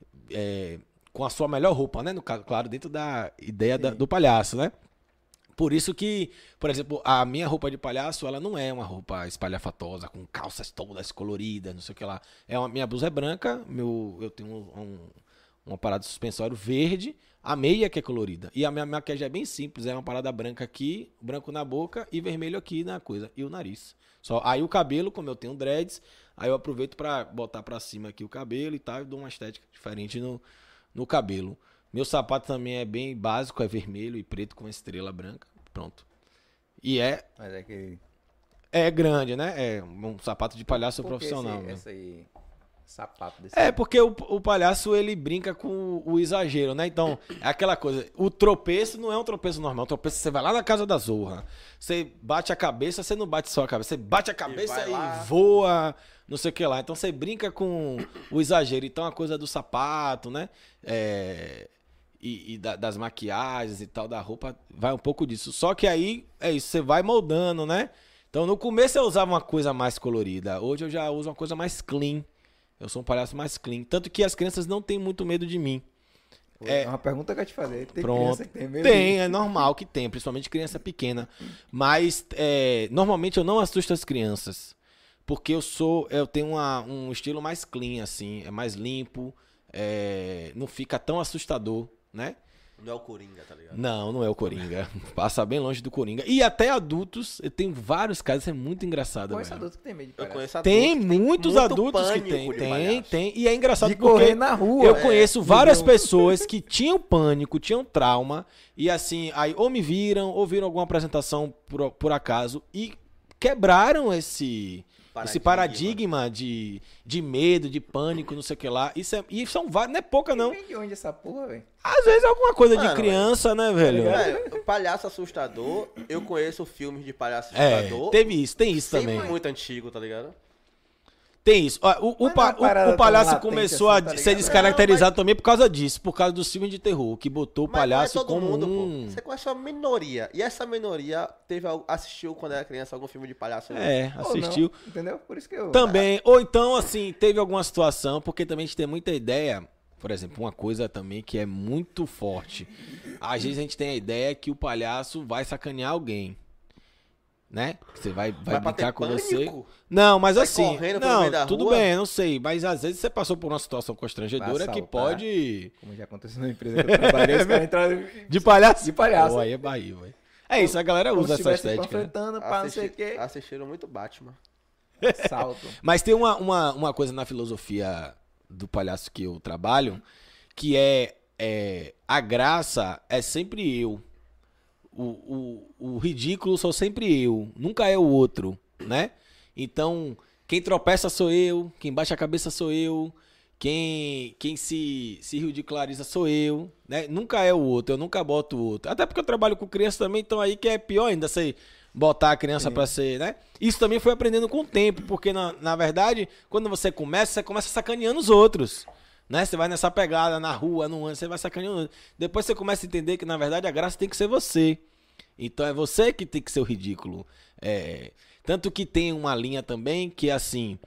D: com a sua melhor roupa, né? No caso, claro, dentro da ideia do palhaço, né? Por isso que, por exemplo, a minha roupa de palhaço, ela não é uma roupa espalhafatosa, com calças todas coloridas, não sei o que lá. Minha blusa é branca, eu tenho uma parada de suspensório verde, a meia que é colorida. E a minha maquiagem é bem simples, é uma parada branca aqui, branco na boca e vermelho aqui na coisa, e o nariz. Aí o cabelo, como eu tenho dreads, aí eu aproveito pra botar pra cima aqui o cabelo e tal, e dou uma estética diferente no cabelo. Meu sapato também é bem básico, é vermelho e preto com uma estrela branca. Pronto. E
B: Mas é que...
D: é grande, né? É um sapato de palhaço
B: Por que
D: profissional. Né?
B: Sapato desse...
D: Porque o palhaço, ele brinca com o exagero, né? Então, é aquela coisa, o tropeço não é um tropeço normal. O tropeço, você vai lá na casa da Zorra, você bate a cabeça, você não bate só a cabeça, você bate a cabeça e voa, não sei o que lá. Então, você brinca com o exagero. Então, a coisa do sapato, né? Das maquiagens e tal, da roupa, vai um pouco disso. Só que aí, é isso, você vai moldando, né? Então, no começo eu usava uma coisa mais colorida. Hoje eu já uso uma coisa mais clean. Eu sou um palhaço mais clean. Tanto que as crianças não têm muito medo de mim.
B: É uma pergunta que eu ia te fazer. Tem
D: Pronto.
B: criança que tem medo?
D: Tem, é normal que tem, principalmente criança pequena. Mas, normalmente eu não assusto as crianças. Porque eu tenho um estilo mais clean, assim. É mais limpo. Não fica tão assustador, né?
C: Não é o Coringa, tá ligado?
D: Não é o Coringa. Passa bem longe do Coringa. E até adultos, eu tenho vários casos, isso é muito engraçado.
B: Conheço
D: velho.
B: adulto que tem medo de
C: Eu
B: palhaço.
C: conheço adultos
D: Tem
C: que
D: muitos
C: muito
D: adultos que
C: pânico de
D: tem.
C: palhaço.
D: E é engraçado
B: De
D: porque
B: correr na rua.
D: eu conheço várias
B: entendeu?
D: pessoas que tinham pânico, tinham trauma, e assim, aí ou me viram, ou viram alguma apresentação por acaso, e quebraram esse paradigma de medo, de pânico, não sei o que lá. E são vários, não é pouca não.
B: Vem de onde essa porra, velho?
D: Às vezes é alguma coisa de
C: Mano,
D: criança, né, velho?
C: Velho, palhaço assustador, eu conheço filmes de palhaço assustador.
D: Tem isso
C: sempre
D: também.
C: muito antigo, tá ligado?
D: Tem isso. Ó,
B: Mas não é uma parada
D: o palhaço
B: tão latente
D: começou
B: assim,
D: a
B: tá
D: ser
B: ligado?
D: descaracterizado também por causa disso, por causa dos filmes de terror, que botou o
C: Mas
D: palhaço
C: não é todo
D: como
C: mundo,
D: um...
C: pô. Você conhece uma minoria. E essa minoria assistiu quando era criança algum filme de palhaço?
B: Ou
D: assistiu.
B: não, entendeu? Por isso que eu...
D: Também, ou então, assim, teve alguma situação, porque também a gente tem muita ideia, por exemplo, uma coisa também que é muito forte. Às vezes a gente tem a ideia que o palhaço vai sacanear alguém, né? Você vai
C: pra
D: brincar
C: ter
D: com você.
C: pânico?
D: Não, mas
C: Sai
D: assim,
C: correndo pelo meio da
D: tudo
C: rua?
D: bem, eu não sei, mas às vezes você passou por uma situação constrangedora
B: Vai
D: que
B: assaltar.
D: pode...
B: Como já aconteceu na empresa que eu trabalhei, os caras entraram...
D: De palhaço?
B: De palhaço.
D: Pô, aí é Bahia, velho. É isso, a galera
B: Como
D: usa
B: se
D: essa
B: estivesse
D: estética. Né?
B: panfletando pra não sei o quê.
C: Assistiram muito Batman.
B: Salto.
D: Mas tem uma coisa na filosofia do palhaço que eu trabalho, que é a graça é sempre eu. O ridículo sou sempre eu, nunca é o outro, né? Então, quem tropeça sou eu, quem baixa a cabeça sou eu, quem se ridiculariza sou eu, né? Nunca é o outro, eu nunca boto o outro. Até porque eu trabalho com criança também, então aí que é pior ainda você botar a criança pra ser, né? Isso também foi aprendendo com o tempo, porque na verdade, quando você começa sacaneando os outros, né? Você vai nessa pegada na rua, no ônibus, você vai sacaneando. Depois você começa a entender que na verdade a graça tem que ser você. Então é você que tem que ser o ridículo. Tanto que tem uma linha também que é assim,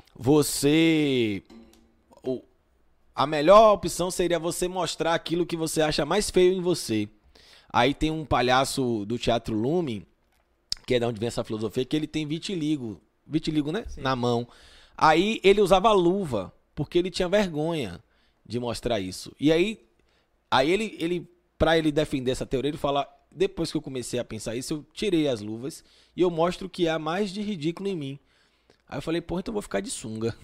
D: a melhor opção seria você mostrar aquilo que você acha mais feio em você. Aí tem um palhaço do Teatro Lume, que é de onde vem essa filosofia, que ele tem vitiligo, né? Sim. Na mão. Aí ele usava luva, porque ele tinha vergonha de mostrar isso. E aí ele para ele defender essa teoria, ele fala, depois que eu comecei a pensar isso, eu tirei as luvas e eu mostro o que há mais de ridículo em mim. Aí eu falei, porra, então eu vou ficar de sunga.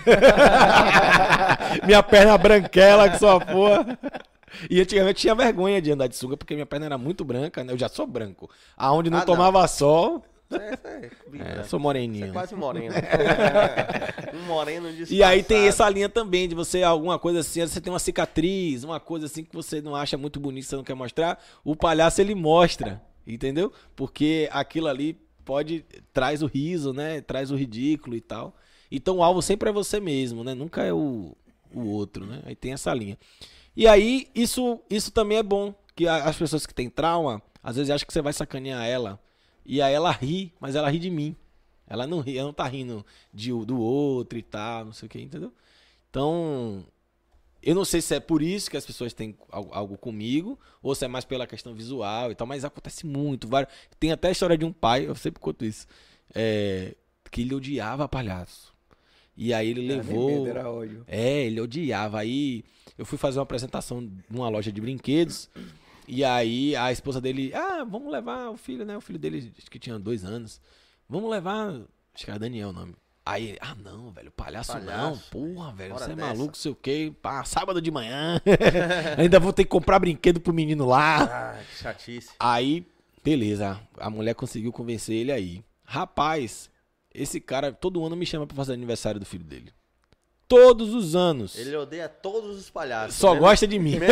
D: Minha perna branquela, que só porra. E antigamente tinha vergonha de andar de sunga, porque minha perna era muito branca, né? Eu já sou branco. Aonde não tomava sol... sou moreninho.
C: Você é quase moreno. Um moreno disfarçado.
D: E aí tem essa linha também de você, alguma coisa assim, você tem uma cicatriz, uma coisa assim que você não acha muito bonito, você não quer mostrar, o palhaço ele mostra, entendeu? Porque aquilo ali traz o riso, né? Traz o ridículo e tal. Então o alvo sempre é você mesmo, né? Nunca é o outro, né? Aí tem essa linha. E aí isso também é bom, que as pessoas que têm trauma, às vezes acham que você vai sacanear ela. E aí ela ri, mas ela ri de mim. Ela não ri, ela não tá rindo do outro e tal, não sei o que, entendeu? Então, eu não sei se é por isso que as pessoas têm algo comigo, ou se é mais pela questão visual e tal, mas acontece muito. Tem até a história de um pai, eu sempre conto isso, que ele odiava palhaço. E aí ele levou...
B: Era ódio.
D: Ele odiava. Aí eu fui fazer uma apresentação numa loja de brinquedos... E aí a esposa dele, vamos levar o filho, né? O filho dele, acho que tinha 2 anos. Vamos levar, acho que era Daniel o nome. Aí, não, velho, palhaço não. Porra, velho, você é maluco, sei o quê. Sábado de manhã. Ainda vou ter que comprar brinquedo pro menino lá.
C: Que chatice.
D: Aí, beleza, a mulher conseguiu convencer ele aí. Rapaz, esse cara todo ano me chama pra fazer aniversário do filho dele. Todos os anos.
C: Ele odeia todos os palhaços.
D: Só gosta de mim.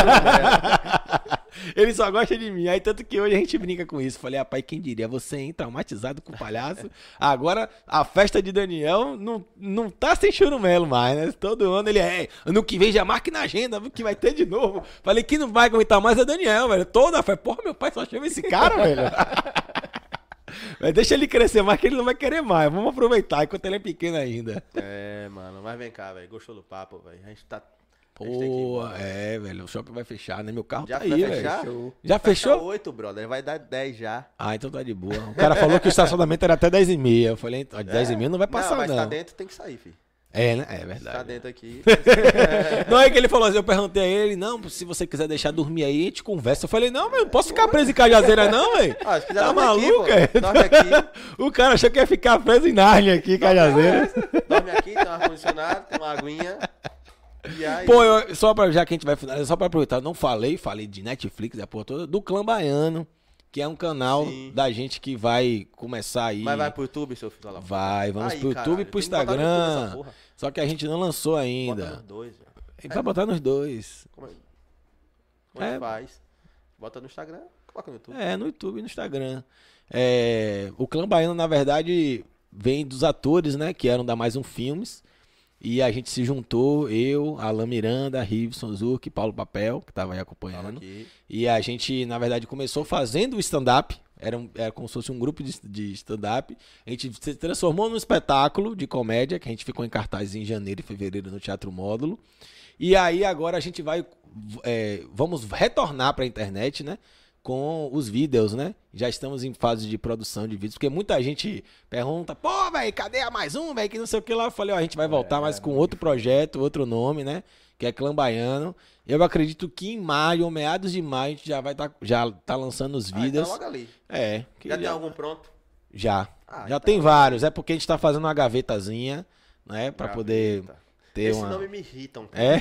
D: Ele só gosta de mim. Aí tanto que hoje a gente brinca com isso. Falei, rapaz, quem diria? Você hein, traumatizado com o palhaço. Agora a festa de Daniel não tá sem churumelo mais, né? Todo ano ele ano que vem já marque na agenda, que vai ter de novo. Falei, que não vai aguentar mais é Daniel, velho. Toda a festa. Porra, meu pai só chama esse cara, velho. Mas deixa ele crescer mais que ele não vai querer mais. Vamos aproveitar enquanto ele é pequeno ainda.
C: Mano. Mas vem cá, velho. Gostou do papo, velho? A gente tá...
D: Pô, velho. O shopping vai fechar, né? Meu carro
C: Já
D: tá aí,
C: fechar?
D: velho. Já fechou?
C: 8, brother. Vai dar 10 já.
D: Então tá de boa. O cara falou que o estacionamento era até 10h30. Eu falei, 10h30 não vai passar, não.
C: Mas tá dentro, tem que sair, filho.
D: Né? É verdade.
C: Se tá dentro aqui...
D: Não é que ele falou assim, eu perguntei a ele, não, se você quiser deixar dormir aí, a gente conversa. Eu falei, não, mas não posso ficar preso em Cajazeira não, velho.
C: Se quiser
D: Tá
C: dorme
D: maluco,
C: aqui, dorme aqui.
D: O cara achou que ia ficar preso em Nárnia aqui, Cajazeira.
C: Dorme aqui, tem um ar-condicionado, tem uma aguinha. E aí...
D: Pô, já que a gente vai finalizar, só pra aproveitar, eu não falei de Netflix, a porra toda, do Clã Baiano, que é um canal da gente que vai começar aí.
C: Mas vai pro YouTube, seu filho?
D: Vamos pro YouTube e pro Instagram. Só que a gente não lançou ainda.
C: Bota nos 2, velho.
D: Vai botar nos 2.
C: Como é que faz? Bota no Instagram, coloca no YouTube.
D: No YouTube e no Instagram. O Clã Baiano, na verdade, vem dos atores, né? Que eram da Mais Um Filmes. E a gente se juntou, eu, Alan Miranda, Rivson Zurk, Paulo Papel, que tava aí acompanhando. E a gente, na verdade, começou fazendo o stand-up. Era como se fosse um grupo de stand-up. A gente se transformou num espetáculo de comédia, que a gente ficou em cartaz em janeiro e fevereiro no Teatro Módulo. E aí agora a gente vamos retornar para a internet, né? Com os vídeos, né? Já estamos em fase de produção de vídeos, porque muita gente pergunta, pô, velho, cadê a Mais Um, velho, que não sei o que lá. Eu falei, a gente vai voltar, mas com outro projeto, outro nome, né? Que é Clã Baiano. Eu acredito que em maio, ou meados de maio, a gente já tá lançando os vídeos.
C: Então logo ali.
D: Já
C: tem algum pronto?
D: Já
C: Então
D: tem vários. É porque a gente tá fazendo uma gavetazinha, né? Pra poder... ter
C: Esse
D: uma...
C: nome me irrita um pouco.
D: É?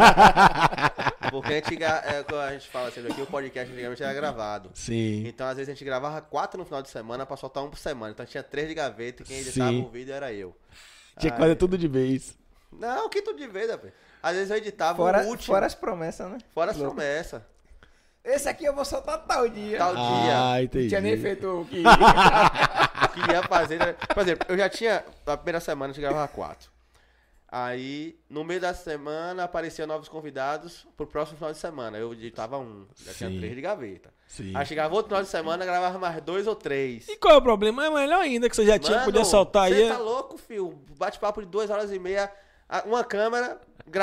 C: Porque quando a gente fala sempre aqui, o podcast antigamente era gravado.
D: Sim.
C: Então, às vezes, a gente gravava 4 no final de semana pra soltar um por semana. Então, tinha 3 de gaveta e quem editava
D: Sim.
C: o vídeo era eu.
D: Tinha que fazer tudo de vez.
C: Não, que tudo de vez, rapaz. Às vezes eu editava o
B: Fora,
C: último.
B: fora as promessas, né?
C: Fora as
B: Louco.
C: promessas.
B: Esse aqui eu vou soltar tal dia.
C: Tal dia.
D: Ah, entendi.
B: Não tinha nem feito o que...
C: Eu queria fazer. Né? Por exemplo, eu já tinha. Na primeira semana a gente gravava 4. Aí, no meio da semana, apareciam novos convidados pro próximo final de semana. Eu editava um. Já tinha
D: Sim.
C: 3 de gaveta.
D: Sim.
C: Aí chegava outro final de semana, gravava mais 2 ou 3.
D: E qual é o problema? É melhor ainda que você já tinha, podia soltar aí.
C: Você tá louco, filho? Bate-papo de 2 horas e meia. Uma câmera,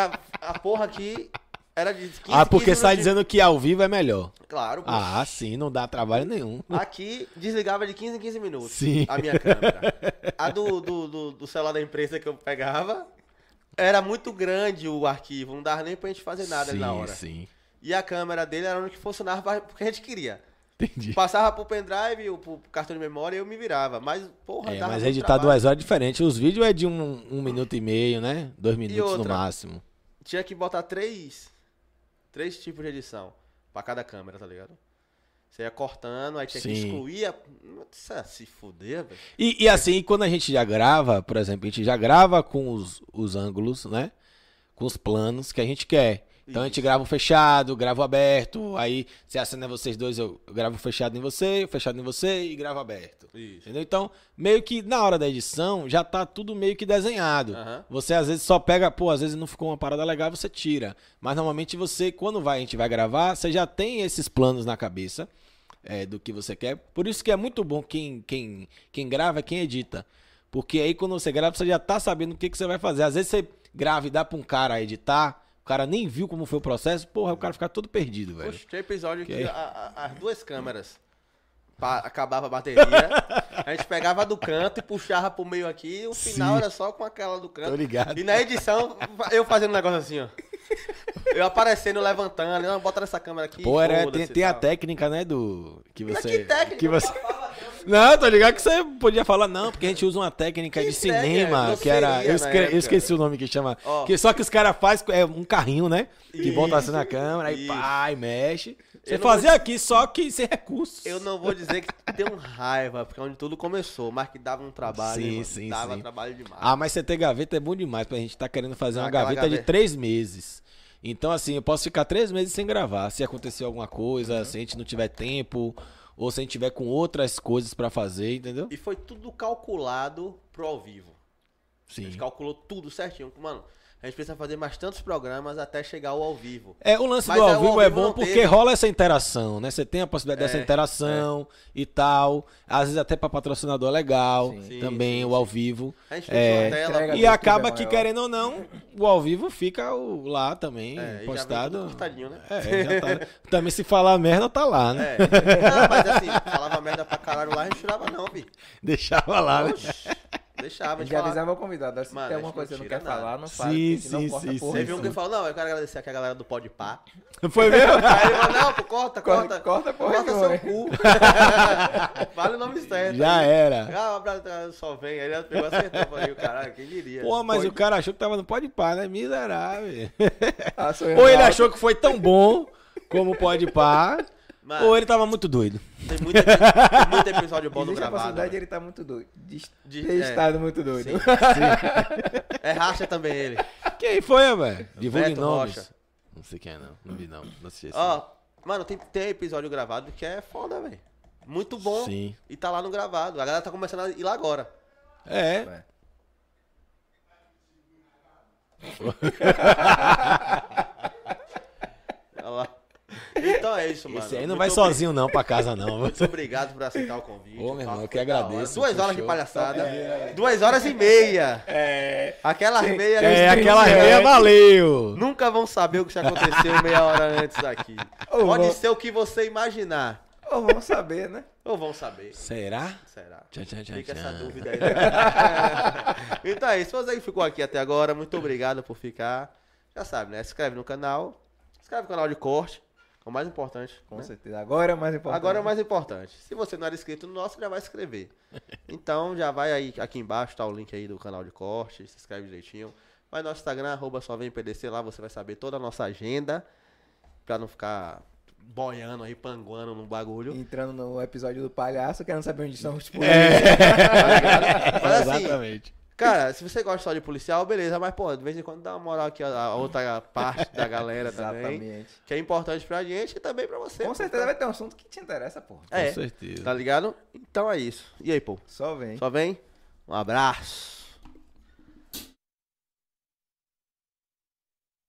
C: a porra aqui era de 15
D: Ah, porque
C: 15
D: sai
C: minutinhos.
D: dizendo que ao vivo é melhor.
C: Claro, pô.
D: Ah, sim, não dá trabalho nenhum.
C: Aqui desligava de 15 em 15 minutos.
D: Sim.
C: A minha câmera. A do celular da empresa que eu pegava era muito grande o arquivo, não dava nem pra gente fazer nada ali na hora.
D: Sim,
C: E a câmera dele era onde que funcionava porque a gente queria.
D: entendi.
C: Passava pro pendrive, pro cartão de memória e eu me virava. Mas, porra,
D: É,
C: dava
D: mas
C: muito
D: editar
C: trabalho.
D: 2 horas é diferente. Os vídeos é de um minuto e meio, né? 2 minutos no
C: outra?
D: máximo.
C: Tinha que botar três tipos de edição pra cada câmera, tá ligado? Você ia cortando, aí tinha que
D: Sim.
C: excluir. Nossa, se fuder, velho.
D: E assim, quando a gente já grava, por exemplo, a gente já grava com os ângulos, né? Com os planos que a gente quer. Então a gente
C: Isso.
D: grava o fechado, grava o aberto, aí se a cena é vocês dois, eu gravo o fechado em você, o fechado em você e gravo aberto.
C: Isso.
D: Entendeu? Então, meio que na hora da edição, já tá tudo meio que desenhado.
C: Aham.
D: Você às vezes só pega, pô, às vezes não ficou uma parada legal, você tira. Mas normalmente você, quando a gente vai gravar, você já tem esses planos na cabeça do que você quer. Por isso que é muito bom quem grava é quem edita. Porque aí quando você grava, você já tá sabendo o que você vai fazer. Às vezes você grava e dá pra um cara editar, o cara nem viu como foi o processo, porra, o cara fica todo perdido, velho.
C: Poxa, tinha episódio que
D: Ok.
C: as 2 câmeras acabava a bateria, a gente pegava a do canto e puxava pro meio aqui, e o final
D: Sim.
C: era só com aquela do canto.
D: Tô ligado.
C: E na edição, eu fazendo um negócio assim, ó. Eu aparecendo, levantando, não, bota nessa câmera aqui.
D: Pô,
C: foda-se
D: tem
C: e
D: a
C: tal.
D: técnica, né, do... Que
C: Mas
D: você...
C: que técnica?
D: que você... Não, tô ligado que você podia falar, não, porque a gente usa uma técnica
C: Que
D: de cinema,
C: técnica?
D: que era...
C: Grosseria na época.
D: Eu esqueci o nome que chama.
C: Ó.
D: Só que os caras fazem um carrinho, né? Que bota assim na
C: Isso,
D: câmera, aí
C: isso.
D: pá, e mexe. Você
C: Eu não
D: fazia
C: vou-
D: aqui, só que sem recursos.
C: Eu não vou dizer que deu raiva, porque é onde tudo começou, mas que dava um trabalho,
D: Sim,
C: mano,
D: sim,
C: dava
D: sim.
C: trabalho demais.
D: Ah, mas você ter gaveta é bom demais, pra gente tá querendo fazer uma
C: Aquela
D: gaveta de
C: gaveta.
D: 3 meses. Então, assim, eu posso ficar 3 meses sem gravar. Se acontecer alguma coisa, se a gente não tiver tempo, ou se a gente tiver com outras coisas pra fazer, entendeu?
C: E foi tudo calculado pro ao vivo. A
D: Sim.
C: gente calculou tudo certinho. Mano, a gente precisa fazer mais tantos programas até chegar ao vivo.
D: O lance
C: Mas
D: do
C: o
D: ao
C: ao
D: vivo é
C: vivo
D: bom
C: não
D: porque
C: teve.
D: rola essa interação, né? Você tem a possibilidade dessa
C: É,
D: interação e tal. Às vezes até pra patrocinador legal,
B: Sim.
D: também
C: Sim,
D: o
C: sim,
D: ao
C: sim.
D: vivo.
C: A gente fez
D: É,
C: uma tela.
B: entrega
D: E
B: do
D: acaba
B: YouTube
D: que,
B: é maior.
D: querendo ou não, o ao vivo fica lá também
C: É, e já vem
D: postado.
C: tudo cortadinho, né?
D: Já tá. Também se falar merda, tá lá, né?
C: É. Não, mas assim, falava merda pra caralho lá, a gente tirava não, vi.
D: Deixava lá, né?
C: Oxi, deixava, a
B: A
C: gente
B: gente
C: falava.
B: avisava o convidado, se
C: Mano,
B: tem
C: a
B: alguma
C: gente
B: coisa que
C: não
B: você não
C: tira
B: quer
C: nada.
B: falar, não
D: Sim,
B: fala, porque senão
D: sim,
B: corta
D: sim,
B: porra
C: Teve um que
B: nenhuma.
C: falou, não, eu quero agradecer aqui a galera do Podpah.
D: Foi mesmo?
C: Aí ele falou, não, pô, corta.
B: Corta porra
C: Corta
B: nenhuma.
C: seu cu. Fala o nome certo.
D: Já
C: aí.
D: era.
C: Ah, o abraço, só vem. Aí ele pegou e acertou. Falei, caralho, quem diria?
D: Pô, mas o cara achou que tava no Pode Pá, né? Miserável.
B: Ah, sou
D: Ou ele
B: Reinaldo.
D: achou que foi tão bom como Pode Pá,
C: Mano,
D: ou ele tava muito doido.
C: tem muito episódio bom no
B: Existe a
C: gravado.
B: possibilidade de
C: velho.
B: ele estar muito doido.
C: De-
B: Ter
C: é.
B: estado muito doido.
C: Sim. É racha também ele.
D: Quem foi, velho? Divulgue
C: Beto
D: nomes.
C: Rocha.
D: Não sei quem é, não. Não vi, não. Não assisti esse.
C: Ó, mano, tem episódio gravado que é foda, velho. Muito bom.
D: Sim.
C: E tá lá no gravado. A galera tá começando a ir lá agora.
D: É.
C: Olha lá. Então é isso, mano.
D: Esse aí não
C: Muito
D: vai sozinho, não, pra casa, não.
C: Muito obrigado por aceitar o convite.
D: Ô, meu
C: O
D: irmão,
C: papo
D: eu que
C: foi da hora.
D: agradeço,
C: 2 horas de
D: fechou.
C: palhaçada. 2 horas e meia.
B: É.
C: Aquelas meias.
D: É, aquela meia valeu.
C: Nunca vão saber o que já aconteceu meia hora antes aqui.
B: Ô,
C: Pode
B: vou-
C: ser o que você imaginar.
B: Ou vamos saber, né?
C: Ou vão saber.
D: Será?
C: Será?
D: Tchau, tchau, tchau,
C: Fica essa
D: tchau.
C: dúvida aí. Né? Então é isso. Se você que ficou aqui até agora, muito obrigado por ficar. Já sabe, né? Se inscreve no canal. Se inscreve no canal de corte. É o mais importante.
B: Com
C: né?
B: certeza. Agora é o mais importante.
C: Agora é o mais importante. Se você não era inscrito no nosso, já vai se inscrever. Então já vai aí, aqui embaixo tá o link aí do canal de corte. Se inscreve direitinho. Vai no nosso Instagram, @SóVemPDC, lá você vai saber toda a nossa agenda, pra não ficar boiando aí, panguando no bagulho.
B: Entrando no episódio do palhaço, querendo saber onde são os polícias.
C: Tá ligado? Mas assim,
D: Exatamente.
C: cara, se você gosta só de policial, beleza, mas pô, de vez em quando dá uma moral aqui a outra parte da galera também,
B: Exatamente.
C: que é importante pra gente e também pra você.
B: Com
C: pô,
B: certeza
C: tá?
B: vai ter um assunto que te interessa, porra.
C: É,
D: Com certeza.
C: tá ligado? Então é isso. E aí, pô?
B: Só vem.
C: Só vem? Um abraço.